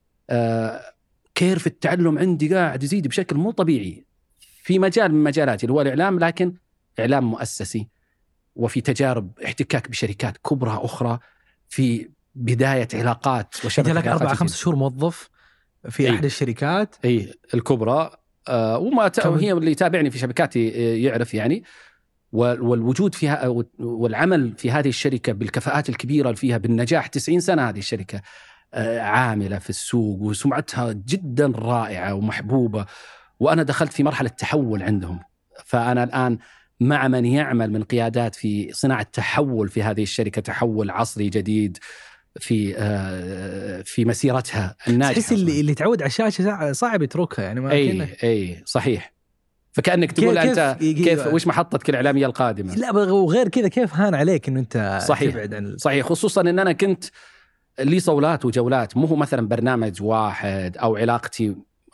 كيرف التعلم عندي قاعد يزيد بشكل مو طبيعي في مجال من مجالاتي اللي هو الإعلام، لكن إعلام مؤسسي، وفي تجارب احتكاك بشركات كبرى أخرى، في بداية علاقات وشبكة. أنت لك 4-5 شهور موظف في أحد الشركات الكبرى، هي اللي يتابعني في شبكاتي يعرف يعني، والوجود فيها والعمل في هذه الشركة بالكفاءات الكبيرة اللي فيها، بالنجاح. 90 سنة هذه الشركة عاملة في السوق وسمعتها جدا رائعة ومحبوبة، وأنا دخلت في مرحلة تحول عندهم. فأنا الآن مع من يعمل من قيادات في صناعة تحول في هذه الشركة، تحول عصري جديد في مسيرتها الناجحة. تحس اللي تعود على الشاشة صعب يتركها يعني. ما أي صحيح. فكأنك تقول أنت كيف وش محطتك الإعلامية القادمة؟ لا وغير كذا كيف هان عليك إنه أنت تبعد عن صحيح، خصوصا إن أنا كنت لي صولات وجولات، مو مثلا برنامج واحد أو علاقتي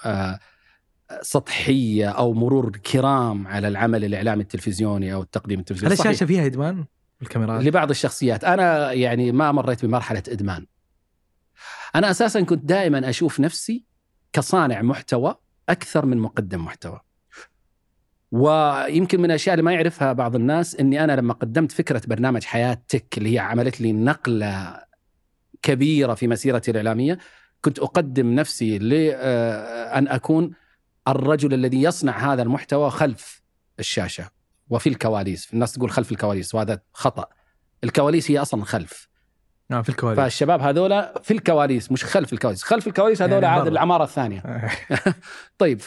سطحية أو مرور كرام على العمل الإعلامي التلفزيوني أو التقديم التلفزيوني. هل الشاشة فيها إدمان الكاميرات؟ لبعض الشخصيات. أنا يعني ما مريت بمرحلة إدمان. أنا أساسا كنت دائما أشوف نفسي كصانع محتوى أكثر من مقدم محتوى. ويمكن من الأشياء اللي ما يعرفها بعض الناس أني أنا لما قدمت فكرة برنامج حياة تك اللي هي عملت لي نقلة كبيرة في مسيرتي الإعلامية، كنت أقدم نفسي لأن أكون الرجل الذي يصنع هذا المحتوى خلف الشاشة وفي الكواليس. الناس تقول خلف الكواليس، وهذا خطأ. الكواليس هي أصلا خلف. في الكواليس. فالشباب هذولا في الكواليس مش خلف الكواليس. خلف الكواليس هذولا عاد العمارة الثانية. طيب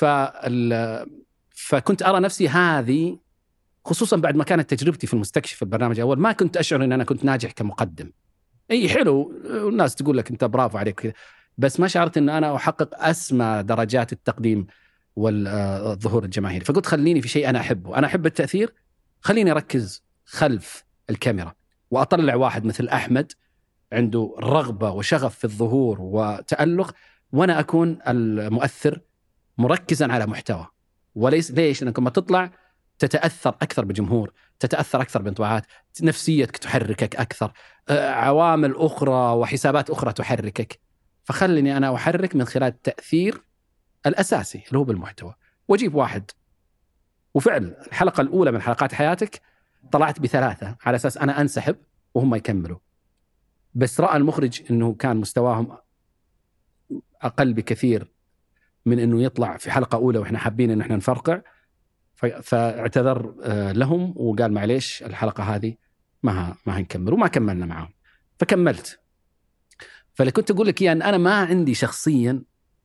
فكنت أرى نفسي هذه، خصوصا بعد ما كانت تجربتي في المستكشف في البرنامج الأول، ما كنت أشعر أن أنا كنت ناجح كمقدم. أي حلو، والناس تقول لك أنت برافو عليك كذا، بس ما شعرت أن أنا أحقق أسمى درجات التقديم والظهور الجماهيري. فقلت خليني في شيء أنا أحبه. أنا أحب التأثير، خليني أركز خلف الكاميرا وأطلع واحد مثل أحمد عنده رغبة وشغف في الظهور وتألق، وأنا أكون المؤثر مركزا على محتوى. وليس ليش؟ لأنك لما تطلع تتأثر أكثر بجمهور، تتأثر أكثر بانطباعات، نفسيتك تحركك أكثر، عوامل أخرى وحسابات أخرى تحركك. فخلني أنا أحرك من خلال التأثير الأساسي اللي هو بالمحتوى، وأجيب واحد. وفعل الحلقة الأولى من حلقات حياتك طلعت ب3 على أساس أنا أنسحب وهم يكملوا، بس رأى المخرج أنه كان مستواهم أقل بكثير من أنه يطلع في حلقة أولى وإحنا حابين أن احنا نفرقع، فاعتذر لهم وقال معليش الحلقة هذه ما هنكمل، وما كملنا معهم. فكملت. فاللي كنت أقول لك يعني أنا ما عندي شخصيا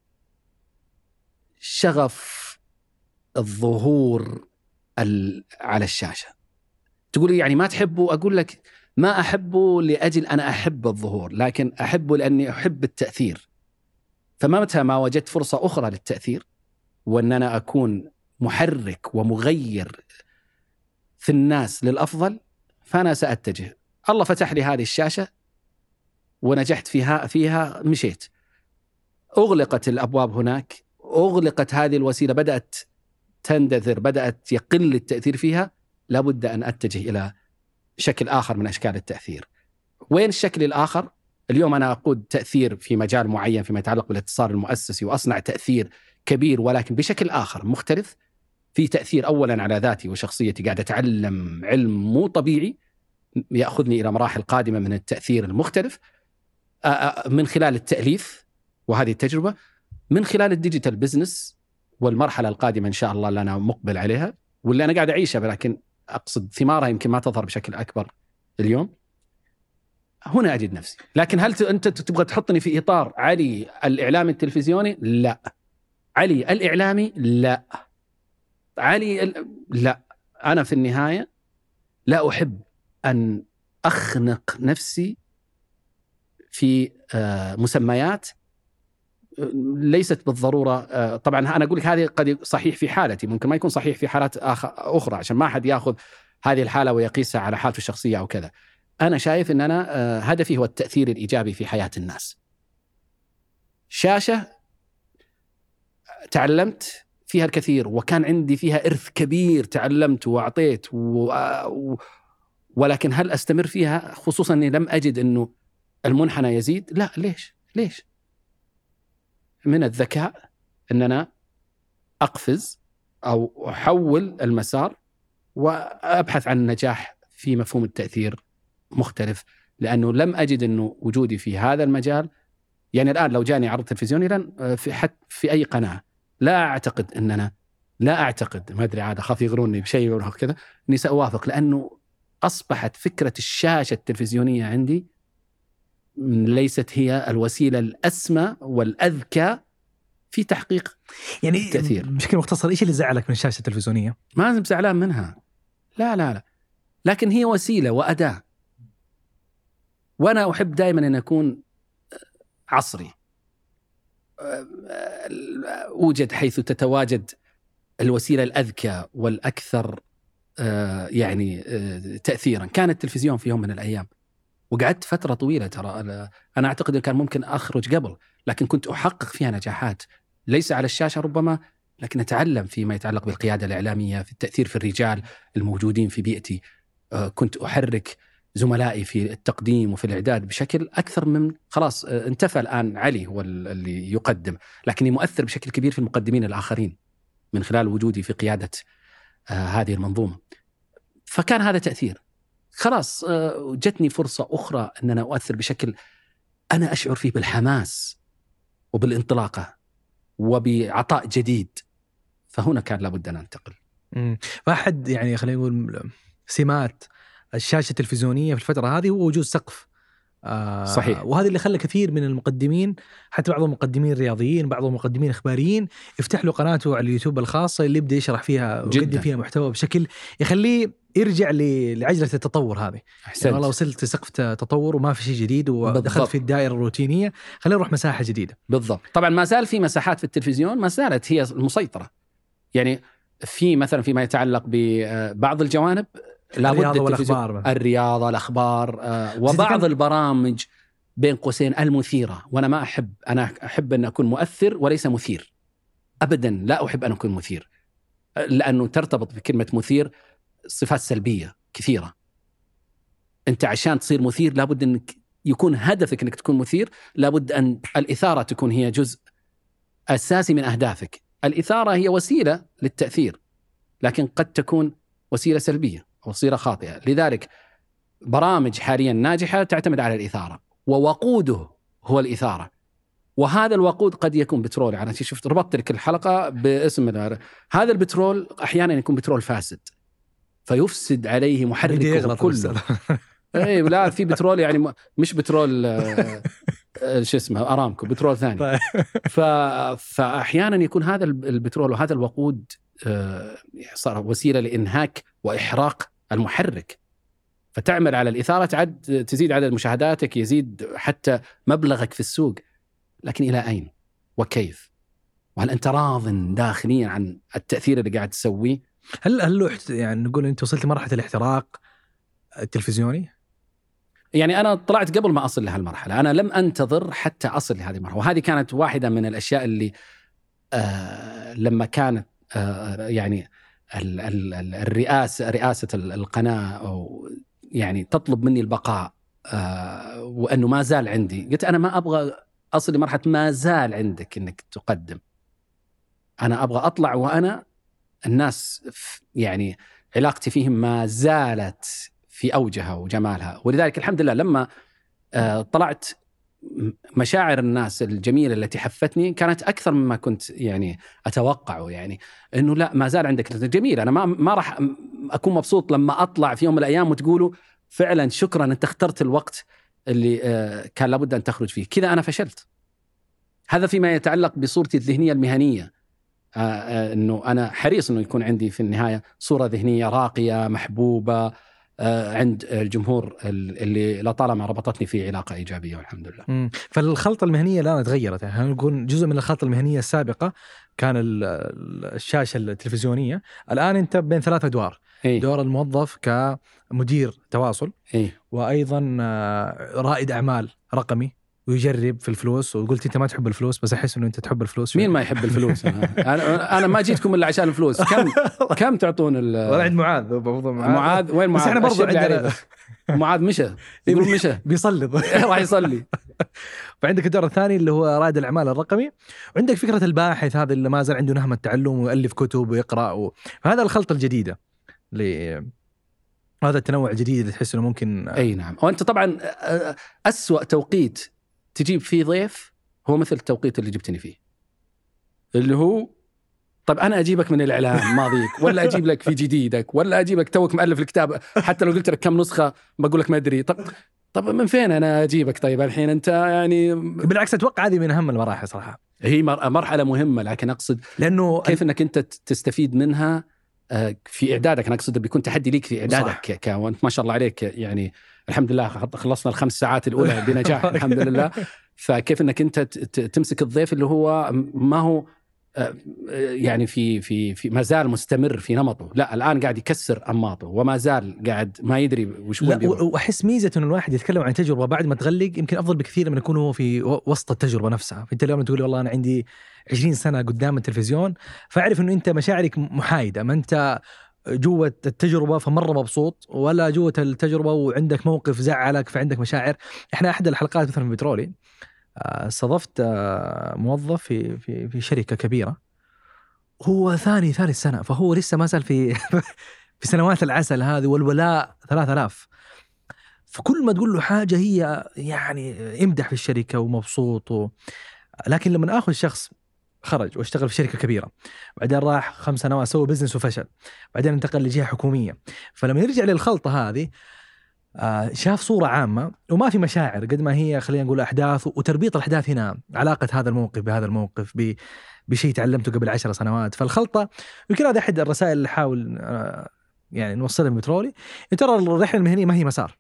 شغف الظهور على الشاشة. تقول لي يعني ما تحبه؟ أقول لك ما أحبه لأجل أنا أحب الظهور، لكن أحبه لأني أحب التأثير. فمتى ما وجدت فرصة أخرى للتأثير وأن أنا أكون محرك ومغير في الناس للأفضل، فأنا سأتجه. الله فتح لي هذه الشاشة ونجحت فيها مشيت. أغلقت الأبواب هناك، أغلقت هذه الوسيلة، بدأت تندثر، بدأت يقل التأثير فيها، لابد أن أتجه إلى شكل آخر من أشكال التأثير. وين الشكل الآخر؟ اليوم أنا أقود تأثير في مجال معين فيما يتعلق بالاتصال المؤسسي، وأصنع تأثير كبير ولكن بشكل آخر مختلف. في تأثير أولا على ذاتي وشخصيتي، قاعد أتعلم علم مو طبيعي يأخذني إلى مراحل قادمة من التأثير المختلف من خلال التأليف، وهذه التجربة من خلال الديجيتال بزنس والمرحلة القادمة إن شاء الله اللي أنا مقبل عليها واللي أنا قاعد أعيشها، لكن أقصد ثمارها يمكن ما تظهر بشكل أكبر اليوم. هنا أجد نفسي. لكن هل أنت تبغى تحطني في إطار علي الإعلامي التلفزيوني؟ لا. علي الإعلامي؟ لا. لا. أنا في النهاية لا أحب أن أخنق نفسي في مسميات ليست بالضرورة. طبعا أنا أقول لك هذه قد صحيح في حالتي، ممكن ما يكون صحيح في حالات أخرى، عشان ما حد يأخذ هذه الحالة ويقيسها على حالته الشخصية أو كذا. أنا شايف أن أنا هدفي هو التأثير الإيجابي في حياة الناس. شاشة تعلمت فيها الكثير وكان عندي فيها إرث كبير، تعلمت وأعطيت ولكن هل أستمر فيها؟ خصوصا أني لم أجد أنه المنحنى يزيد. لا. ليش؟ من الذكاء أن أنا أقفز أو أحول المسار وأبحث عن النجاح في مفهوم التأثير مختلف، لأنه لم أجد أنه وجودي في هذا المجال. يعني الآن لو جاني عرض تلفزيوني لن في أي قناة، لا أعتقد ما أدري عاد أخاف يغروني بشيء ولا كذا أني سأوافق، لأنه أصبحت فكرة الشاشة التلفزيونية عندي ليست هي الوسيلة الأسمى والأذكى في تحقيق يعني التأثير. بشكل مختصر، إيش اللي زعلك من الشاشة التلفزيونية؟ ما أنا زعلان منها، لا، لكن هي وسيلة وأداة، وأنا أحب دائما أن أكون عصري، أوجد حيث تتواجد الوسيلة الأذكى والأكثر تأثيرا. كان التلفزيون في يوم من الأيام، وقعدت فترة طويلة ترى أنا أعتقد أن كان ممكن أخرج قبل، لكن كنت أحقق فيها نجاحات ليس على الشاشة ربما، لكن أتعلم فيما يتعلق بالقيادة الإعلامية، في التأثير في الرجال الموجودين في بيئتي. كنت أحرك زملائي في التقديم وفي الإعداد بشكل أكثر من خلاص انتفى الآن علي هو اللي يقدم، لكني مؤثر بشكل كبير في المقدمين الآخرين من خلال وجودي في قيادة هذه المنظومة. فكان هذا تأثير. خلاص جتني فرصة أخرى أن أنا أؤثر بشكل أنا أشعر فيه بالحماس وبالانطلاقة وبعطاء جديد، فهنا كان لابد أن أنتقل. واحد يعني خلينا نقول سمات الشاشة التلفزيونية في الفترة هذه هو وجود سقف. صحيح. وهذا اللي خلى كثير من المقدمين، حتى بعضهم مقدمين رياضيين، بعضهم مقدمين إخباريين، يفتح له قناته على اليوتيوب الخاصة اللي يبدأ يشرح فيها ويقدم فيها محتوى بشكل يخليه يرجع لعجلة التطور هذه. يعني والله وصلت سقف تطور وما في شيء جديد ودخلت في الدائرة الروتينية، خلينا نروح مساحة جديدة. بالضبط. طبعا ما زال في مساحات في التلفزيون ما زالت هي المسيطرة، يعني في مثلا فيما يتعلق ببعض الجوانب لابد الرياضة، الأخبار، وبعض البرامج بين قوسين المثيرة. وأنا ما أحب، أنا أحب أن أكون مؤثر وليس مثير أبدا. لا أحب أن أكون مثير، لأنه ترتبط بكلمة مثير صفات سلبية كثيرة. أنت عشان تصير مثير لابد أنك يكون هدفك أنك تكون مثير، لابد أن الإثارة تكون هي جزء أساسي من أهدافك. الإثارة هي وسيلة للتأثير، لكن قد تكون وسيلة سلبية أو وسيلة خاطئة. لذلك برامج حاليا ناجحة تعتمد على الإثارة، ووقوده هو الإثارة، وهذا الوقود قد يكون بترول. أنا شفت ربطت لك الحلقة باسم هذا البترول أحيانا يكون بترول فاسد فيفسد عليه محركه كله. اي لا، في بترول يعني مش بترول شو اسمه أرامكو، بترول ثاني. فأحيانا يكون هذا البترول وهذا الوقود صار وسيلة لإنهاك وإحراق المحرك، فتعمل على الإثارة، تعد تزيد عدد مشاهداتك، يزيد حتى مبلغك في السوق، لكن إلى أين وكيف؟ وهل أنت راض داخليا عن التأثير اللي قاعد تسويه؟ هل يعني نقول أنت وصلت لمرحلة الاحتراق التلفزيوني؟ يعني أنا طلعت قبل ما أصل لهالمرحلة، أنا لم أنتظر حتى أصل لهذه المرحلة، وهذه كانت واحدة من الأشياء اللي لما كانت يعني رئاسة القناة أو يعني تطلب مني البقاء وأنه ما زال عندي، قلت أنا ما أبغى أصل لمرحلة ما زال عندك أنك تقدم، أنا أبغى أطلع وأنا الناس يعني علاقتي فيهم ما زالت في أوجها وجمالها. ولذلك الحمد لله لما طلعت مشاعر الناس الجميلة التي حفتني كانت أكثر مما كنت يعني أتوقعه. يعني إنه لا ما زال عندك جميل. أنا ما راح أكون مبسوط لما أطلع في يوم من الأيام وتقولوا فعلا شكرا أنت اخترت الوقت اللي كان لابد أن تخرج فيه. كذا أنا فشلت. هذا فيما يتعلق بصورتي الذهنية المهنية. إنه أنا حريص إنه يكون عندي في النهاية صورة ذهنية راقية محبوبة عند الجمهور اللي لطالما ربطتني في علاقة إيجابية والحمد لله. فالخلطة المهنية الآن تغيرت. يعني نقول جزء من الخلطة المهنية السابقة كان الشاشة التلفزيونية، الآن أنت بين 3 أدوار. دور الموظف كمدير تواصل، وأيضا رائد أعمال رقمي ويجرب في الفلوس. وقلت أنت ما تحب الفلوس، بس أحس إنه أنت تحب الفلوس. مين ما يحب الفلوس؟ أنا ما جيتكم إلا عشان الفلوس. كم تعطون ولا عند معاذ وين معاذ؟ بس إحنا برضو عندنا معاذ مشى، يقول مشى بيصلي راح يصلي. فعندك الدور الثاني اللي هو رائد الأعمال الرقمي، وعندك فكرة الباحث هذا اللي ما زال عنده نهم التعلم ويؤلف كتب ويقرأ فهذا الخلطة الجديدة هذا التنوع الجديد اللي تحس إنه ممكن. أي نعم. وأنت طبعا أسوأ توقيت تجيب فيه ضيف هو مثل التوقيت اللي جبتني فيه، اللي هو طب أنا أجيبك من الإعلام ماضيك، ولا أجيب لك في جديدك، ولا أجيبك توك مؤلف الكتاب، حتى لو قلت لك كم نسخة بقول لك ما أدري. طب من فين أنا أجيبك؟ طيب الحين أنت يعني بالعكس أتوقع هذه من أهم المراحل صراحة. هي مرحلة مهمة، لكن أقصد لأنه كيف أنك أنت تستفيد منها في إعدادك. أنا أقصد بيكون تحدي ليك في إعدادك وأنت ما شاء الله عليك يعني الحمد لله خلصنا ال5 ساعات الأولى بنجاح الحمد لله. فكيف أنك أنت تمسك الضيف اللي هو ما هو يعني في ما زال مستمر في نمطه، لا الآن قاعد يكسر أنماطه وما زال قاعد ما يدري وش هو. وأحس ميزة إنه الواحد يتكلم عن تجربة بعد ما تغلق يمكن أفضل بكثير من يكون هو في وسط التجربة نفسها. فأنت اليوم تقول والله أنا عندي 20 سنة قدام التلفزيون، فأعرف إنه أنت مشاعرك محايدة، ما أنت جوة التجربة فمرة مبسوط، ولا جوة التجربة وعندك موقف زعلك فعندك مشاعر. إحنا أحد الحلقات مثلا في بترولي استضفت موظف في شركة كبيرة، هو ثالث سنة، فهو لسه ما زال في في سنوات العسل هذه والولاء 3000. فكل ما تقول له حاجة هي يعني امدح في الشركة ومبسوط لكن لما آخذ شخص خرج واشتغل في شركة كبيرة، بعدين راح 5 سنوات سوى بزنس وفشل، بعدين انتقل لجهة حكومية، فلما يرجع للخلطة هذه شاف صورة عامة وما في مشاعر قد ما هي خلينا نقول أحداث وتربيط الأحداث هنا، علاقة هذا الموقف بهذا الموقف بشيء تعلمته قبل 10 سنوات. فالخلطة يمكن هذا أحد الرسائل اللي حاول يعني نوصلها من بترولي. ترى الرحلة المهنية ما هي مسار،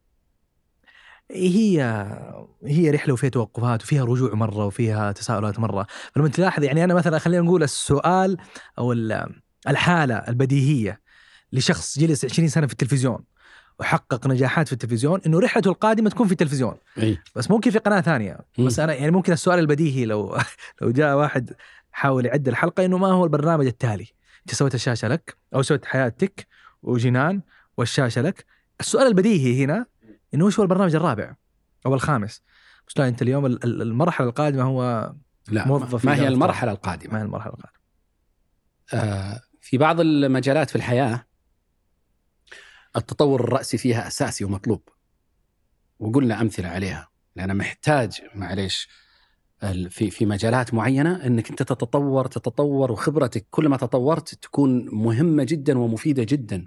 هي رحلة وفيها توقفات وفيها رجوع مرة وفيها تساؤلات مرة. فلما تلاحظ يعني أنا مثلا خلينا نقول السؤال أو الحالة البديهية لشخص جلس 20 سنة في التلفزيون وحقق نجاحات في التلفزيون إنه رحلته القادمة تكون في التلفزيون. بس ممكن في قناة ثانية. بس أنا يعني ممكن السؤال البديهي لو جاء واحد حاول يعدل الحلقة إنه ما هو البرنامج التالي؟ أنت سويت الشاشة لك أو سويت حياتك وجنان والشاشة لك. السؤال البديهي هنا إنه وش هو البرنامج الرابع أو الخامس؟ بس لا، أنت اليوم المرحلة القادمة هو لا موظف. ما هي المرحلة القادمة؟ ما هي المرحلة القادمة؟ في بعض المجالات في الحياة التطور الرأسي فيها أساسي ومطلوب، وقلنا أمثلة عليها. لأن محتاج معليش في مجالات معينة أنك أنت تتطور وخبرتك كل ما تطورت تكون مهمة جدا ومفيدة جدا.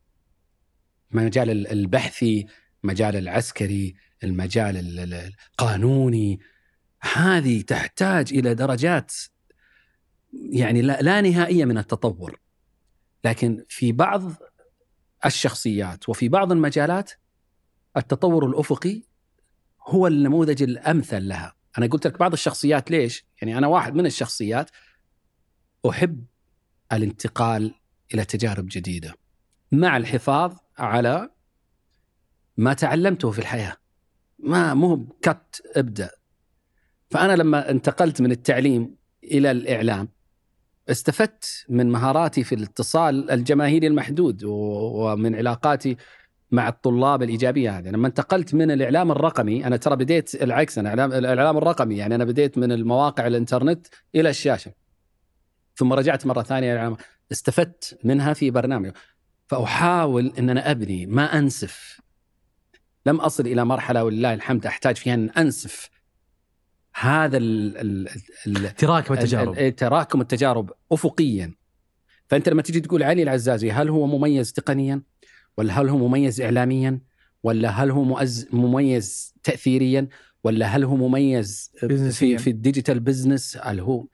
مجال البحثي، مجال العسكري، المجال القانوني، هذه تحتاج إلى درجات يعني لا نهائية من التطور. لكن في بعض الشخصيات وفي بعض المجالات التطور الأفقي هو النموذج الأمثل لها. أنا قلت لك بعض الشخصيات ليش؟ يعني أنا واحد من الشخصيات أحب الانتقال إلى تجارب جديدة مع الحفاظ على ما تعلمته في الحياة، ما مو كت ابدأ. فأنا لما انتقلت من التعليم إلى الإعلام استفدت من مهاراتي في الاتصال الجماهيري المحدود ومن علاقاتي مع الطلاب الإيجابية هذه. لما انتقلت من الإعلام الرقمي، أنا ترى بديت العكس، أنا الإعلام الرقمي يعني أنا بديت من المواقع الإنترنت إلى الشاشة، ثم رجعت مرة ثانية استفدت منها في برنامج. فأحاول أن أنا أبني ما أنسف. لم أصل إلى مرحلة ولله الحمد أحتاج فيها أن أنسف هذا تراكم التجارب أفقيا. فأنت لما تجي تقول علي العزازي هل هو مميز تقنيا، ولا هل هو مميز إعلاميا، ولا هل هو مميز تأثيريا، ولا هل هو مميز في الديجيتال بزنس، هل هو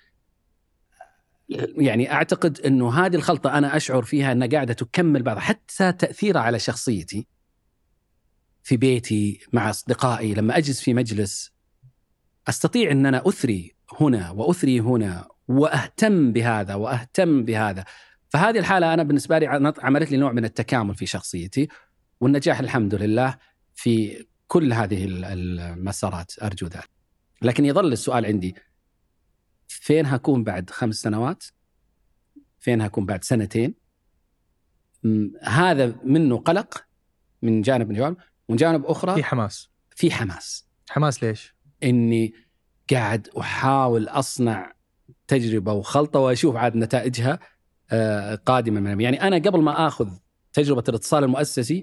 يعني أعتقد أنه هذه الخلطة أنا أشعر فيها أنها قاعدة تكمل بعض، حتى تأثيرها على شخصيتي في بيتي مع أصدقائي. لما أجلس في مجلس أستطيع أن أنا أثري هنا وأثري هنا وأهتم بهذا وأهتم بهذا. فهذه الحالة أنا بالنسبة لي عملت لي نوع من التكامل في شخصيتي والنجاح الحمد لله في كل هذه المسارات، أرجو ذلك. لكن يظل السؤال عندي، فين هكون بعد 5 سنوات؟ فين هكون بعد 2 سنين؟ هذا منه قلق من جانب، ومن جانب أخرى في حماس ليش؟ إني قاعد أحاول أصنع تجربة وخلطة وأشوف عاد نتائجها قادمة. يعني أنا قبل ما أخذ تجربة الاتصال المؤسسي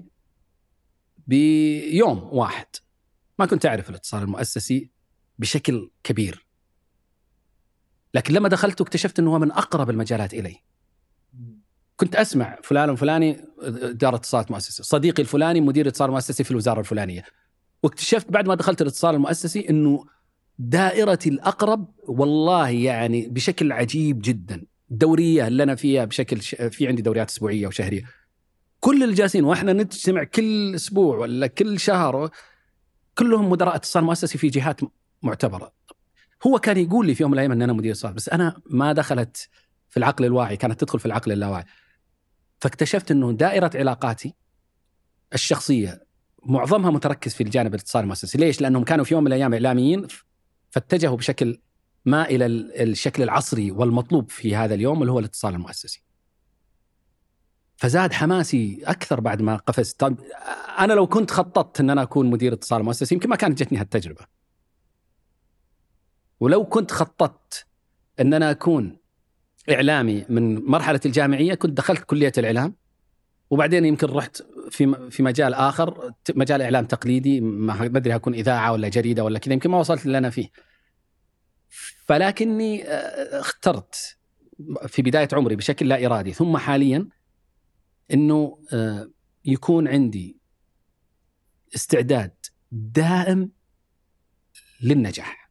بيوم واحد ما كنت أعرف الاتصال المؤسسي بشكل كبير، لكن لما دخلت اكتشفت أنه هو من أقرب المجالات إلي. كنت أسمع فلان الفلاني إدارة اتصالات مؤسسة، صديقي الفلاني مدير اتصال مؤسسي في الوزارة الفلانية، واكتشفت بعد ما دخلت الاتصال المؤسسي أنه دائرتي الأقرب والله يعني بشكل عجيب جدا. الدورية اللي أنا فيها بشكل في عندي دوريات أسبوعية وشهرية، كل الجالسين وإحنا نجتمع كل أسبوع ولا كل شهر كلهم مدراء اتصال مؤسسي في جهات معتبرة. هو كان يقول لي في يوم من الأيام أن أنا مدير اتصال، بس أنا ما دخلت في العقل الواعي، كانت تدخل في العقل اللاواعي. فاكتشفت أنه دائرة علاقاتي الشخصية معظمها متركز في الجانب الاتصال المؤسسي. ليش؟ لأنهم كانوا في يوم من الأيام إعلاميين فاتجهوا بشكل ما إلى الشكل العصري والمطلوب في هذا اليوم اللي هو الاتصال المؤسسي. فزاد حماسي أكثر بعد ما قفزت. طب أنا لو كنت خططت أن أنا أكون مدير اتصال مؤسسي يمكن ما كانت جتني هالتجربة، ولو كنت خططت أن أنا أكون إعلامي من مرحلة الجامعية كنت دخلت كلية الإعلام، وبعدين يمكن رحت في مجال آخر، مجال إعلام تقليدي، ما أدري هكون إذاعة ولا جريدة ولا كذا، يمكن ما وصلت اللي أنا فيه. فلكني اخترت في بداية عمري بشكل لا إرادي ثم حاليا أنه يكون عندي استعداد دائم للنجاح.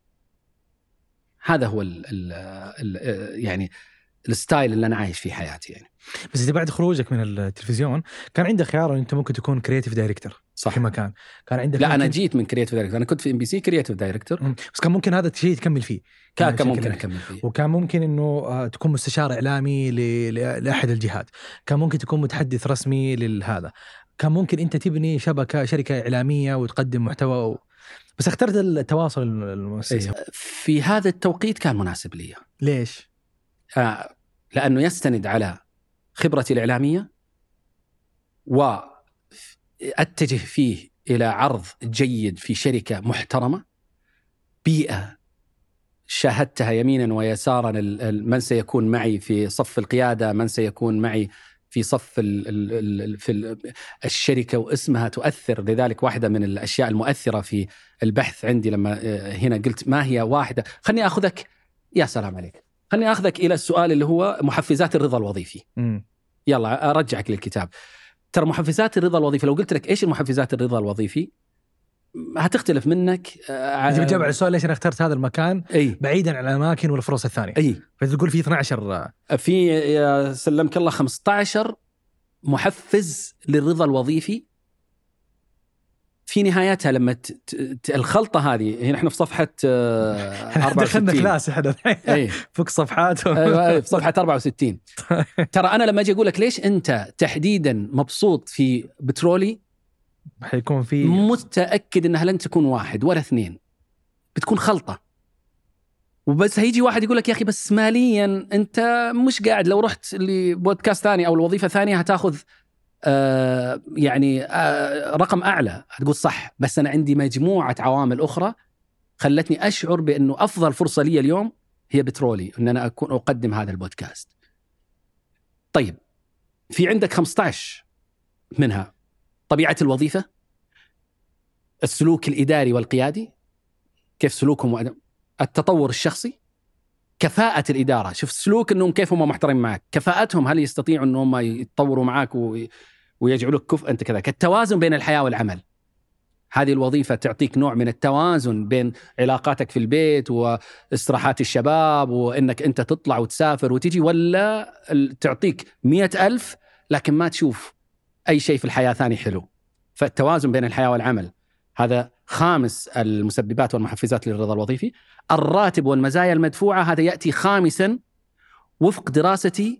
هذا هو يعني الستايل اللي أنا عايش في حياتي يعني. بس إذا بعد خروجك من التلفزيون كان عندك خيار أن أنت ممكن تكون كرياتيف دايركتور صح في مكان، كان عندك لا أنا جيت من كرياتيف دايركتور، أنا كنت في MBC كرياتيف دايركتور، بس كان ممكن هذا الشيء تكمل فيه، كان ممكن أكمل فيه، وكان ممكن إنه تكون مستشار إعلامي لأحد الجهات، كان ممكن تكون متحدث رسمي لهذا، كان ممكن أنت تبني شركة إعلامية وتقدم محتوى بس اخترت التواصل المؤسسي. في هذا التوقيت كان مناسب لي. ليش؟ لأنه يستند على خبرتي الإعلامية وأتجه فيه إلى عرض جيد في شركة محترمة، بيئة شاهدتها يمينا ويسارا، من سيكون معي في صف القيادة، من سيكون معي في صف في الشركة، واسمها تؤثر. لذلك واحدة من الأشياء المؤثرة في البحث عندي لما هنا قلت ما هي واحدة، خلني أخذك، يا سلام عليك، خلني أخذك إلى السؤال اللي هو محفزات الرضا الوظيفي. يلا أرجعك للكتاب. ترى محفزات الرضا الوظيفي لو قلت لك إيش المحفزات الرضا الوظيفي هتختلف منك. إذا بتجاوب على السؤال ليش أنا اخترت هذا المكان بعيدا عن الأماكن والفرص الثانية، فتقول في 12 في سلمك الله 15 محفز للرضا الوظيفي في نهايتها. لما الخلطة هذه هنا احنا في صفحة 64 دخلنا كلاس احنا فوق صفحات في صفحة 64. ترى أنا لما أجي أقول لك ليش أنت تحديدا مبسوط في بترولي، حيكون في متأكد أنها لن تكون 1 ولا 2، بتكون خلطة. وبس هيجي واحد يقول لك يا أخي بس ماليا أنت مش قاعد، لو رحت لبودكاست ثاني أو الوظيفة ثانية هتاخذ رقم أعلى. هتقول صح، بس أنا عندي مجموعة عوامل أخرى خلتني أشعر بأنه أفضل فرصة لي اليوم هي بترولي، أن أنا أكون أقدم هذا البودكاست. طيب في عندك 15 منها: طبيعة الوظيفة، السلوك الإداري والقيادي، كيف سلوكهم، التطور الشخصي، كفاءة الإدارة، شوف سلوك أنهم كيف هم محترمين معك، كفاءتهم هل يستطيعوا أنهم يتطوروا معك ويجعلوك كفء أنت كذا. التوازن بين الحياة والعمل، هذه الوظيفة تعطيك نوع من التوازن بين علاقاتك في البيت واستراحات الشباب وإنك أنت تطلع وتسافر وتجي، ولا تعطيك 100,000 لكن ما تشوف أي شيء في الحياة ثاني حلو. فالتوازن بين الحياة والعمل هذا خامس المسببات والمحفزات للرضا الوظيفي. الراتب والمزايا المدفوعة هذا يأتي خامسا وفق دراستي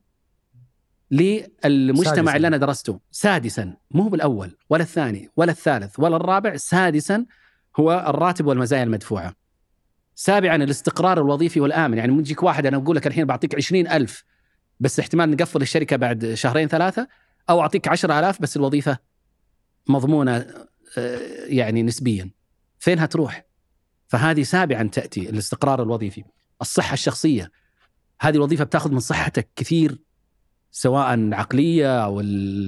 للمجتمع سادساً. اللي أنا درسته. سادسا، مو بالأول ولا الثاني ولا الثالث ولا الرابع، سادسا هو الراتب والمزايا المدفوعة. سابعا الاستقرار الوظيفي والآمن. يعني مجيك واحد أنا أقول لك الحين بعطيك 20,000 بس احتمال نقفل الشركة بعد شهرين ثلاثة، أو أعطيك 10,000 بس الوظيفة مضمونة يعني نسبيا، فين هتروح؟ فهذه سابعا تأتي الاستقرار الوظيفي. الصحة الشخصية، هذه الوظيفة بتاخذ من صحتك كثير، سواء عقلية أو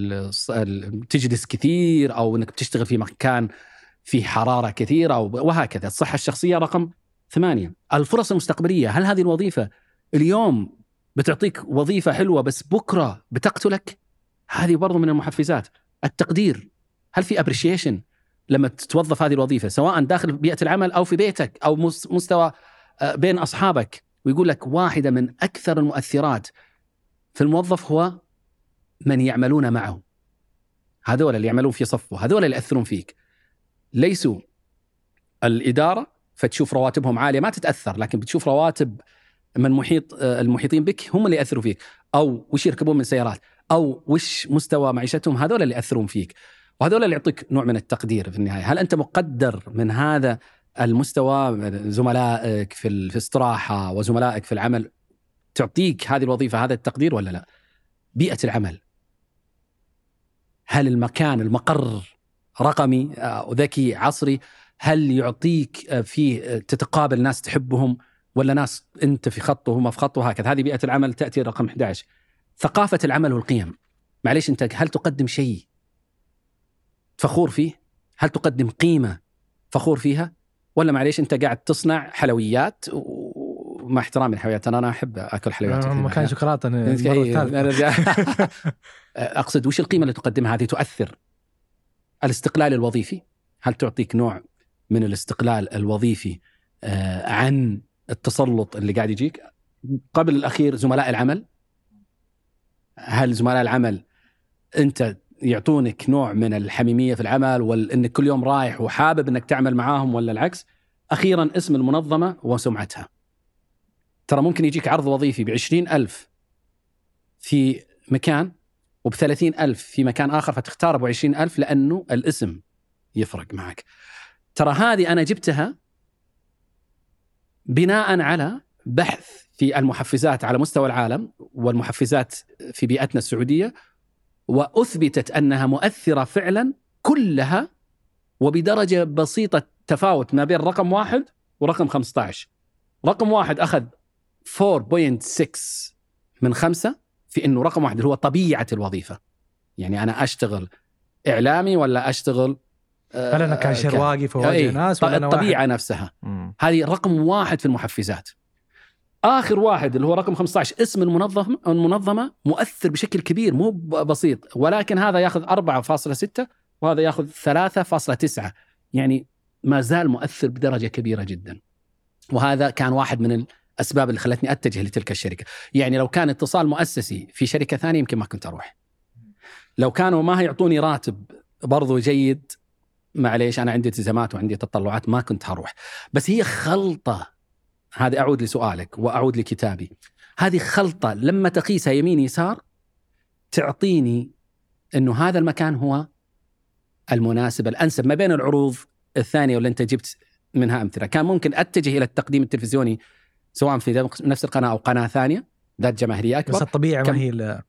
تجلس كثير أو أنك بتشتغل في مكان فيه حرارة كثيرة وهكذا. الصحة الشخصية رقم 8. الفرص المستقبلية، هل هذه الوظيفة اليوم بتعطيك وظيفة حلوة بس بكرة بتقتلك؟ هذه برضو من المحفزات. التقدير، هل في appreciation لما تتوظف هذه الوظيفة، سواء داخل بيئة العمل أو في بيتك أو مستوى بين أصحابك؟ ويقول لك واحدة من أكثر المؤثرات في الموظف هو من يعملون معه. هذول اللي يعملون في صفه، هذول اللي يأثرون فيك، ليسوا الإدارة فتشوف رواتبهم عالية ما تتأثر، لكن بتشوف رواتب من المحيطين بك هم اللي يأثروا فيك، أو وش يركبون من سيارات، أو وش مستوى معيشتهم، هذول اللي يأثرون فيك، وهذول اللي يعطيك نوع من التقدير في النهاية. هل أنت مقدر من هذا المستوى؟ زملائك في الاستراحة وزملائك في العمل تعطيك هذه الوظيفة هذا التقدير ولا لا؟ بيئة العمل، هل المقر رقمي وذكي عصري؟ هل يعطيك فيه تتقابل ناس تحبهم ولا ناس أنت في خط وهم في خط وهكذا؟ هذه بيئة العمل تأتي رقم 11. ثقافة العمل والقيم، معليش أنت هل تقدم شيء فخور فيه؟ هل تقدم قيمة فخور فيها؟ ولا معليش أنت قاعد تصنع حلويات ومع احترامي الحلويات أنا أحب أكل حلويات مكان شوكولاتة أقصد وش القيمة اللي تقدمها؟ هذه تؤثر. الاستقلال الوظيفي، هل تعطيك نوع من الاستقلال الوظيفي عن التسلط اللي قاعد يجيك؟ قبل الأخير زملاء العمل، هل زملاء العمل أنت يعطونك نوع من الحميمية في العمل وإنك كل يوم رايح وحابب إنك تعمل معاهم ولا العكس؟ أخيرا اسم المنظمة وسمعتها. ترى ممكن يجيك عرض وظيفي ب20,000 في مكان وب30,000 في مكان آخر، فتختار ب20,000 لأنه الاسم يفرق معك. ترى هذه أنا جبتها بناء على بحث في المحفزات على مستوى العالم والمحفزات في بيئتنا السعودية، وأثبتت أنها مؤثرة فعلا كلها، وبدرجة بسيطة تفاوت ما بين رقم 1 ورقم 15. رقم 1 أخذ 4.6 من 5 في أنه رقم 1 اللي هو طبيعة الوظيفة. يعني أنا أشتغل إعلامي ولا أشتغل هل أنا كاشير واقف وواجه ناس ولا الطبيعة نفسها. هذه رقم 1 في المحفزات. آخر واحد اللي هو رقم 15 اسم المنظمة مؤثر بشكل كبير، مو بسيط، ولكن هذا يأخذ 4.6 وهذا يأخذ 3.9، يعني ما زال مؤثر بدرجة كبيرة جدا. وهذا كان واحد من الأسباب اللي خلتني أتجه لتلك الشركة. يعني لو كان اتصال مؤسسي في شركة ثانية يمكن ما كنت أروح، لو كانوا ما يعطوني راتب برضو جيد، معليش أنا عندي التزامات وعندي تطلعات ما كنت هروح. بس هي خلطة، هذا أعود لسؤالك وأعود لكتابي، هذه خلطة لما تقيسها يمين يسار تعطيني أنه هذا المكان هو المناسب الأنسب ما بين العروض الثانية واللي أنت جبت منها أمثلة. كان ممكن أتجه إلى التقديم التلفزيوني سواء في نفس القناة أو قناة ثانية ذات جماهيرية أكبر، بس الطبيعة ما هي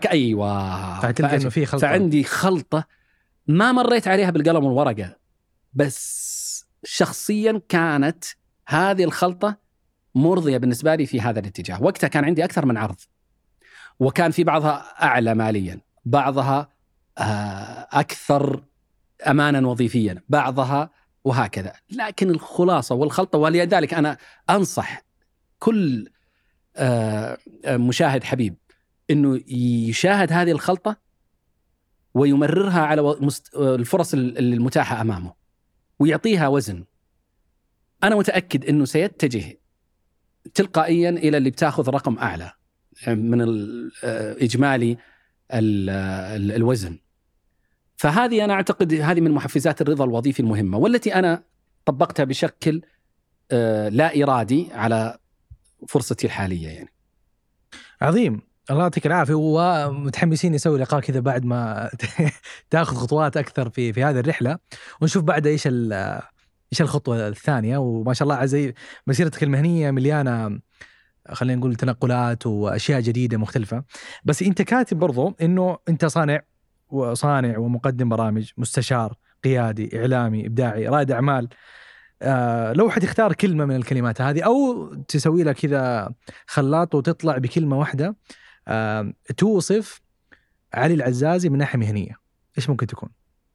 فعندي خلطة ما مريت عليها بالقلم والورقة، بس شخصيا كانت هذه الخلطة مرضية بالنسبة لي في هذا الاتجاه. وقتها كان عندي أكثر من عرض، وكان في بعضها أعلى ماليا، بعضها أكثر أمانا وظيفيا، بعضها وهكذا. لكن الخلاصة والخلطة، ولذلك أنا أنصح كل مشاهد حبيب أنه يشاهد هذه الخلطة ويمررها على الفرص المتاحة أمامه ويعطيها وزن. أنا متأكد أنه سيتجه تلقائيا إلى اللي بتاخذ رقم أعلى من الإجمالي الوزن. فهذه أنا أعتقد هذه من محفزات الرضا الوظيفي المهمة، والتي أنا طبقتها بشكل لا إرادي على فرصتي الحالية يعني. عظيم، الله يعطيك العافية، ومتحمسين نسوي لقاء كذا بعد ما تاخذ خطوات أكثر في هذه الرحلة، ونشوف بعد إيش الخطوة الثانية. وما شاء الله زي مسيرتك المهنية مليانة، خلينا نقول تنقلات وأشياء جديدة مختلفة. بس أنت كاتب برضو إنه أنت صانع ومقدم برامج، مستشار قيادي، إعلامي، إبداعي، رائد أعمال. لو حتختار كلمة من الكلمات هذه أو تسوي لها كذا خلاط وتطلع بكلمة واحدة توصف علي العزازي من ناحية مهنية، إيش ممكن تكون؟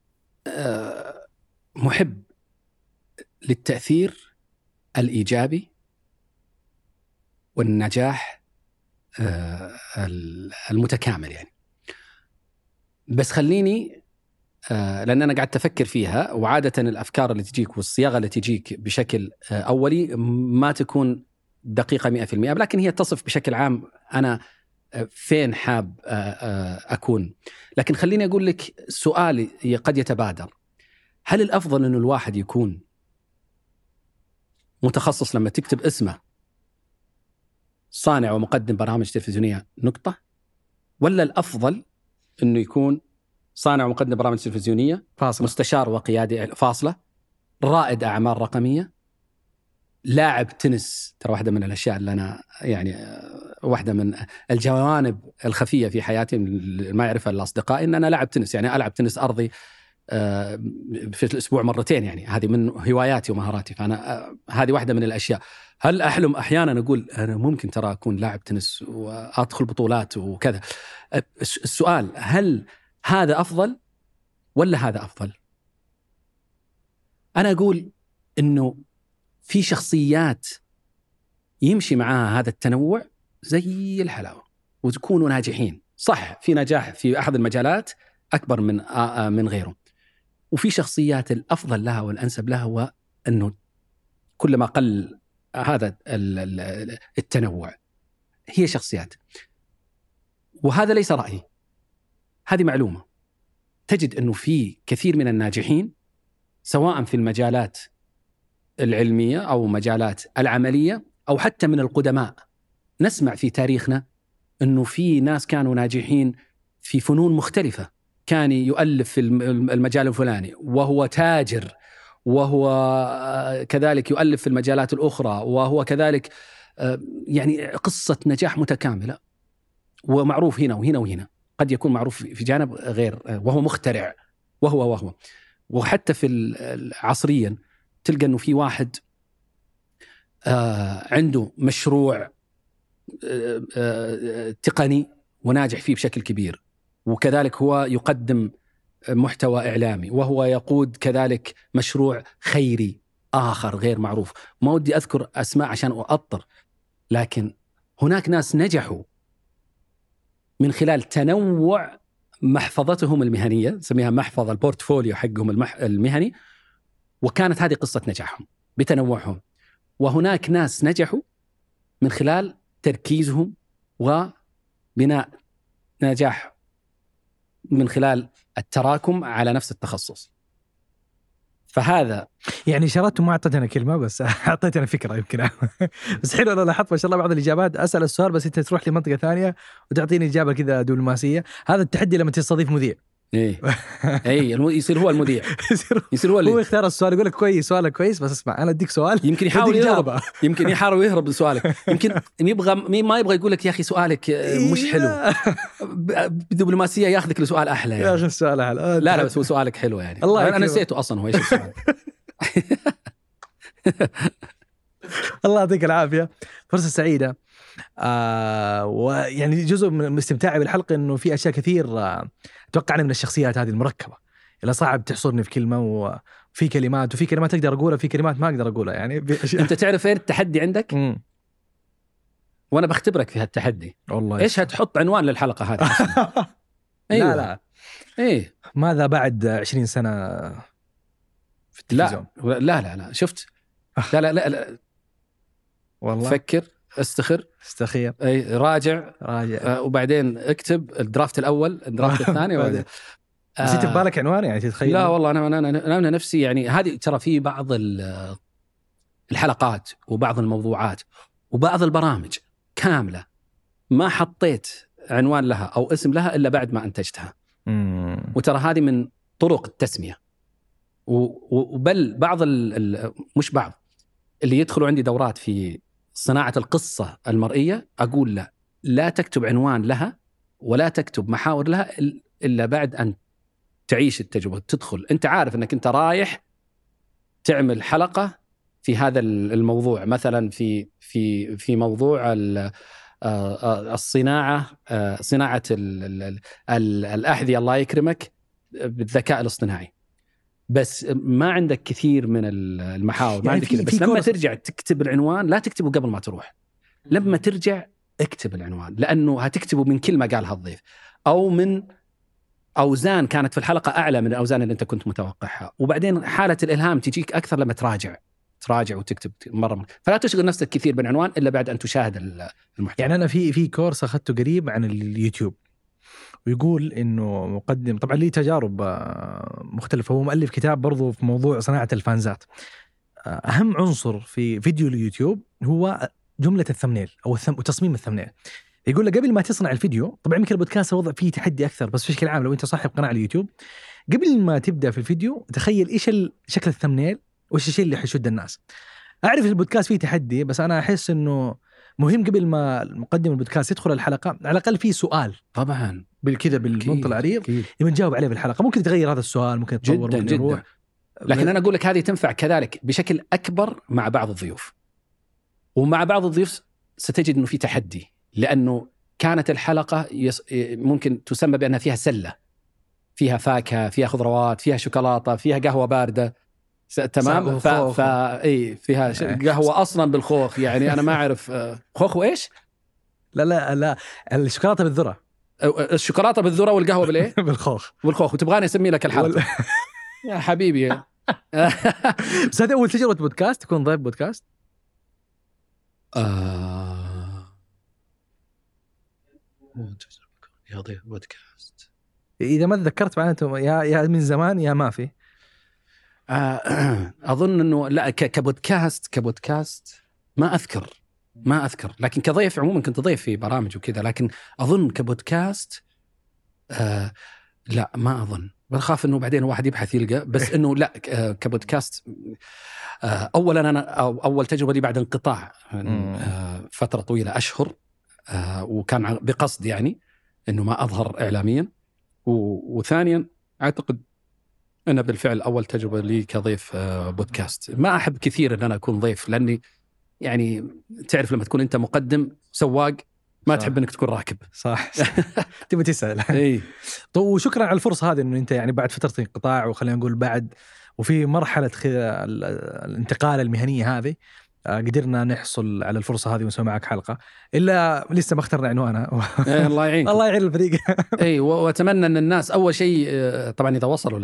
محب للتأثير الإيجابي والنجاح المتكامل يعني. بس خليني لأن أنا قاعد أفكر فيها، وعادة الأفكار اللي تجيك والصياغة اللي تجيك بشكل أولي ما تكون دقيقة 100%، لكن هي تصف بشكل عام أنا فين حاب أكون. لكن خليني أقول لك سؤالي قد يتبادر: هل الأفضل أن الواحد يكون متخصص لما تكتب اسمه صانع ومقدم برامج تلفزيونية نقطة، ولا الأفضل أنه يكون صانع ومقدم برامج تلفزيونية فاصلة، مستشار وقيادي فاصلة، رائد أعمال رقمية، لاعب تنس؟ ترى واحدة من الأشياء اللي أنا يعني واحدة من الجوانب الخفية في حياتي ما يعرفها الأصدقاء، إن أنا لاعب تنس، يعني ألعب تنس أرضي في الأسبوع مرتين، يعني هذه من هواياتي ومهاراتي. فأنا هذه واحدة من الأشياء. هل أحلم أحيانا أقول أنا ممكن ترى أكون لاعب تنس وأدخل بطولات وكذا؟ السؤال: هل هذا أفضل ولا هذا أفضل؟ أنا أقول إنه في شخصيات يمشي معها هذا التنوع زي الحلاوة وتكونوا ناجحين. صح، في نجاح في أحد المجالات أكبر من غيره، وفي شخصيات الأفضل لها والأنسب لها هو أنه كلما قل هذا التنوع. هي شخصيات، وهذا ليس رأيي، هذه معلومة. تجد أنه في كثير من الناجحين سواء في المجالات العلمية أو مجالات العملية أو حتى من القدماء. نسمع في تاريخنا أنه في ناس كانوا ناجحين في فنون مختلفة، كان يؤلف في المجال الفلاني وهو تاجر، وهو كذلك يؤلف في المجالات الأخرى، وهو كذلك يعني قصة نجاح متكاملة، ومعروف هنا وهنا وهنا. قد يكون معروف في جانب غير، وهو مخترع، وحتى في عصريا تلقى أنه في واحد عنده مشروع تقني وناجح فيه بشكل كبير، وكذلك هو يقدم محتوى إعلامي، وهو يقود كذلك مشروع خيري آخر غير معروف. ما ودي أذكر أسماء عشان أؤطر، لكن هناك ناس نجحوا من خلال تنوع محفظتهم المهنية، نسميها محفظة البورتفوليو حقهم المهني، وكانت هذه قصة نجاحهم بتنوعهم. وهناك ناس نجحوا من خلال تركيزهم وبناء نجاح من خلال التراكم على نفس التخصص. فهذا يعني شرطت ما أعطيتنا كلمة، بس أعطيتنا فكرة يمكن. بس حلو، أنا لاحظت ما شاء الله بعض الإجابات أسأل السؤال بس أنت تروح لمنطقة ثانية وتعطيني إجابة كذا دبلوماسية. هذا التحدي لما تستضيف مذيع. يصير هو المذيع، يصير هو يختار السؤال، يقول لك كويس، سؤالك كويس، بس اسمع أنا أديك سؤال، يمكن يحاول يهرب بسؤالك، يمكن ما يبغى يقول لك يا أخي سؤالك مش حلو. بدبلوماسية ياخذك لسؤال أحلى يعني. يا أخي السؤال أحلى. لا بس هو سؤالك حلو يعني. الله أنا نسيته أصلا هو إيش السؤال. الله يعطيك العافيه، فرصه سعيده. ويعني جزء من استمتاعي بالحلقه انه في اشياء كثير اتوقع انا من الشخصيات هذه المركبه اللي صعب تحصرني في كلمه، وفي كلمات اقدر اقولها، في كلمات ما اقدر اقولها. يعني انت تعرف ايه التحدي عندك؟ وانا بختبرك في هالتحدي. والله ايش هتحط عنوان للحلقه هذه؟ أيوة. لا ايه ماذا بعد 20 سنه في التلفزيون؟ لا شفت؟ لا والله فكر، استخير، اي راجع وبعدين اكتب الدرافت الاول، الدرافت الثاني وبعدين بس انت في بالك عنوان يعني تتخيل؟ لا والله انا نفسي يعني هذه ترى في بعض الحلقات وبعض الموضوعات وبعض البرامج كامله ما حطيت عنوان لها او اسم لها الا بعد ما انتجتها. وترى هذه من طرق التسميه. وبل بعض مش بعض اللي يدخلوا عندي دورات في صناعه القصه المرئيه اقول لا تكتب عنوان لها ولا تكتب محاور لها الا بعد ان تعيش التجربه. تدخل انت عارف انك انت رايح تعمل حلقه في هذا الموضوع، مثلا في موضوع الصناعه، صناعه الاحذيه الله يكرمك بالذكاء الاصطناعي، بس ما عندك كثير من المحاور، ما عندك كذا. بس لما ترجع تكتب العنوان لا تكتبه قبل ما تروح، لما ترجع اكتب العنوان، لانه هتكتبه من كلمه قالها الضيف او من أوزان كانت في الحلقة أعلى من الأوزان اللي أنت كنت متوقعها. وبعدين حالة الإلهام تجيك أكثر لما تراجع وتكتب مرة. فلا تشغل نفسك كثير بالعنوان إلا بعد أن تشاهد المحتوى. يعني أنا في كورس أخذته قريب عن اليوتيوب، ويقول إنه مقدم طبعا ليه تجارب مختلفة، هو مؤلف كتاب برضو في موضوع صناعة الفانزات. أهم عنصر في فيديو اليوتيوب هو جملة الثمنيل أو تصميم الثمنيل. يقول لك قبل ما تصنع الفيديو، طبعا يمكن البودكاست الوضع فيه تحدي أكثر، بس بشكل عام لو أنت صاحب قناة على اليوتيوب قبل ما تبدأ في الفيديو تخيل إيش شكل الثمنيل وإيش الشيء اللي حيشد الناس. أعرف البودكاست فيه تحدي، بس أنا أحس إنه مهم قبل ما مقدم البودكاست يدخل الحلقة على الأقل فيه سؤال طبعا بالكذا بالمنطق العريض يبي نجاوب عليه بالحلقة. ممكن تغير هذا السؤال، ممكن تطور، جدا ممكن جدا. لكن أنا أقول لك هذه تنفع كذلك بشكل أكبر مع بعض الضيوف، ومع بعض الضيوف ستجد إنه في تحدي، لأنه كانت الحلقة ممكن تسمى بأنها فيها سلة، فيها فاكهة، فيها خضروات، فيها شوكولاتة، فيها قهوة باردة، تمام. فيها قهوة أصلا بالخوخ، يعني أنا ما أعرف خوخ وإيش. لا الشوكولاتة بالذرة، الشوكولاتة بالذرة والقهوة بالإيه؟ بالخوخ. وتبغاني أسمي لك الحلقة يا حبيبي. بس هذه أول تجربة بودكاست تكون ضيف بودكاست؟ يا ضيف بودكاست إذا ما تذكرت معناته يا من زمان يا ما في. أظن أنه لا، كبودكاست ما أذكر، لكن كضيف عموما كنت ضيف في برامج وكذا، لكن أظن كبودكاست لا ما أظن، بخاف أنه بعدين واحد يبحث يلقى. بس أنه لا كبودكاست أولا أنا أول تجربة لي بعد انقطاع فترة طويلة أشهر، وكان بقصد يعني أنه ما أظهر إعلاميا. وثانيا أعتقد أنا بالفعل أول تجربة لي كضيف بودكاست. ما أحب كثير أن أنا أكون ضيف، لأني يعني تعرف لما تكون أنت مقدم سواق ما تحب أنك تكون راكب. صح تبي تسأل. إيه. طيب وشكرا على الفرصة هذه أنه أنت يعني بعد فترة انقطاع، وخلينا نقول بعد وفي مرحلة الانتقال المهنية هذه قدرنا نحصل على الفرصة هذه ونسوي معك حلقة، إلا لسه ما اخترنا عنوانها. الله يعين. الله يعين الفريق. أي وأتمنى أن الناس أول شيء طبعا إذا وصلوا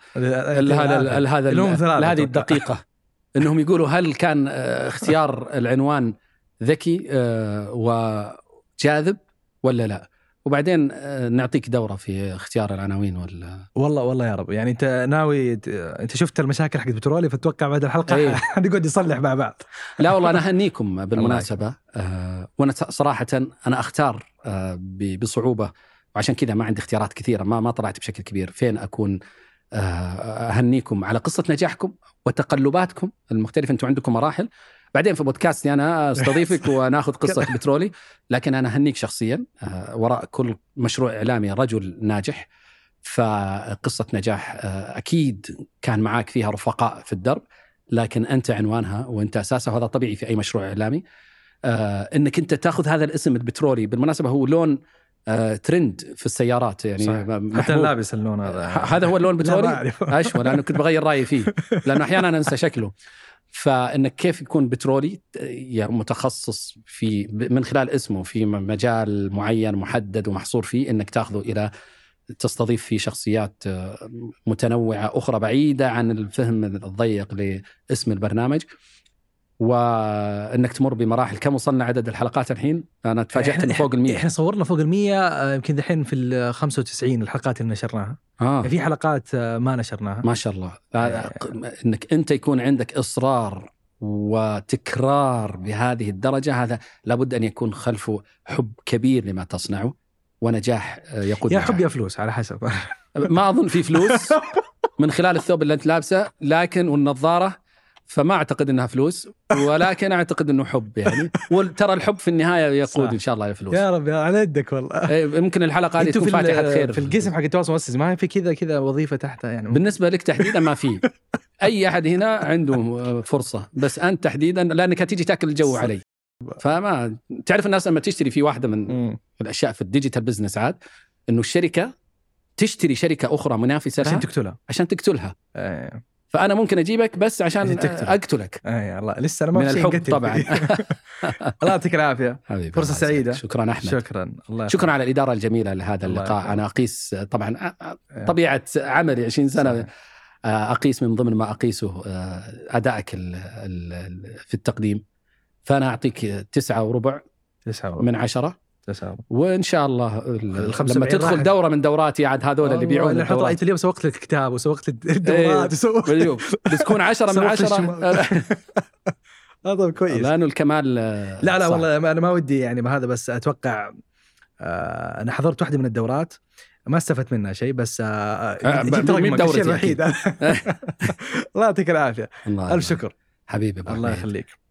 لهذه الدقيقة أنهم يقولوا هل كان اختيار العنوان ذكي وجاذب ولا لا، وبعدين نعطيك دورة في اختيار العناوين ولا. والله يا رب. يعني أنت ناوي أنت شفت المشاكل حقت بترولي، فتوقع بعد الحلقة نقعد يصلح مع بعض. لا والله أنا أهنيكم بالمناسبة. وأنا صراحة أنا أختار بصعوبة، وعشان كذا ما عندي اختيارات كثيرة، ما طلعت بشكل كبير فين أكون. أهنيكم على قصة نجاحكم وتقلباتكم المختلفة. أنتم عندكم مراحل. بعدين في بودكاستي أنا أستضيفك وناخذ قصة بترولي، لكن أنا أهنيك شخصيا. وراء كل مشروع إعلامي رجل ناجح، فقصة نجاح أكيد كان معاك فيها رفقاء في الدرب، لكن أنت عنوانها وأنت أساسها، وهذا طبيعي في أي مشروع إعلامي، أنك أنت تأخذ هذا الاسم البترولي. بالمناسبة هو لون ترند في السيارات يعني، حتى لابس اللون هذا هو اللون البترولي. أشوى لأنه كنت بغير رأيي فيه لأنه أحيانا أنسى شكله. فإنك كيف يكون بترولي يعني متخصص في من خلال اسمه في مجال معين محدد ومحصور فيه، إنك تأخذه إلى تستضيف فيه شخصيات متنوعة أخرى بعيدة عن الفهم الضيق لاسم البرنامج، وإنك تمر بمراحل. كم وصلنا عدد الحلقات الحين؟ أنا تفاجأت إنه فوق 100. إحنا صورنا فوق 100 يمكن دحين في 95 الحلقات اللي نشرناها. في حلقات ما نشرناها ما شاء الله. إنك أنت يكون عندك إصرار وتكرار بهذه الدرجة، هذا لابد أن يكون خلفه حب كبير لما تصنعه ونجاح يقود يا حب يا فلوس على حسب. ما أظن في فلوس من خلال الثوب اللي أنت لابسه، لكن والنظارة، فما أعتقد أنها فلوس، ولكن أعتقد أنه حب يعني. وترى الحب في النهاية يقود إن شاء الله يا فلوس. يا رب على يدك والله. يمكن الحلقة هذه تكون فاتحة خير. في القسم حق التواصل المؤسسي ما في كذا وظيفة تحتها يعني. بالنسبة لك تحديدا ما في. أي أحد هنا عنده فرصة، بس أنت تحديدا لأنك هتيجي تأكل الجو علي. فما تعرف الناس لما تشتري في واحدة من الأشياء في الديجيتال بزنس عاد إنه الشركة تشتري شركة أخرى منافسة عشان تقتلها. فأنا ممكن أجيبك بس عشان أقتلك. الله لسه أنا ما من الحب طبعا. الله يعطيك العافية، فرصة سعيدة. شكرا أحمد. شكرا الله. شكرا على الإدارة الجميلة لهذا اللقاء. أنا أقيس طبعا طبيعة عملي 20 سنة أقيس من ضمن ما أقيسه أدائك في التقديم، فأنا أعطيك 9.25 من 10. وإن شاء الله لما تدخل دورة من دوراتي عاد هذول اللي بيبيعون الدورات. اليوم سوقت لك الكتاب وسوقت الدورات بتكون 10 من 10. هذا كويس لأنه الكمال لا والله أنا ما ودي يعني بهذا، بس أتوقع أنا حضرت واحدة من الدورات ما استفدت منها شيء، بس جبت رقمك الشيء الوحيد. الله يعطيك العافية. ألف شكر حبيبي. الله يخليك.